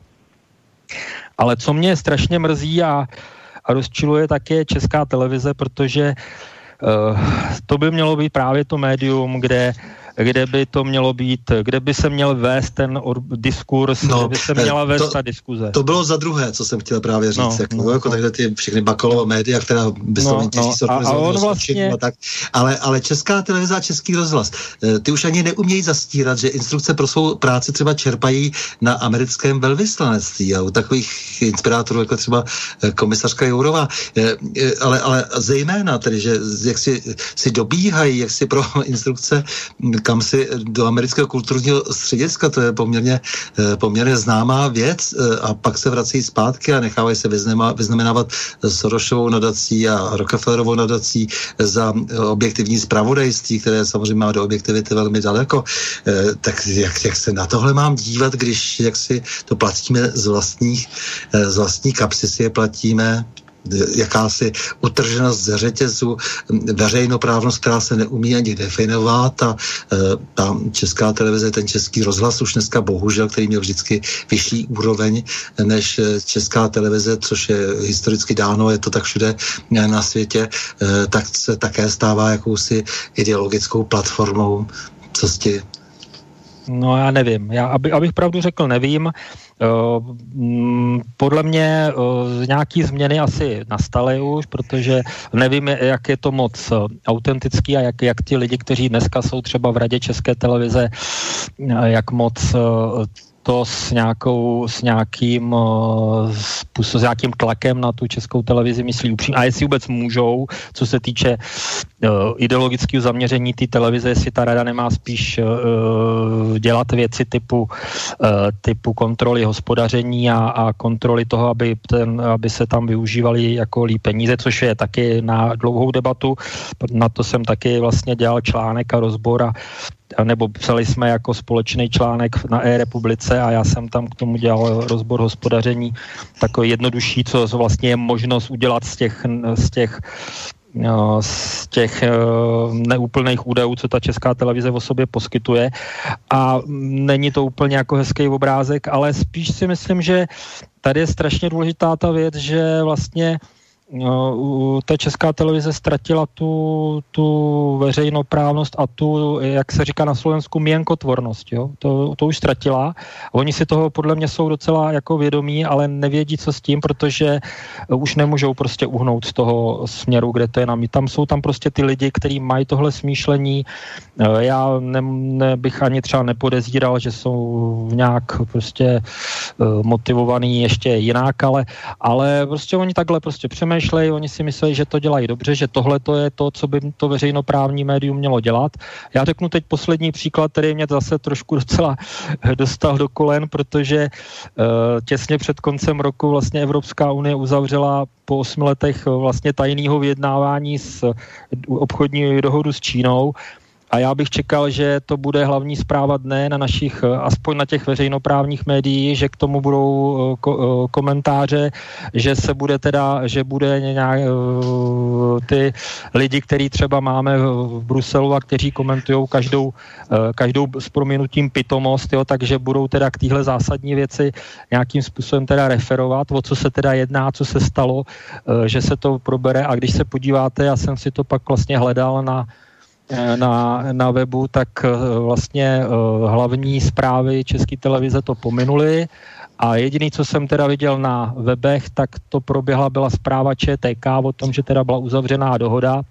Ale co mě strašně mrzí a, a rozčiluje, tak je Česká televize, protože uh, to by mělo být právě to médium, kde kde by to mělo být, kde by se měl vést ten or- diskurs, no, kde by se měla vést to, ta diskuze. To bylo za druhé, co jsem chtěl právě říct, no, jak no, jako no. takhle ty všechny Bakalova média, která by se no, no, a, a on vlastně... tak, ale, ale Česká televize a Český rozhlas, ty už ani neumějí zastírat, že instrukce pro svou práci třeba čerpají na americkém velvyslanectví a u takových inspirátorů, jako třeba komisařka Jourová, ale, ale zejména tedy, že jak si, si dobíhají, jak si pro instrukce kam si do amerického kulturního střediska, to je poměrně, poměrně známá věc a pak se vrací zpátky a nechávají se vyznama, vyznamenávat Sorosovou nadací a Rockefellerovou nadací za objektivní zpravodajství, které samozřejmě má do objektivity velmi daleko. Tak jak, jak se na tohle mám dívat, když jak si to platíme z vlastních, z vlastní kapsy si je platíme? jakási utrženost ze řetězu, veřejnoprávnost, která se neumí ani definovat a ta česká televize, ten český rozhlas už dneska bohužel, který měl vždycky vyšší úroveň než česká televize, což je historicky dáno, je to tak všude na světě, tak se také stává jakousi ideologickou platformou. Co s tím? No já nevím. Já, aby, abych pravdu řekl, nevím. Uh, podle mě uh, nějaký změny asi nastaly už, protože nevím, jak je to moc uh, autentický a jak, jak ti lidi, kteří dneska jsou třeba v radě České televize, uh, jak moc uh, to s, nějakou, s, nějakým, uh, s nějakým tlakem na tu Českou televizi myslí upřímně. A jestli vůbec můžou, co se týče uh, ideologického zaměření té televize, jestli ta rada nemá spíš uh, dělat věci typu, uh, typu kontroly hospodaření a, a kontroly toho, aby, ten, aby se tam využívaly jako líp peníze, což je taky na dlouhou debatu. Na to jsem taky vlastně dělal článek a rozbor a nebo psali jsme jako společný článek na E-republice a já jsem tam k tomu dělal rozbor hospodaření takový jednodušší, co vlastně je možnost udělat z těch, z těch, z těch neúplných údajů, co ta Česká televize o sobě poskytuje. A není to úplně jako hezký obrázek, ale spíš si myslím, že tady je strašně důležitá ta věc, že vlastně No, ta Česká televize ztratila tu, tu veřejnoprávnost a tu, jak se říká na Slovensku, měnkotvornost. Jo? To, to už ztratila. Oni si toho podle mě jsou docela jako vědomí, ale nevědí, co s tím, protože už nemůžou prostě uhnout z toho směru, kde to je nám. Tam jsou tam prostě ty lidi, kteří mají tohle smýšlení. Já ne, ne, bych ani třeba nepodezíral, že jsou nějak prostě motivovaný ještě jinak, ale, ale prostě oni takhle prostě přemýšlejí. Oni si myslí, že to dělají dobře, že tohle to je to, co by to veřejnoprávní médium mělo dělat. Já řeknu teď poslední příklad, který mě zase trošku docela dostal do kolen, protože uh, těsně před koncem roku vlastně Evropská unie uzavřela po osmi letech vlastně tajného vyjednávání s obchodní dohodu s Čínou. A já bych čekal, že to bude hlavní zpráva dne na našich, aspoň na těch veřejnoprávních médiích, že k tomu budou ko- komentáře, že se bude teda, že bude nějak ty lidi, který třeba máme v Bruselu a kteří komentujou každou, každou s prominutím pitomost, jo, takže budou teda k téhle zásadní věci nějakým způsobem teda referovat, o co se teda jedná, co se stalo, že se to probere. A když se podíváte, já jsem si to pak vlastně hledal na Na, na webu, tak vlastně hlavní zprávy České televize to pominuly a jediný, co jsem teda viděl na webech, tak to proběhla, byla zpráva ČTK o tom, že teda byla uzavřená dohoda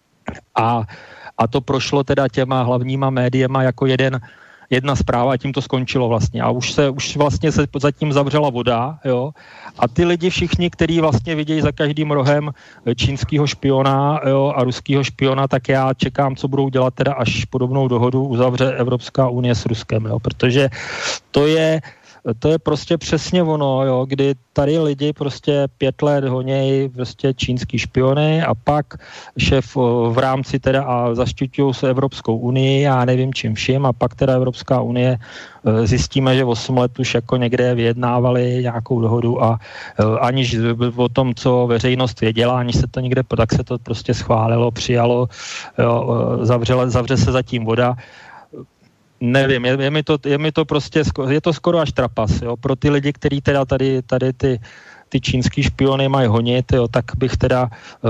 a, a to prošlo teda těma hlavníma médiema jako jeden jedna zpráva a tím to skončilo vlastně. A už se, už vlastně se zatím zavřela voda, jo. A ty lidi všichni, kteří vlastně vidějí za každým rohem čínského špiona, jo, a ruského špiona, tak já čekám, co budou dělat teda, až podobnou dohodu uzavře Evropská unie s Ruskem, jo. Protože to je To je prostě přesně ono, jo, kdy tady lidi prostě pět let honějí prostě čínský špiony a pak šéf v rámci teda a zaštiťují se Evropskou unii, já nevím čím vším, a pak teda Evropská unie zjistíme, že osm let už jako někde vyjednávali nějakou dohodu a aniž o tom, co veřejnost věděla, aniž se to někde, tak se to prostě schválilo, přijalo, jo, zavře, zavře se zatím voda. Nevím, je, je, mi to, je mi to prostě, je to skoro až trapas, jo, pro ty lidi, kteří teda tady, tady ty, ty čínský špiony mají honit, jo, tak bych teda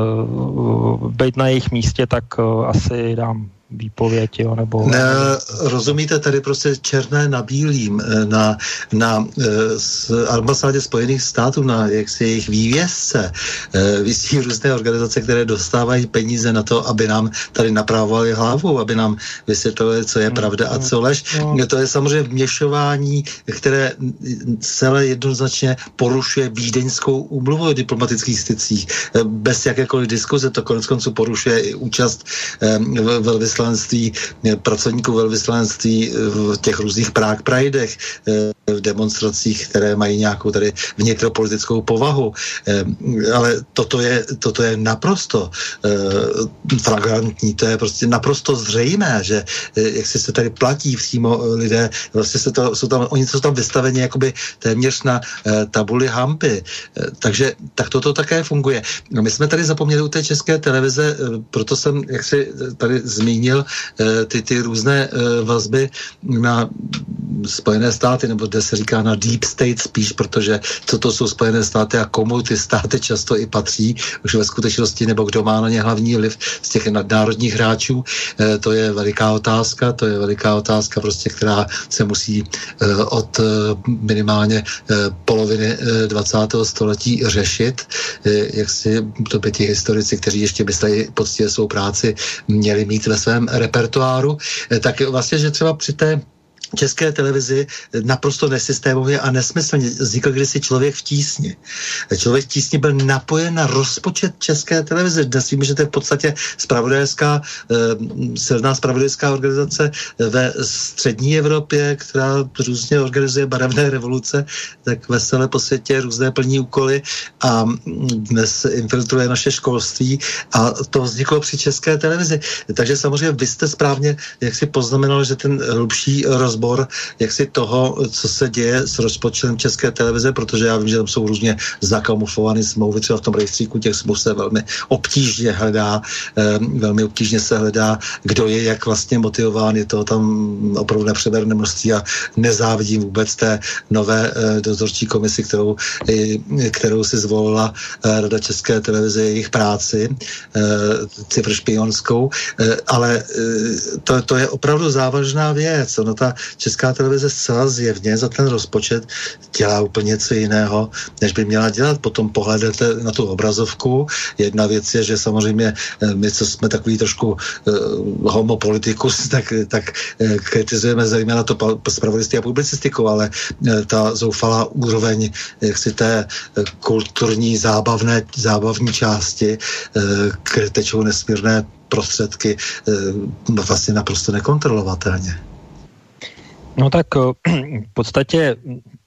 uh, být na jejich místě, tak uh, asi dám výpověď, jo, nebo... Ne, rozumíte, tady prostě černé na bílým na, na ambasádě Spojených států, na jaksi jejich vývězce visí různé organizace, které dostávají peníze na to, aby nám tady napravovali hlavu, aby nám vysvětlovali, co je pravda a co lež. To je samozřejmě vměšování, které celé jednoznačně porušuje Vídeňskou úmluvu o diplomatických stycích. Bez jakékoliv diskuze to konec konců porušuje i účast velvyslanství, pracovníků velvyslanství v těch různých Prague Pridech. v demonstracích, které mají nějakou tady vnitropolitickou povahu. Ale toto je, toto je naprosto uh, flagrantní, to je prostě naprosto zřejmé, že jak si se tady platí přímo lidé, vlastně se to, jsou tam, oni jsou tam vystaveni jakoby téměř na uh, tabuli hampy. Uh, takže tak toto také funguje. No, my jsme tady zapomněli u té České televize, uh, proto jsem, jak si tady zmínil, uh, ty, ty různé uh, vazby na Spojené státy, nebo kde se říká na deep state spíš, protože co to jsou Spojené státy a komu ty státy často i patří, už ve skutečnosti, nebo kdo má na ně hlavní vliv z těch nadnárodních hráčů, e, to je veliká otázka, to je veliká otázka prostě, která se musí e, od e, minimálně e, poloviny e, dvacátého století řešit, e, jak si to by ti historici, kteří ještě mysleli poctivě svou práci, měli mít ve svém repertoáru, e, tak vlastně, že třeba při té České televizi naprosto nesystémově a nesmyslně vznikl kdysi Člověk v tísni. Člověk v tísni byl napojen na rozpočet České televize. Dnes víme, že to je v podstatě zpravodajská, silná zpravodajská organizace ve střední Evropě, která různě organizuje barevné revoluce, tak veselé po světě různé plní úkoly a dnes infiltruje naše školství a to vzniklo při České televizi. Takže samozřejmě vy jste správně, jak si poznamenal, že ten hlubší rozbor jak si toho, co se děje s rozpočtem České televize, protože já vím, že tam jsou různě zakamuflované smlouvy, třeba v tom rejstříku těch smluv se velmi obtížně hledá, eh, velmi obtížně se hledá, kdo je jak vlastně motivován, je to tam opravdu nepřeberné množství a nezávidím vůbec té nové eh, dozorčí komisi, kterou, eh, kterou si zvolila eh, Rada České televize, jejich práci, eh, cifr špionskou, eh, ale eh, to, to je opravdu závažná věc. Ono ta Česká televize zcela zjevně za ten rozpočet dělá úplně něco jiného, než by měla dělat. Potom pohledete na tu obrazovku. Jedna věc je, že samozřejmě my, co jsme takový trošku uh, homopolitikus, tak, tak uh, kritizujeme zejména to zpravodajství a publicistiku, ale uh, ta zoufalá úroveň jaksi té uh, kulturní zábavné, zábavní části, uh, kde tečou nesmírné prostředky, uh, vlastně naprosto nekontrolovatelně. No tak v podstatě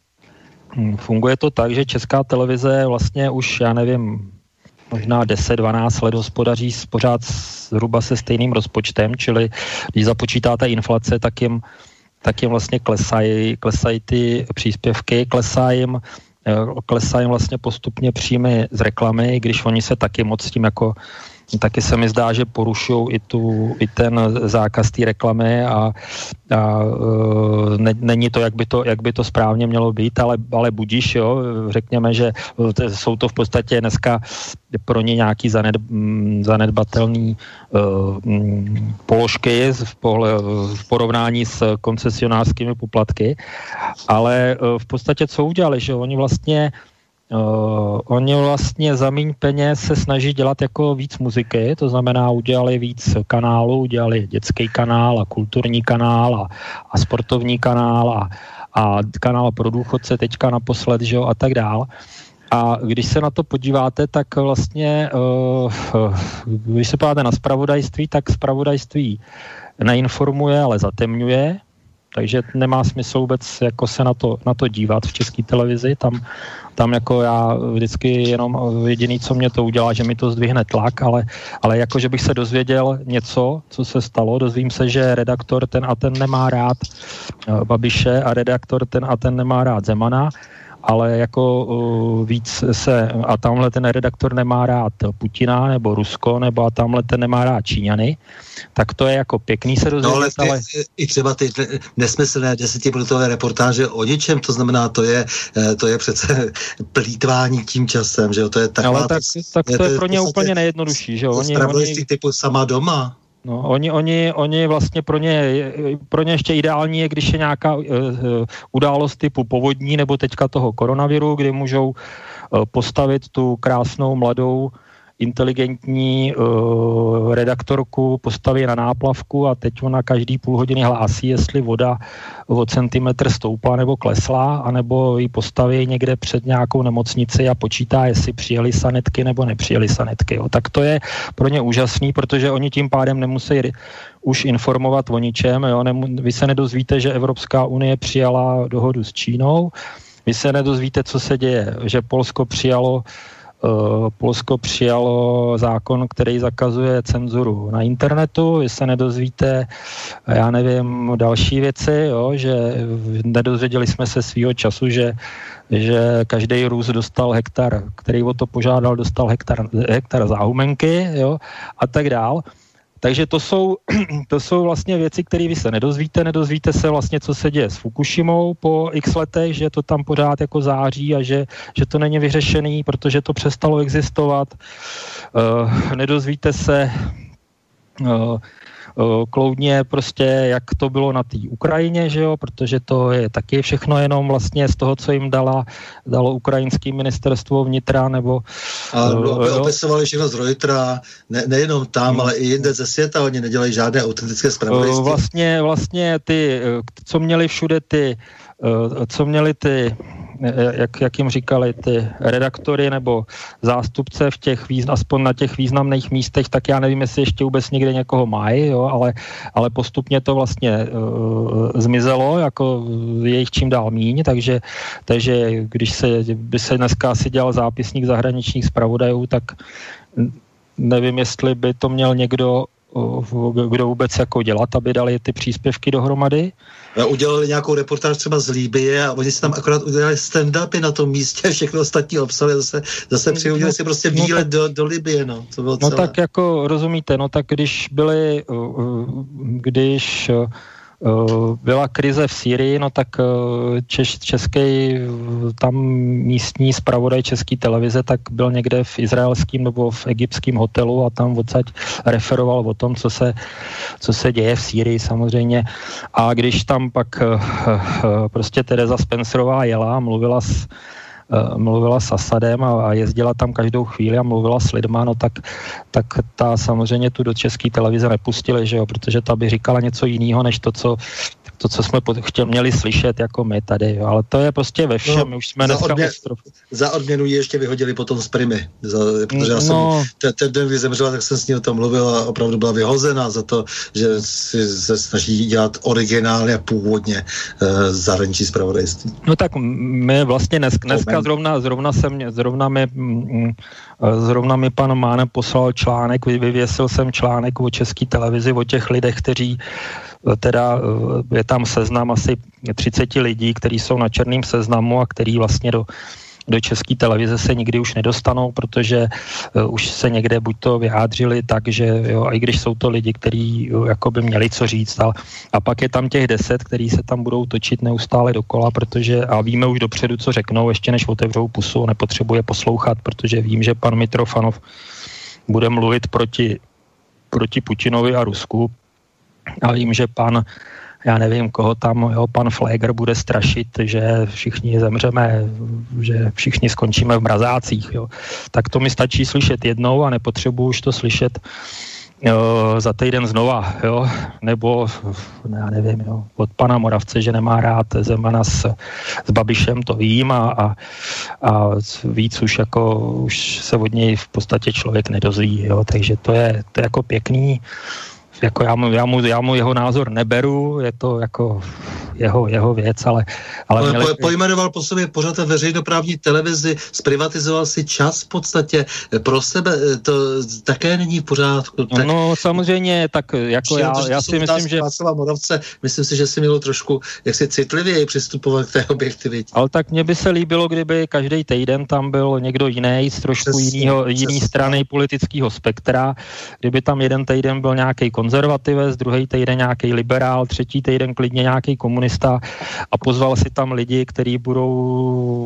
funguje to tak, že Česká televize vlastně už, já nevím, možná deset dvanáct let hospodaří pořád zhruba se stejným rozpočtem, čili když započítáte inflace, tak jim, tak jim vlastně klesají, klesají ty příspěvky, klesají jim, klesají jim vlastně postupně příjmy z reklamy, když oni se taky moc s tím jako taky se mi zdá, že porušují i, tu, i ten zákaz té reklamy a, a ne, není to jak, by to, jak by to správně mělo být, ale, ale budíš, jo, řekněme, že jsou to v podstatě dneska pro ně nějaký zaned, zanedbatelný uh, položky v, pohle, v porovnání s koncesionářskými poplatky, ale uh, v podstatě co udělali, že oni vlastně Uh, oni vlastně za míň peněz se snaží dělat jako víc muziky, to znamená udělali víc kanálů, udělali dětský kanál a kulturní kanál a, a sportovní kanál a, a kanál pro důchodce teďka naposled, že jo, a tak dál. A když se na to podíváte, tak vlastně, uh, když se podíváte na zpravodajství, tak zpravodajství neinformuje, ale zatemňuje. Takže nemá smysl vůbec jako se na to, na to dívat v České televizi. Tam, tam jako já vždycky jenom jediný, co mě to udělá, že mi to zdvihne tlak, ale, ale jako, že bych se dozvěděl něco, co se stalo. Dozvím se, že redaktor ten a ten nemá rád Babiše a redaktor ten a ten nemá rád Zemana, ale jako uh, víc se, a tamhle ten redaktor nemá rád Putina nebo Rusko, nebo a tamhle ten nemá rád Číňany, tak to je jako pěkný se dozvědět, no, ale... Ty, ale... I třeba ty nesmyslné desetiminutové reportáže o ničem, to znamená, to je, to je přece plýtvání tím časem, že jo, to je taková... Ale tak, tak to je, je pro ně úplně nejjednodušší, že jo. Oni, oni... typu sama doma. No, oni, oni, oni vlastně pro ně, pro ně ještě ideální je, když je nějaká uh, událost typu povodní nebo teďka toho koronaviru, kdy můžou uh, postavit tu krásnou mladou inteligentní uh, redaktorku postaví na náplavku a teď ona každý půl hodiny hlásí, jestli voda o centimetr stoupla nebo klesla, anebo ji postaví někde před nějakou nemocnici a počítá, jestli přijeli sanitky nebo nepřijeli sanitky. Jo. Tak to je pro ně úžasný, protože oni tím pádem nemusí už informovat o ničem. Jo. Vy se nedozvíte, že Evropská unie přijala dohodu s Čínou, vy se nedozvíte, co se děje, že Polsko přijalo Uh, Polsko přijalo zákon, který zakazuje cenzuru na internetu, vy se nedozvíte, já nevím, další věci, jo, že nedozvěděli jsme se svýho času, že, že každý Rus dostal hektar, který o to požádal, dostal hektar, hektar záhumenky, jo, a tak dál. Takže to jsou, to jsou vlastně věci, které vy se nedozvíte. Nedozvíte se vlastně, co se děje s Fukushimou po x letech, že to tam pořád jako září a že, že to není vyřešený, protože to přestalo existovat. Uh, nedozvíte se uh, kloudně prostě, jak to bylo na té Ukrajině, že jo, protože to je taky všechno jenom vlastně z toho, co jim dala, dalo ukrajinské ministerstvo vnitra, nebo... A uh, opisovali všechno z Reutera, ne, nejenom tam, hmm. ale i jinde ze světa, oni nedělají žádné autentické zpravodajství. Vlastně, vlastně ty, co měli všude ty, co měli ty, jak, jak jim říkali, ty redaktory nebo zástupce v těch, aspoň na těch významných místech, tak já nevím, jestli ještě vůbec někde někoho mají, jo, ale, ale postupně to vlastně uh, zmizelo, jako je jich čím dál míň, takže, takže když se, by se dneska asi dělal zápisník zahraničních zpravodajů, tak nevím, jestli by to měl někdo, kdo vůbec jako dělat, aby dali ty příspěvky dohromady. Udělali nějakou reportáž třeba z Libye a oni si tam akorát udělali stand-upy na tom místě a všechno ostatní obsahuje. Zase, zase přihodili si prostě výlet no do, do Libye. No, to bylo no tak jako rozumíte, no tak když byli, když byla krize v Sýrii, no tak češ, český tam místní zpravodaj české televize tak byl někde v izraelském nebo v egyptském hotelu a tam odsaď referoval o tom, co se, co se děje v Sýrii samozřejmě. A když tam pak prostě Tereza Spencerová jela a mluvila s mluvila s Asadem a jezdila tam každou chvíli a mluvila s lidma, no tak, tak ta samozřejmě tu do české televize nepustili, že jo, protože ta by říkala něco jiného, než to, co to, co jsme chtěli, měli slyšet jako my tady, jo. Ale to je prostě ve všem, no, my už jsme dneska odmě- ostrov. Za odměnu ji ještě vyhodili potom z Primy, za, protože já jsem no, ten, ten den, kdy zemřela, tak jsem s ní o tom mluvil a opravdu byla vyhozená za to, že si se snaží dělat originálně a původně uh, zahraničí zpravodajství. No tak my vlastně dnes, dneska zrovna, zrovna jsem, zrovna mi zrovna mi pan Máne poslal článek, vyvěsil jsem článek o české televizi, o těch lidech, kteří teda je tam seznam asi třicet lidí, kteří jsou na černém seznamu a který vlastně do, do české televize se nikdy už nedostanou, protože uh, už se někde buď to vyjádřili tak, že jo, a i když jsou to lidi, kteří uh, jako by měli co říct, ale, a pak je tam těch deset, kteří se tam budou točit neustále dokola, protože a víme už dopředu, co řeknou, ještě než otevřou pusu, nepotřebuje poslouchat, protože vím, že pan Mitrofanov bude mluvit proti, proti Putinovi a Rusku, a vím, že pan, já nevím, koho tam, jo, pan Flegr bude strašit, že všichni zemřeme, že všichni skončíme v mrazácích, jo. Tak to mi stačí slyšet jednou a nepotřebuji už to slyšet jo, za týden znova, jo, nebo, já nevím, jo, od pana Moravce, že nemá rád Zemana s, s Babišem, to vím a, a, a víc už jako, už se od něj v podstatě člověk nedozví, jo, takže to je, to je jako pěkný. Jako já, mu, já, mu, já mu jeho názor neberu, je to jako jeho, jeho věc, ale... ale, ale měli... po, pojmenoval po sobě pořád veřejnoprávní televizi, zprivatizoval si čas v podstatě pro sebe, to také není v pořádku. Tak... No samozřejmě, tak jako já, já si myslím, že... Moravce, myslím si, že si mělo trošku jaksi citlivěji přistupovat k té objektivitě. Ale tak mně by se líbilo, kdyby každý týden tam byl někdo jiný z trošku přes, jinýho, přes, jiný strany politického spektra, kdyby tam jeden týden byl nějaký konzervativec, druhý týden nějaký liberál, třetí týden klidně nějaký komunista a pozval si tam lidi, kteří budou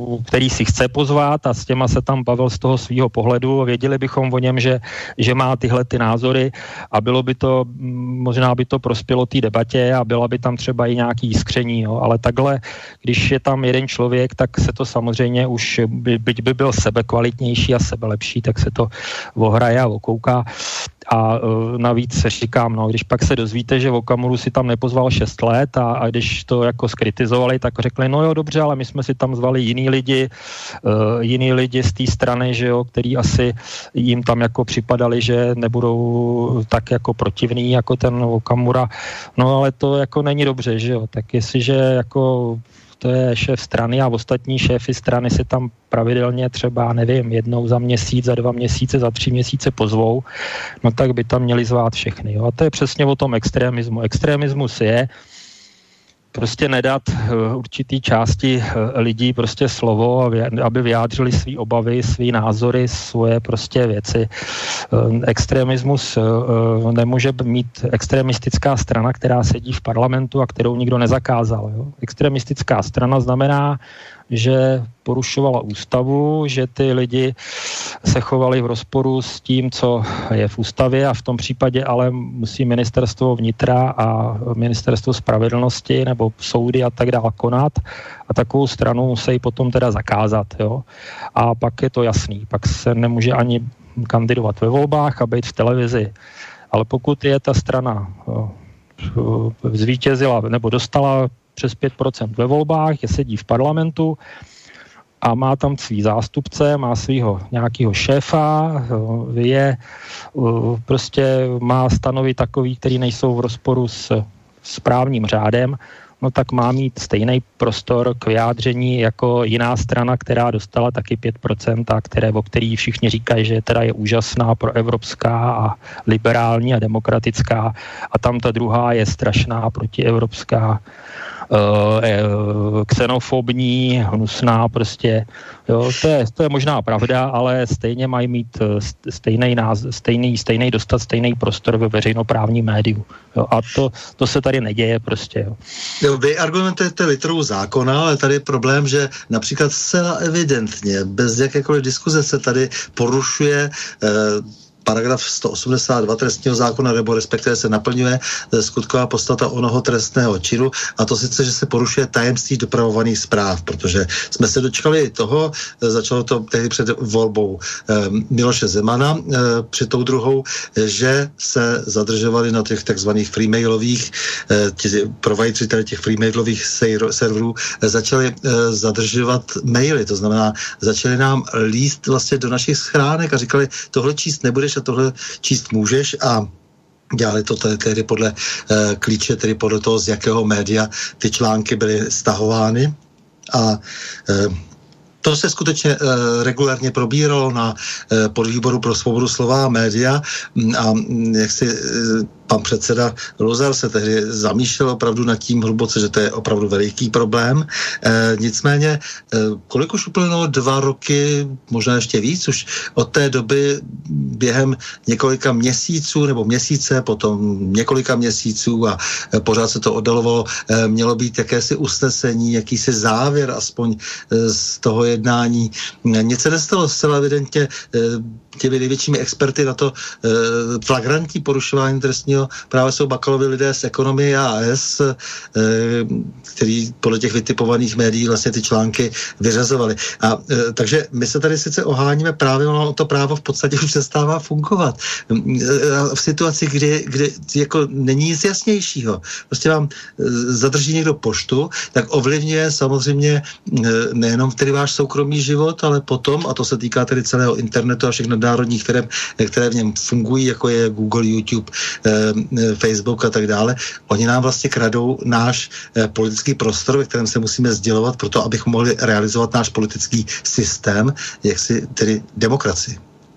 který si chce pozvat a s těma se tam bavil z toho svýho pohledu. Věděli bychom o něm, že, že má tyhle ty názory a bylo by to, možná by to prospělo té debatě a byla by tam třeba i nějaký jiskření, jo. Ale takhle, když je tam jeden člověk, tak se to samozřejmě už, by, byť by byl sebekvalitnější a sebelepší, tak se to ohraje a okouká. A uh, navíc se říkám, no, když pak se dozvíte, že Okamuru si tam nepozval šest let a, a když to jako skritizovali, tak řekli, no jo, dobře, ale my jsme si tam zvali jiný lidi, uh, jiný lidi z té strany, že jo, který asi jim tam jako připadali, že nebudou tak jako protivný jako ten Okamura. No ale to jako není dobře, že jo, tak jestliže jako to je šéf strany a ostatní šéfy strany si tam pravidelně třeba, nevím, jednou za měsíc, za dva měsíce, za tři měsíce pozvou, no tak by tam měli zvát všechny. Jo? A to je přesně o tom extremismu. Extremismus je prostě nedat uh, určitý části uh, lidí prostě slovo, aby vyjádřili své obavy, své názory, svoje prostě věci. Uh, extremismus uh, nemůže mít extremistická strana, která sedí v parlamentu a kterou nikdo nezakázal. Jo? Extremistická strana znamená, že porušovala ústavu, že ty lidi se chovali v rozporu s tím, co je v ústavě a v tom případě ale musí ministerstvo vnitra a ministerstvo spravedlnosti nebo soudy a tak dále konat a takovou stranu musí potom teda zakázat. Jo? A pak je to jasný, pak se nemůže ani kandidovat ve volbách a být v televizi. Ale pokud je ta strana zvítězila nebo dostala přes pět procent ve volbách, je sedí v parlamentu a má tam svý zástupce, má svýho nějakého šéfa, je prostě má stanovy takový, který nejsou v rozporu s, s právním řádem, no tak má mít stejný prostor k vyjádření jako jiná strana, která dostala taky pět procent a které, o který všichni říkají, že teda je úžasná, proevropská a liberální a demokratická a tam ta druhá je strašná, protievropská, xenofobní, hnusná prostě. Jo, to, je, to je možná pravda, ale stejně mají mít stejný, stejný, stejný dostat stejný prostor ve veřejnoprávním médiu. Jo, a to, to se tady neděje prostě. Jo. Jo, vy argumentujete literou zákona, ale tady je problém, že například zcela evidentně, bez jakékoliv diskuze se tady porušuje eh, paragraf sto osmdesát dva trestního zákona, nebo respektive se naplňuje skutková podstata onoho trestného činu, a to sice, že se porušuje tajemství dopravovaných zpráv, protože jsme se dočkali toho, začalo to tehdy před volbou eh, Miloše Zemana, eh, před tou druhou, že se zadržovali na těch takzvaných freemailových, eh, provajdři těch freemailových serverů, eh, začali eh, zadržovat maily, to znamená, začali nám líst vlastně do našich schránek a říkali, tohle číst nebudeš a tohle číst můžeš, a dělali to tedy podle uh, klíče, tedy podle toho, z jakého média ty články byly stahovány. A uh, to se skutečně uh, regulárně probíralo na uh, podvýboru pro svobodu slova a média a jak si uh, pan předseda Luzar se tehdy zamýšlel opravdu nad tím hluboce, že to je opravdu veliký problém. E, nicméně, e, kolik už uplynulo? Dva roky, možná ještě víc, už od té doby během několika měsíců, nebo měsíce, potom několika měsíců a e, pořád se to oddalovalo, e, mělo být jakési usnesení, jakýsi závěr aspoň e, z toho jednání. E, nic se nestalo, zcela evidentně e, těmi největšími experty na to e, flagrantní porušování trestního právě jsou Bakalovi lidé z ekonomie A S, e, který podle těch vytipovaných médií vlastně ty články vyřazovali. A e, takže my se tady sice oháníme právě, ale to právo v podstatě už přestává fungovat. E, v situaci, kdy, kdy jako není nic jasnějšího. Prostě vám e, zadrží někdo poštu, tak ovlivňuje samozřejmě e, nejenom tedy váš soukromý život, ale potom, a to se týká tedy celého internetu a všech nadnárodních firm, které v něm fungují, jako je Google, YouTube, e, Facebook a tak dále, oni nám vlastně kradou náš e, politický prostor, ve kterém se musíme sdělovat proto, abychom mohli realizovat náš politický systém, jak si tedy demokracii.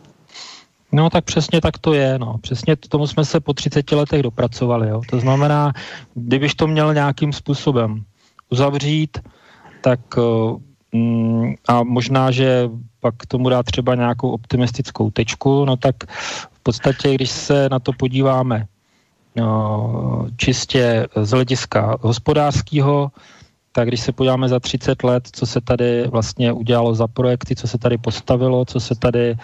No tak přesně tak to je, no. Přesně k tomu jsme se po třiceti letech dopracovali, jo. To znamená, kdybyš to měl nějakým způsobem uzavřít, tak mm, a možná, že pak tomu dá třeba nějakou optimistickou tečku, no tak v podstatě, když se na to podíváme no, čistě z hlediska hospodářského, tak když se podíváme za třicet let, co se tady vlastně udělalo za projekty, co se tady postavilo, co se tady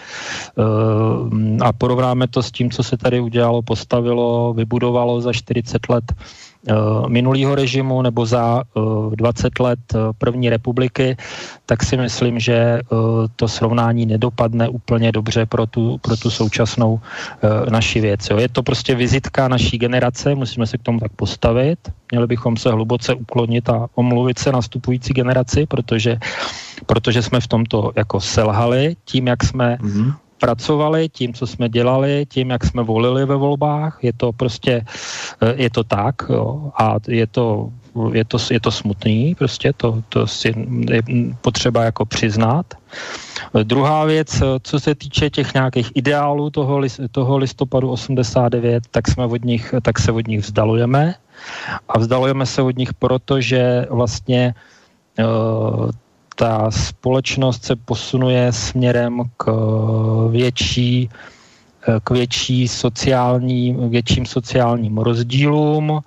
uh, a porovnáme to s tím, co se tady udělalo, postavilo, vybudovalo za čtyřicet let uh, minulýho režimu nebo za uh, dvacet let uh, první republiky, tak si myslím, že uh, to srovnání nedopadne úplně dobře pro tu, pro tu současnou uh, naši věc. Jo. Je to prostě vizitka naší generace, musíme se k tomu tak postavit. Měli bychom se hluboce uklonit a omluvit se nastupující generaci, protože, protože jsme v tomto jako selhali tím, jak jsme mm-hmm. pracovali, tím, co jsme dělali, tím, jak jsme volili ve volbách. Je to prostě, je to tak, jo. A je to, je to, je to smutný, prostě to, to si je potřeba jako přiznat. Druhá věc, co se týče těch nějakých ideálů toho, toho listopadu osmdesát devět, tak jsme od nich, tak se od nich vzdalujeme. A vzdalujeme se od nich, protože vlastně uh, ta společnost se posunuje směrem k větší, k větší sociální, větším sociálním rozdílům. Uh,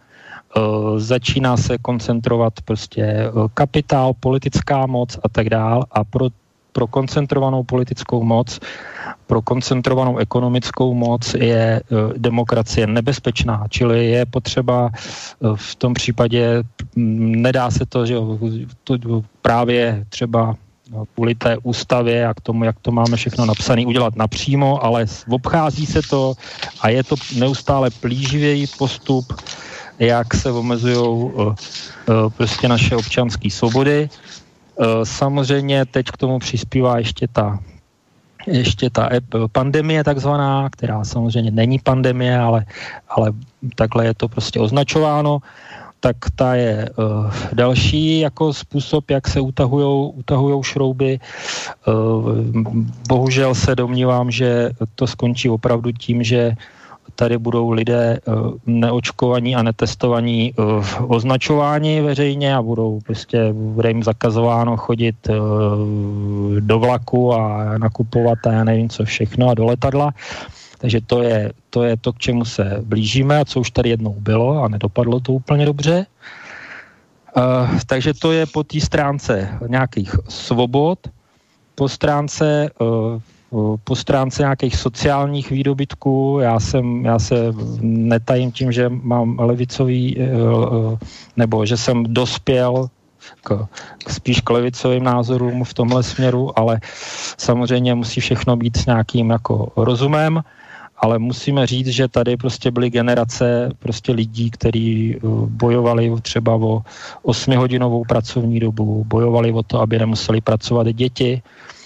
začíná se koncentrovat prostě kapitál, politická moc a tak dál. A pro pro koncentrovanou politickou moc, pro koncentrovanou ekonomickou moc je demokracie nebezpečná, čili je potřeba v tom případě, nedá se to, že to právě třeba kvůli té ústavě a k tomu, jak to máme všechno napsané, udělat napřímo, ale obchází se to a je to neustále plíživý postup, jak se omezují prostě naše občanské svobody. Samozřejmě teď k tomu přispívá ještě ta, ještě ta pandemie takzvaná, která samozřejmě není pandemie, ale, ale takhle je to prostě označováno, tak ta je uh, další jako způsob, jak se utahujou, utahujou šrouby. Uh, bohužel se domnívám, že to skončí opravdu tím, že tady budou lidé uh, neočkovaní a netestovaní uh, označováni veřejně a budou prostě, bude jim zakazováno chodit uh, do vlaku a nakupovat a já nevím co všechno a do letadla. Takže to je, to je to, k čemu se blížíme a co už tady jednou bylo a nedopadlo to úplně dobře. Uh, takže to je po té stránce nějakých svobod, po stránce uh, po stránce nějakých sociálních výdobytků. Já jsem, já se netajím tím, že mám levicový, nebo že jsem dospěl k, k spíš k levicovým názorům v tomhle směru, ale samozřejmě musí všechno být s nějakým jako rozumem, ale musíme říct, že tady prostě byly generace prostě lidí, kteří bojovali třeba o osmihodinovou pracovní dobu, bojovali o to, aby nemuseli pracovat děti,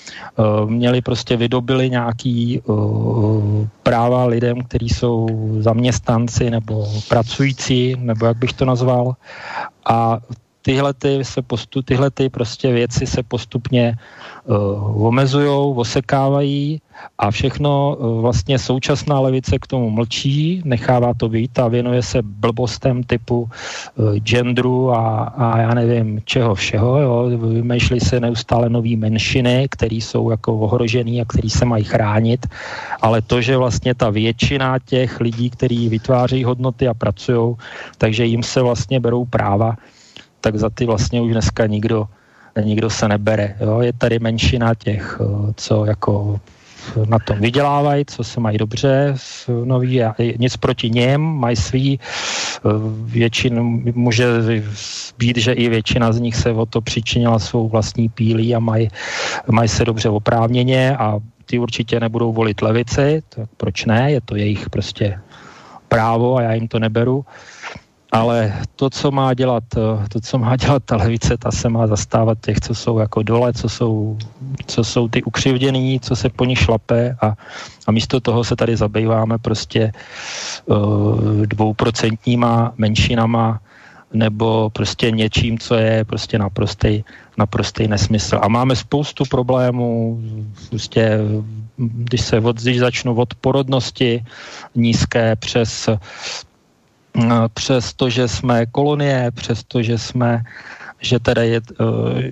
měli prostě, vydobili nějaký uh, práva lidem, kteří jsou zaměstnanci nebo pracující, nebo jak bych to nazval. A tyhle ty se postu, tyhle ty prostě věci se postupně uh, omezujou, osekávají a všechno uh, vlastně současná levice k tomu mlčí, nechává to být a věnuje se blbostem typu uh, genderu a, a já nevím čeho všeho. Jo. Vymýšlí se neustále nový menšiny, které jsou jako ohrožený a který se mají chránit, ale to, že vlastně ta většina těch lidí, kteří vytváří hodnoty a pracují, takže jim se vlastně berou práva, tak za ty vlastně už dneska nikdo, nikdo se nebere. Jo? Je tady menšina těch, co jako na tom vydělávají, co se mají dobře, noví, nic proti něm, mají svý, většinu, může být, že i většina z nich se o to přičinila svou vlastní pílí a mají, mají se dobře oprávněně a ty určitě nebudou volit levici, tak proč ne, je to jejich prostě právo a já jim to neberu. Ale to, co má dělat, to, co má dělat ta levice, ta se má zastávat těch, co jsou jako dole, co jsou, co jsou ty ukřivděný, co se po nich šlape a, a místo toho se tady zabýváme prostě uh, dvouprocentníma menšinama nebo prostě něčím, co je prostě naprostý, naprostý nesmysl. A máme spoustu problémů, prostě, když se od, když začnu od porodnosti nízké přes přes to, že jsme kolonie, přes to, že jsme, že teda je,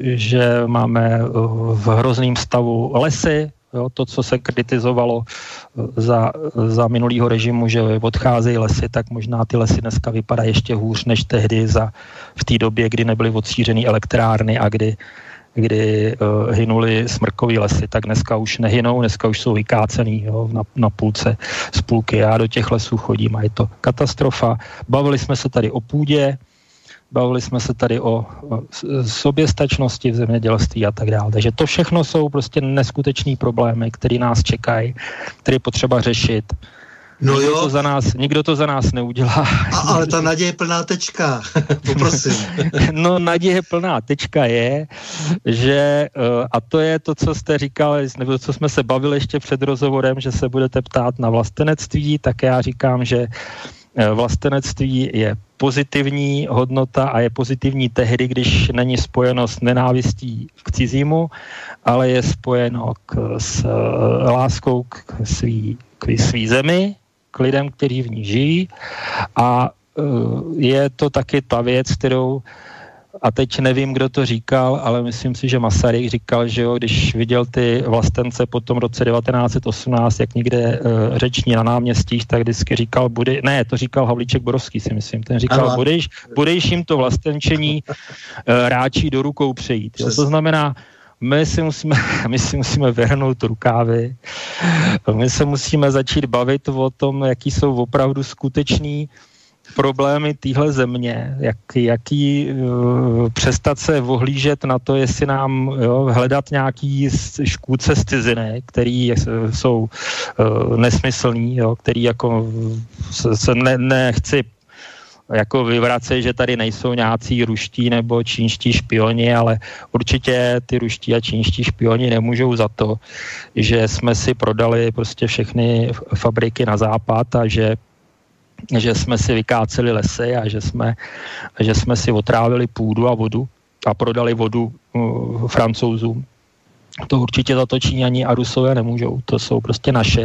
že máme v hrozném stavu lesy, jo, to, co se kritizovalo za, za minulýho režimu, že odcházejí lesy, tak možná ty lesy dneska vypadají ještě hůř než tehdy za, v té době, kdy nebyly odsířený elektrárny a kdy, kdy uh, hynuly smrkový lesy, tak dneska už nehynou, dneska už jsou vykácený, jo, na, na půlce z půlky. Já do těch lesů chodím a je to katastrofa. Bavili jsme se tady o půdě, bavili jsme se tady o, o soběstačnosti v zemědělství a tak dále. Takže to všechno jsou prostě neskutečný problémy, které nás čekají, které je potřeba řešit. No nikdo, jo. To za nás, nikdo to za nás neudělá. A, ale ta naděje plná tečka, poprosím. No naděje plná tečka je, že, a to je to, co jste říkali, nebo co jsme se bavili ještě před rozhovorem, že se budete ptát na vlastenectví, tak já říkám, že vlastenectví je pozitivní hodnota a je pozitivní tehdy, když není spojeno s nenávistí k cizímu, ale je spojeno k, s láskou k svý, k svý zemi, k lidem, kteří v ní žijí, a je to taky ta věc, kterou, a teď nevím, kdo to říkal, ale myslím si, že Masaryk říkal, že jo, když viděl ty vlastence po tom roce devatenáct set osmnáct, jak někde uh, řeční na náměstích, tak vždycky říkal, bude, ne, to říkal Havlíček Borovský, si myslím, ten říkal, budeš, budeš jim to vlastenčení uh, ráčí do rukou přejít. Jo. To znamená, my si musíme, my si musíme vyhrnout rukávy, my se musíme začít bavit o tom, jaký jsou opravdu skuteční problémy téhle země, jak, jaký uh, přestat se ohlížet na to, jestli nám jo, hledat nějaký škůdce z ciziny, který jsou uh, nesmyslný, jo, který jako se, se ne, nechci jako vyvracet, že tady nejsou nějací ruští nebo čínští špioni, ale určitě ty ruští a čínští špioni nemůžou za to, že jsme si prodali prostě všechny fabriky na západ a že že jsme si vykáceli lesy a že jsme, že jsme si otrávili půdu a vodu a prodali vodu uh, Francouzům. To určitě za to Číňani a Rusové nemůžou. To jsou prostě naše.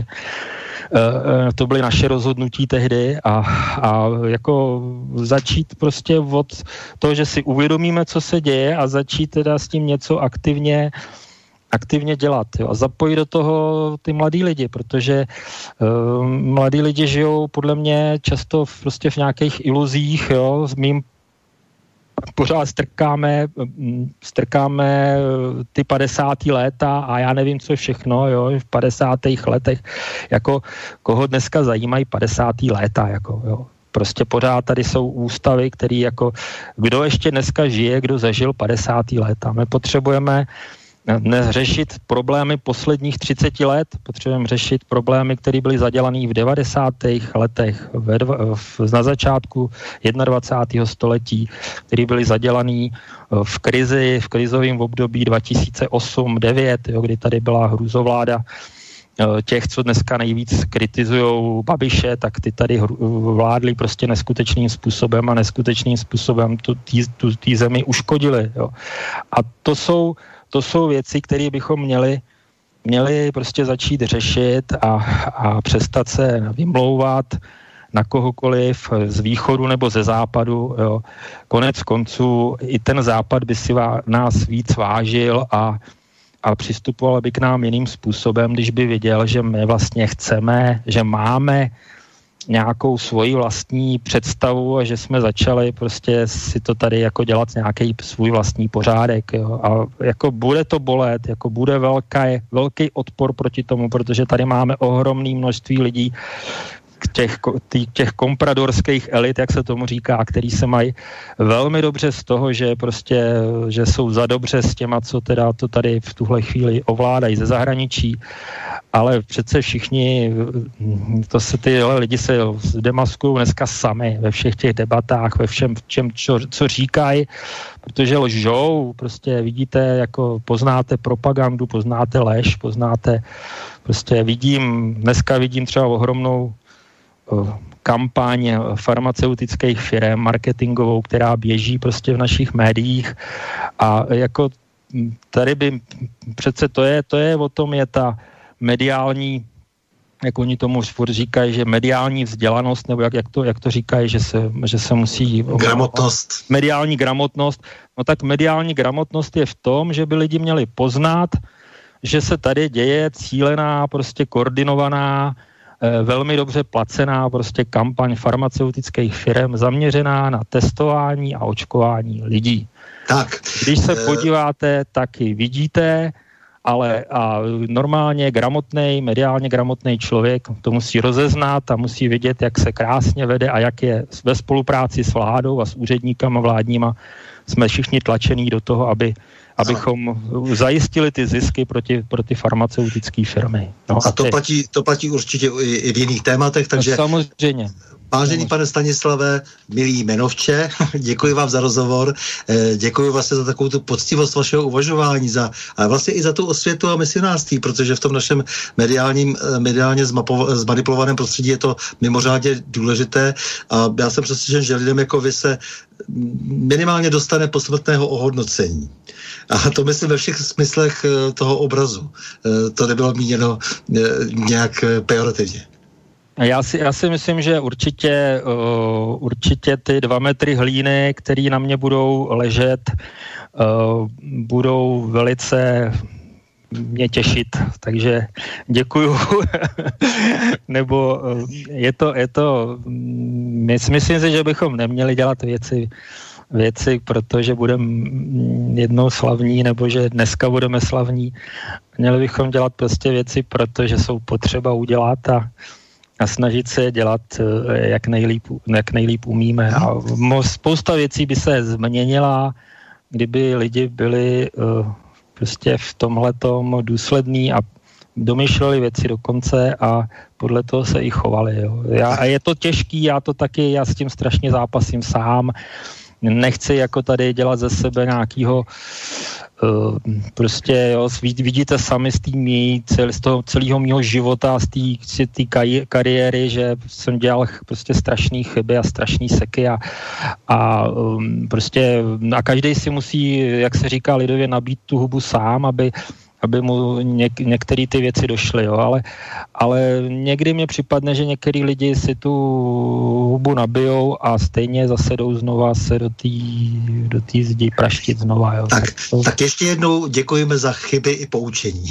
Uh, to byly naše rozhodnutí tehdy a, a jako začít prostě od toho, že si uvědomíme, co se děje, a začít teda s tím něco aktivně aktivně dělat, jo, a zapojit do toho ty mladí lidi, protože uh, mladí lidi žijou podle mě často v, prostě v nějakých iluzích, jo, s mým pořád strkáme, strkáme ty padesátá léta a já nevím, co všechno, jo, v padesátých letech, jako koho dneska zajímají padesátá léta, jako, jo. Prostě pořád tady jsou ústavy, který jako, kdo ještě dneska žije, kdo zažil padesátá léta. My potřebujeme řešit problémy posledních třiceti let, potřebujeme řešit problémy, které byly zadělané v devadesátých letech, ve dva, v, na začátku dvacátého prvního století, které byly zadělané v krizi, v krizovém období dva tisíce osm devět, kdy tady byla hrůzovláda těch, co dneska nejvíc kritizujou Babiše, tak ty tady vládli prostě neskutečným způsobem a neskutečným způsobem tu, tý, tu tý zemi uškodili. Jo. A to jsou To jsou věci, které bychom měli, měli prostě začít řešit a, a přestat se vymlouvat na kohokoliv z východu nebo ze západu. Jo. Konec konců i ten západ by si vá, nás víc vážil a, a přistupoval by k nám jiným způsobem, když by viděl, že my vlastně chceme, že máme nějakou svoji vlastní představu a že jsme začali prostě si to tady jako dělat nějaký svůj vlastní pořádek, jo. A jako bude to bolet, jako bude velký, velký odpor proti tomu, protože tady máme ohromné množství lidí, těch, těch kompradorských elit, jak se tomu říká, který se mají velmi dobře z toho, že prostě, že jsou za dobře s těma, co teda to tady v tuhle chvíli ovládají ze zahraničí, ale přece všichni, to se ty lidi se demaskují dneska sami ve všech těch debatách, ve všem, čem, čo, co říkají, protože lžou, prostě vidíte, jako poznáte propagandu, poznáte lež, poznáte, prostě vidím, dneska vidím třeba ohromnou kampaň farmaceutických firem marketingovou, která běží prostě v našich médiích a jako tady by přece to je, to je o tom je ta mediální, jak oni tomu říkají, že mediální vzdělanost, nebo jak, jak, to, jak to říkají, že se, že se musí... Gramotnost. Mediální gramotnost. No tak mediální gramotnost je v tom, že by lidi měli poznat že se tady děje cílená, prostě koordinovaná, velmi dobře placená prostě kampaň farmaceutických firm zaměřená na testování a očkování lidí. Tak. Když se podíváte, tak i vidíte, ale a normálně gramotnej, mediálně gramotný člověk to musí rozeznat a musí vidět, jak se krásně vede a jak je ve spolupráci s vládou a s úředníkama vládníma jsme všichni tlačení do toho, aby abychom zajistili ty zisky proti, proti farmaceutické firmy. No, a to, ty... platí, to platí určitě i, i v jiných tématech, takže... No, samozřejmě. Vážený pane Stanislave, milý jmenovče, děkuji vám za rozhovor, děkuji vlastně za takovou tu poctivost vašeho uvažování, za, a vlastně i za tu osvětu a misionářství, protože v tom našem mediálním, mediálně zmapo, zmanipulovaném prostředí je to mimořádně důležité a já jsem přesvědčen, že lidem jako vy se minimálně dostane posmrtného ohodnocení. A to myslím ve všech smyslech toho obrazu. To nebylo míněno nějak pejorativně. Já si, já si myslím, že určitě, uh, určitě ty dva metry hlíny, které na mě budou ležet, uh, budou velice mě těšit. Takže děkuju. Nebo uh, je to, je to, myslím si, že bychom neměli dělat věci, věci, protože budeme jednou slavní, nebo že dneska budeme slavní. Měli bychom dělat prostě věci, protože jsou potřeba udělat a a snažit se dělat, jak nejlíp, jak nejlíp umíme. A spousta věcí by se změnila, kdyby lidi byli uh, prostě v tomhletom důslední a domýšleli věci do konce a podle toho se i chovali. Jo. Já, a je to těžký, já to taky, já s tím strašně zápasím sám. Nechci jako tady dělat ze sebe nějakýho Uh, prostě, jo, vidíte sami z, tý, cel, z toho celého mýho života, z té kariéry, že jsem dělal prostě strašný chyby a strašný seky a, a um, prostě a každý si musí, jak se říká lidově, nabít tu hubu sám, aby aby mu něk, některé ty věci došly, jo, ale, ale někdy mě připadne, že některý lidi si tu hubu nabijou a stejně zase jdou znova se do té do té zdi praštit znova, jo. Tak, to... tak ještě jednou děkujeme za chyby i poučení.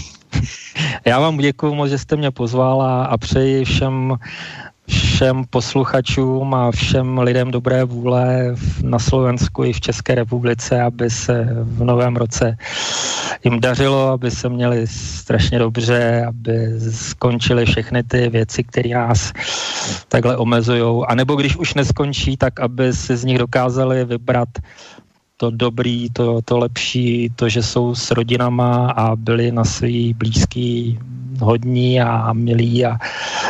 Já vám děkuju moc, že jste mě pozval a, a přeji všem všem posluchačům a všem lidem dobré vůle na Slovensku i v České republice, aby se v novém roce jim dařilo, aby se měli strašně dobře, aby skončily všechny ty věci, které nás takhle omezujou. A nebo když už neskončí, tak aby si z nich dokázali vybrat to dobrý, to, to lepší, to, že jsou s rodinama a byli na svý blízký hodní a milí a,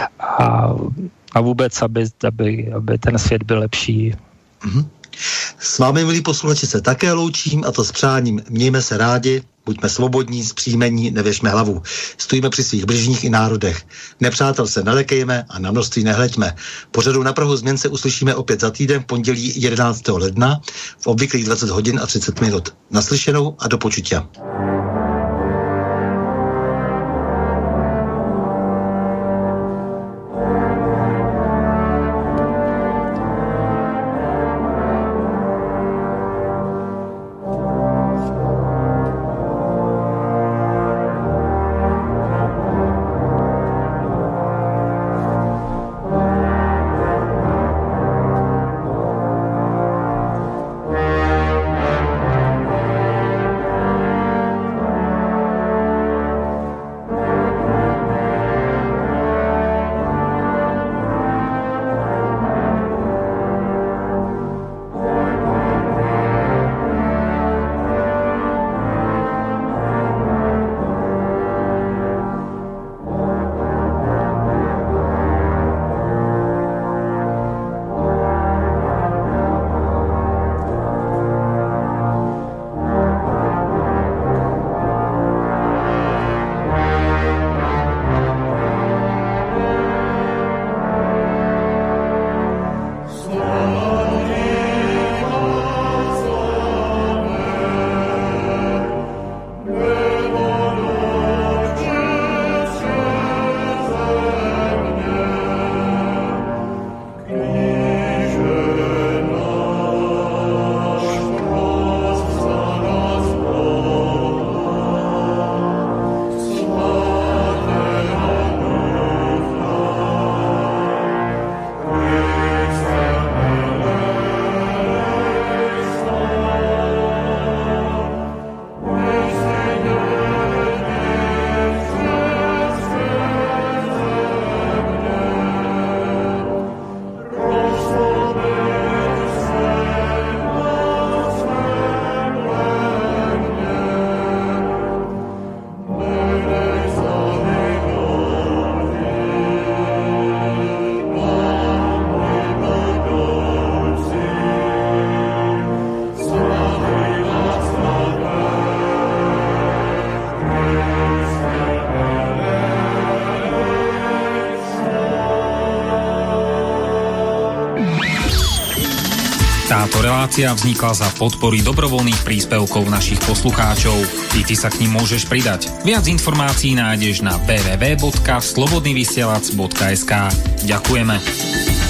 a a vůbec, aby, aby, aby ten svět byl lepší. Mm-hmm. S vámi, milí posluchači, se také loučím a to s přáním. Mějme se rádi, buďme svobodní, zpříjmení, nevěšme hlavu. Stojíme při svých bližních i národech. Nepřátel se nelekejme a na množství nehleďme. Pořadu Na prahu změn se uslyšíme opět za týden v pondělí jedenáctého ledna v obvyklých dvacet hodin a třicet minut. Naslyšenou a do počutia. Táto relácia vznikla za podpory dobrovoľných príspevkov našich poslucháčov. I ty sa k nim môžeš pridať. Viac informácií nájdeš na w w w bodka slobodnyvysielac bodka es ka. Ďakujeme.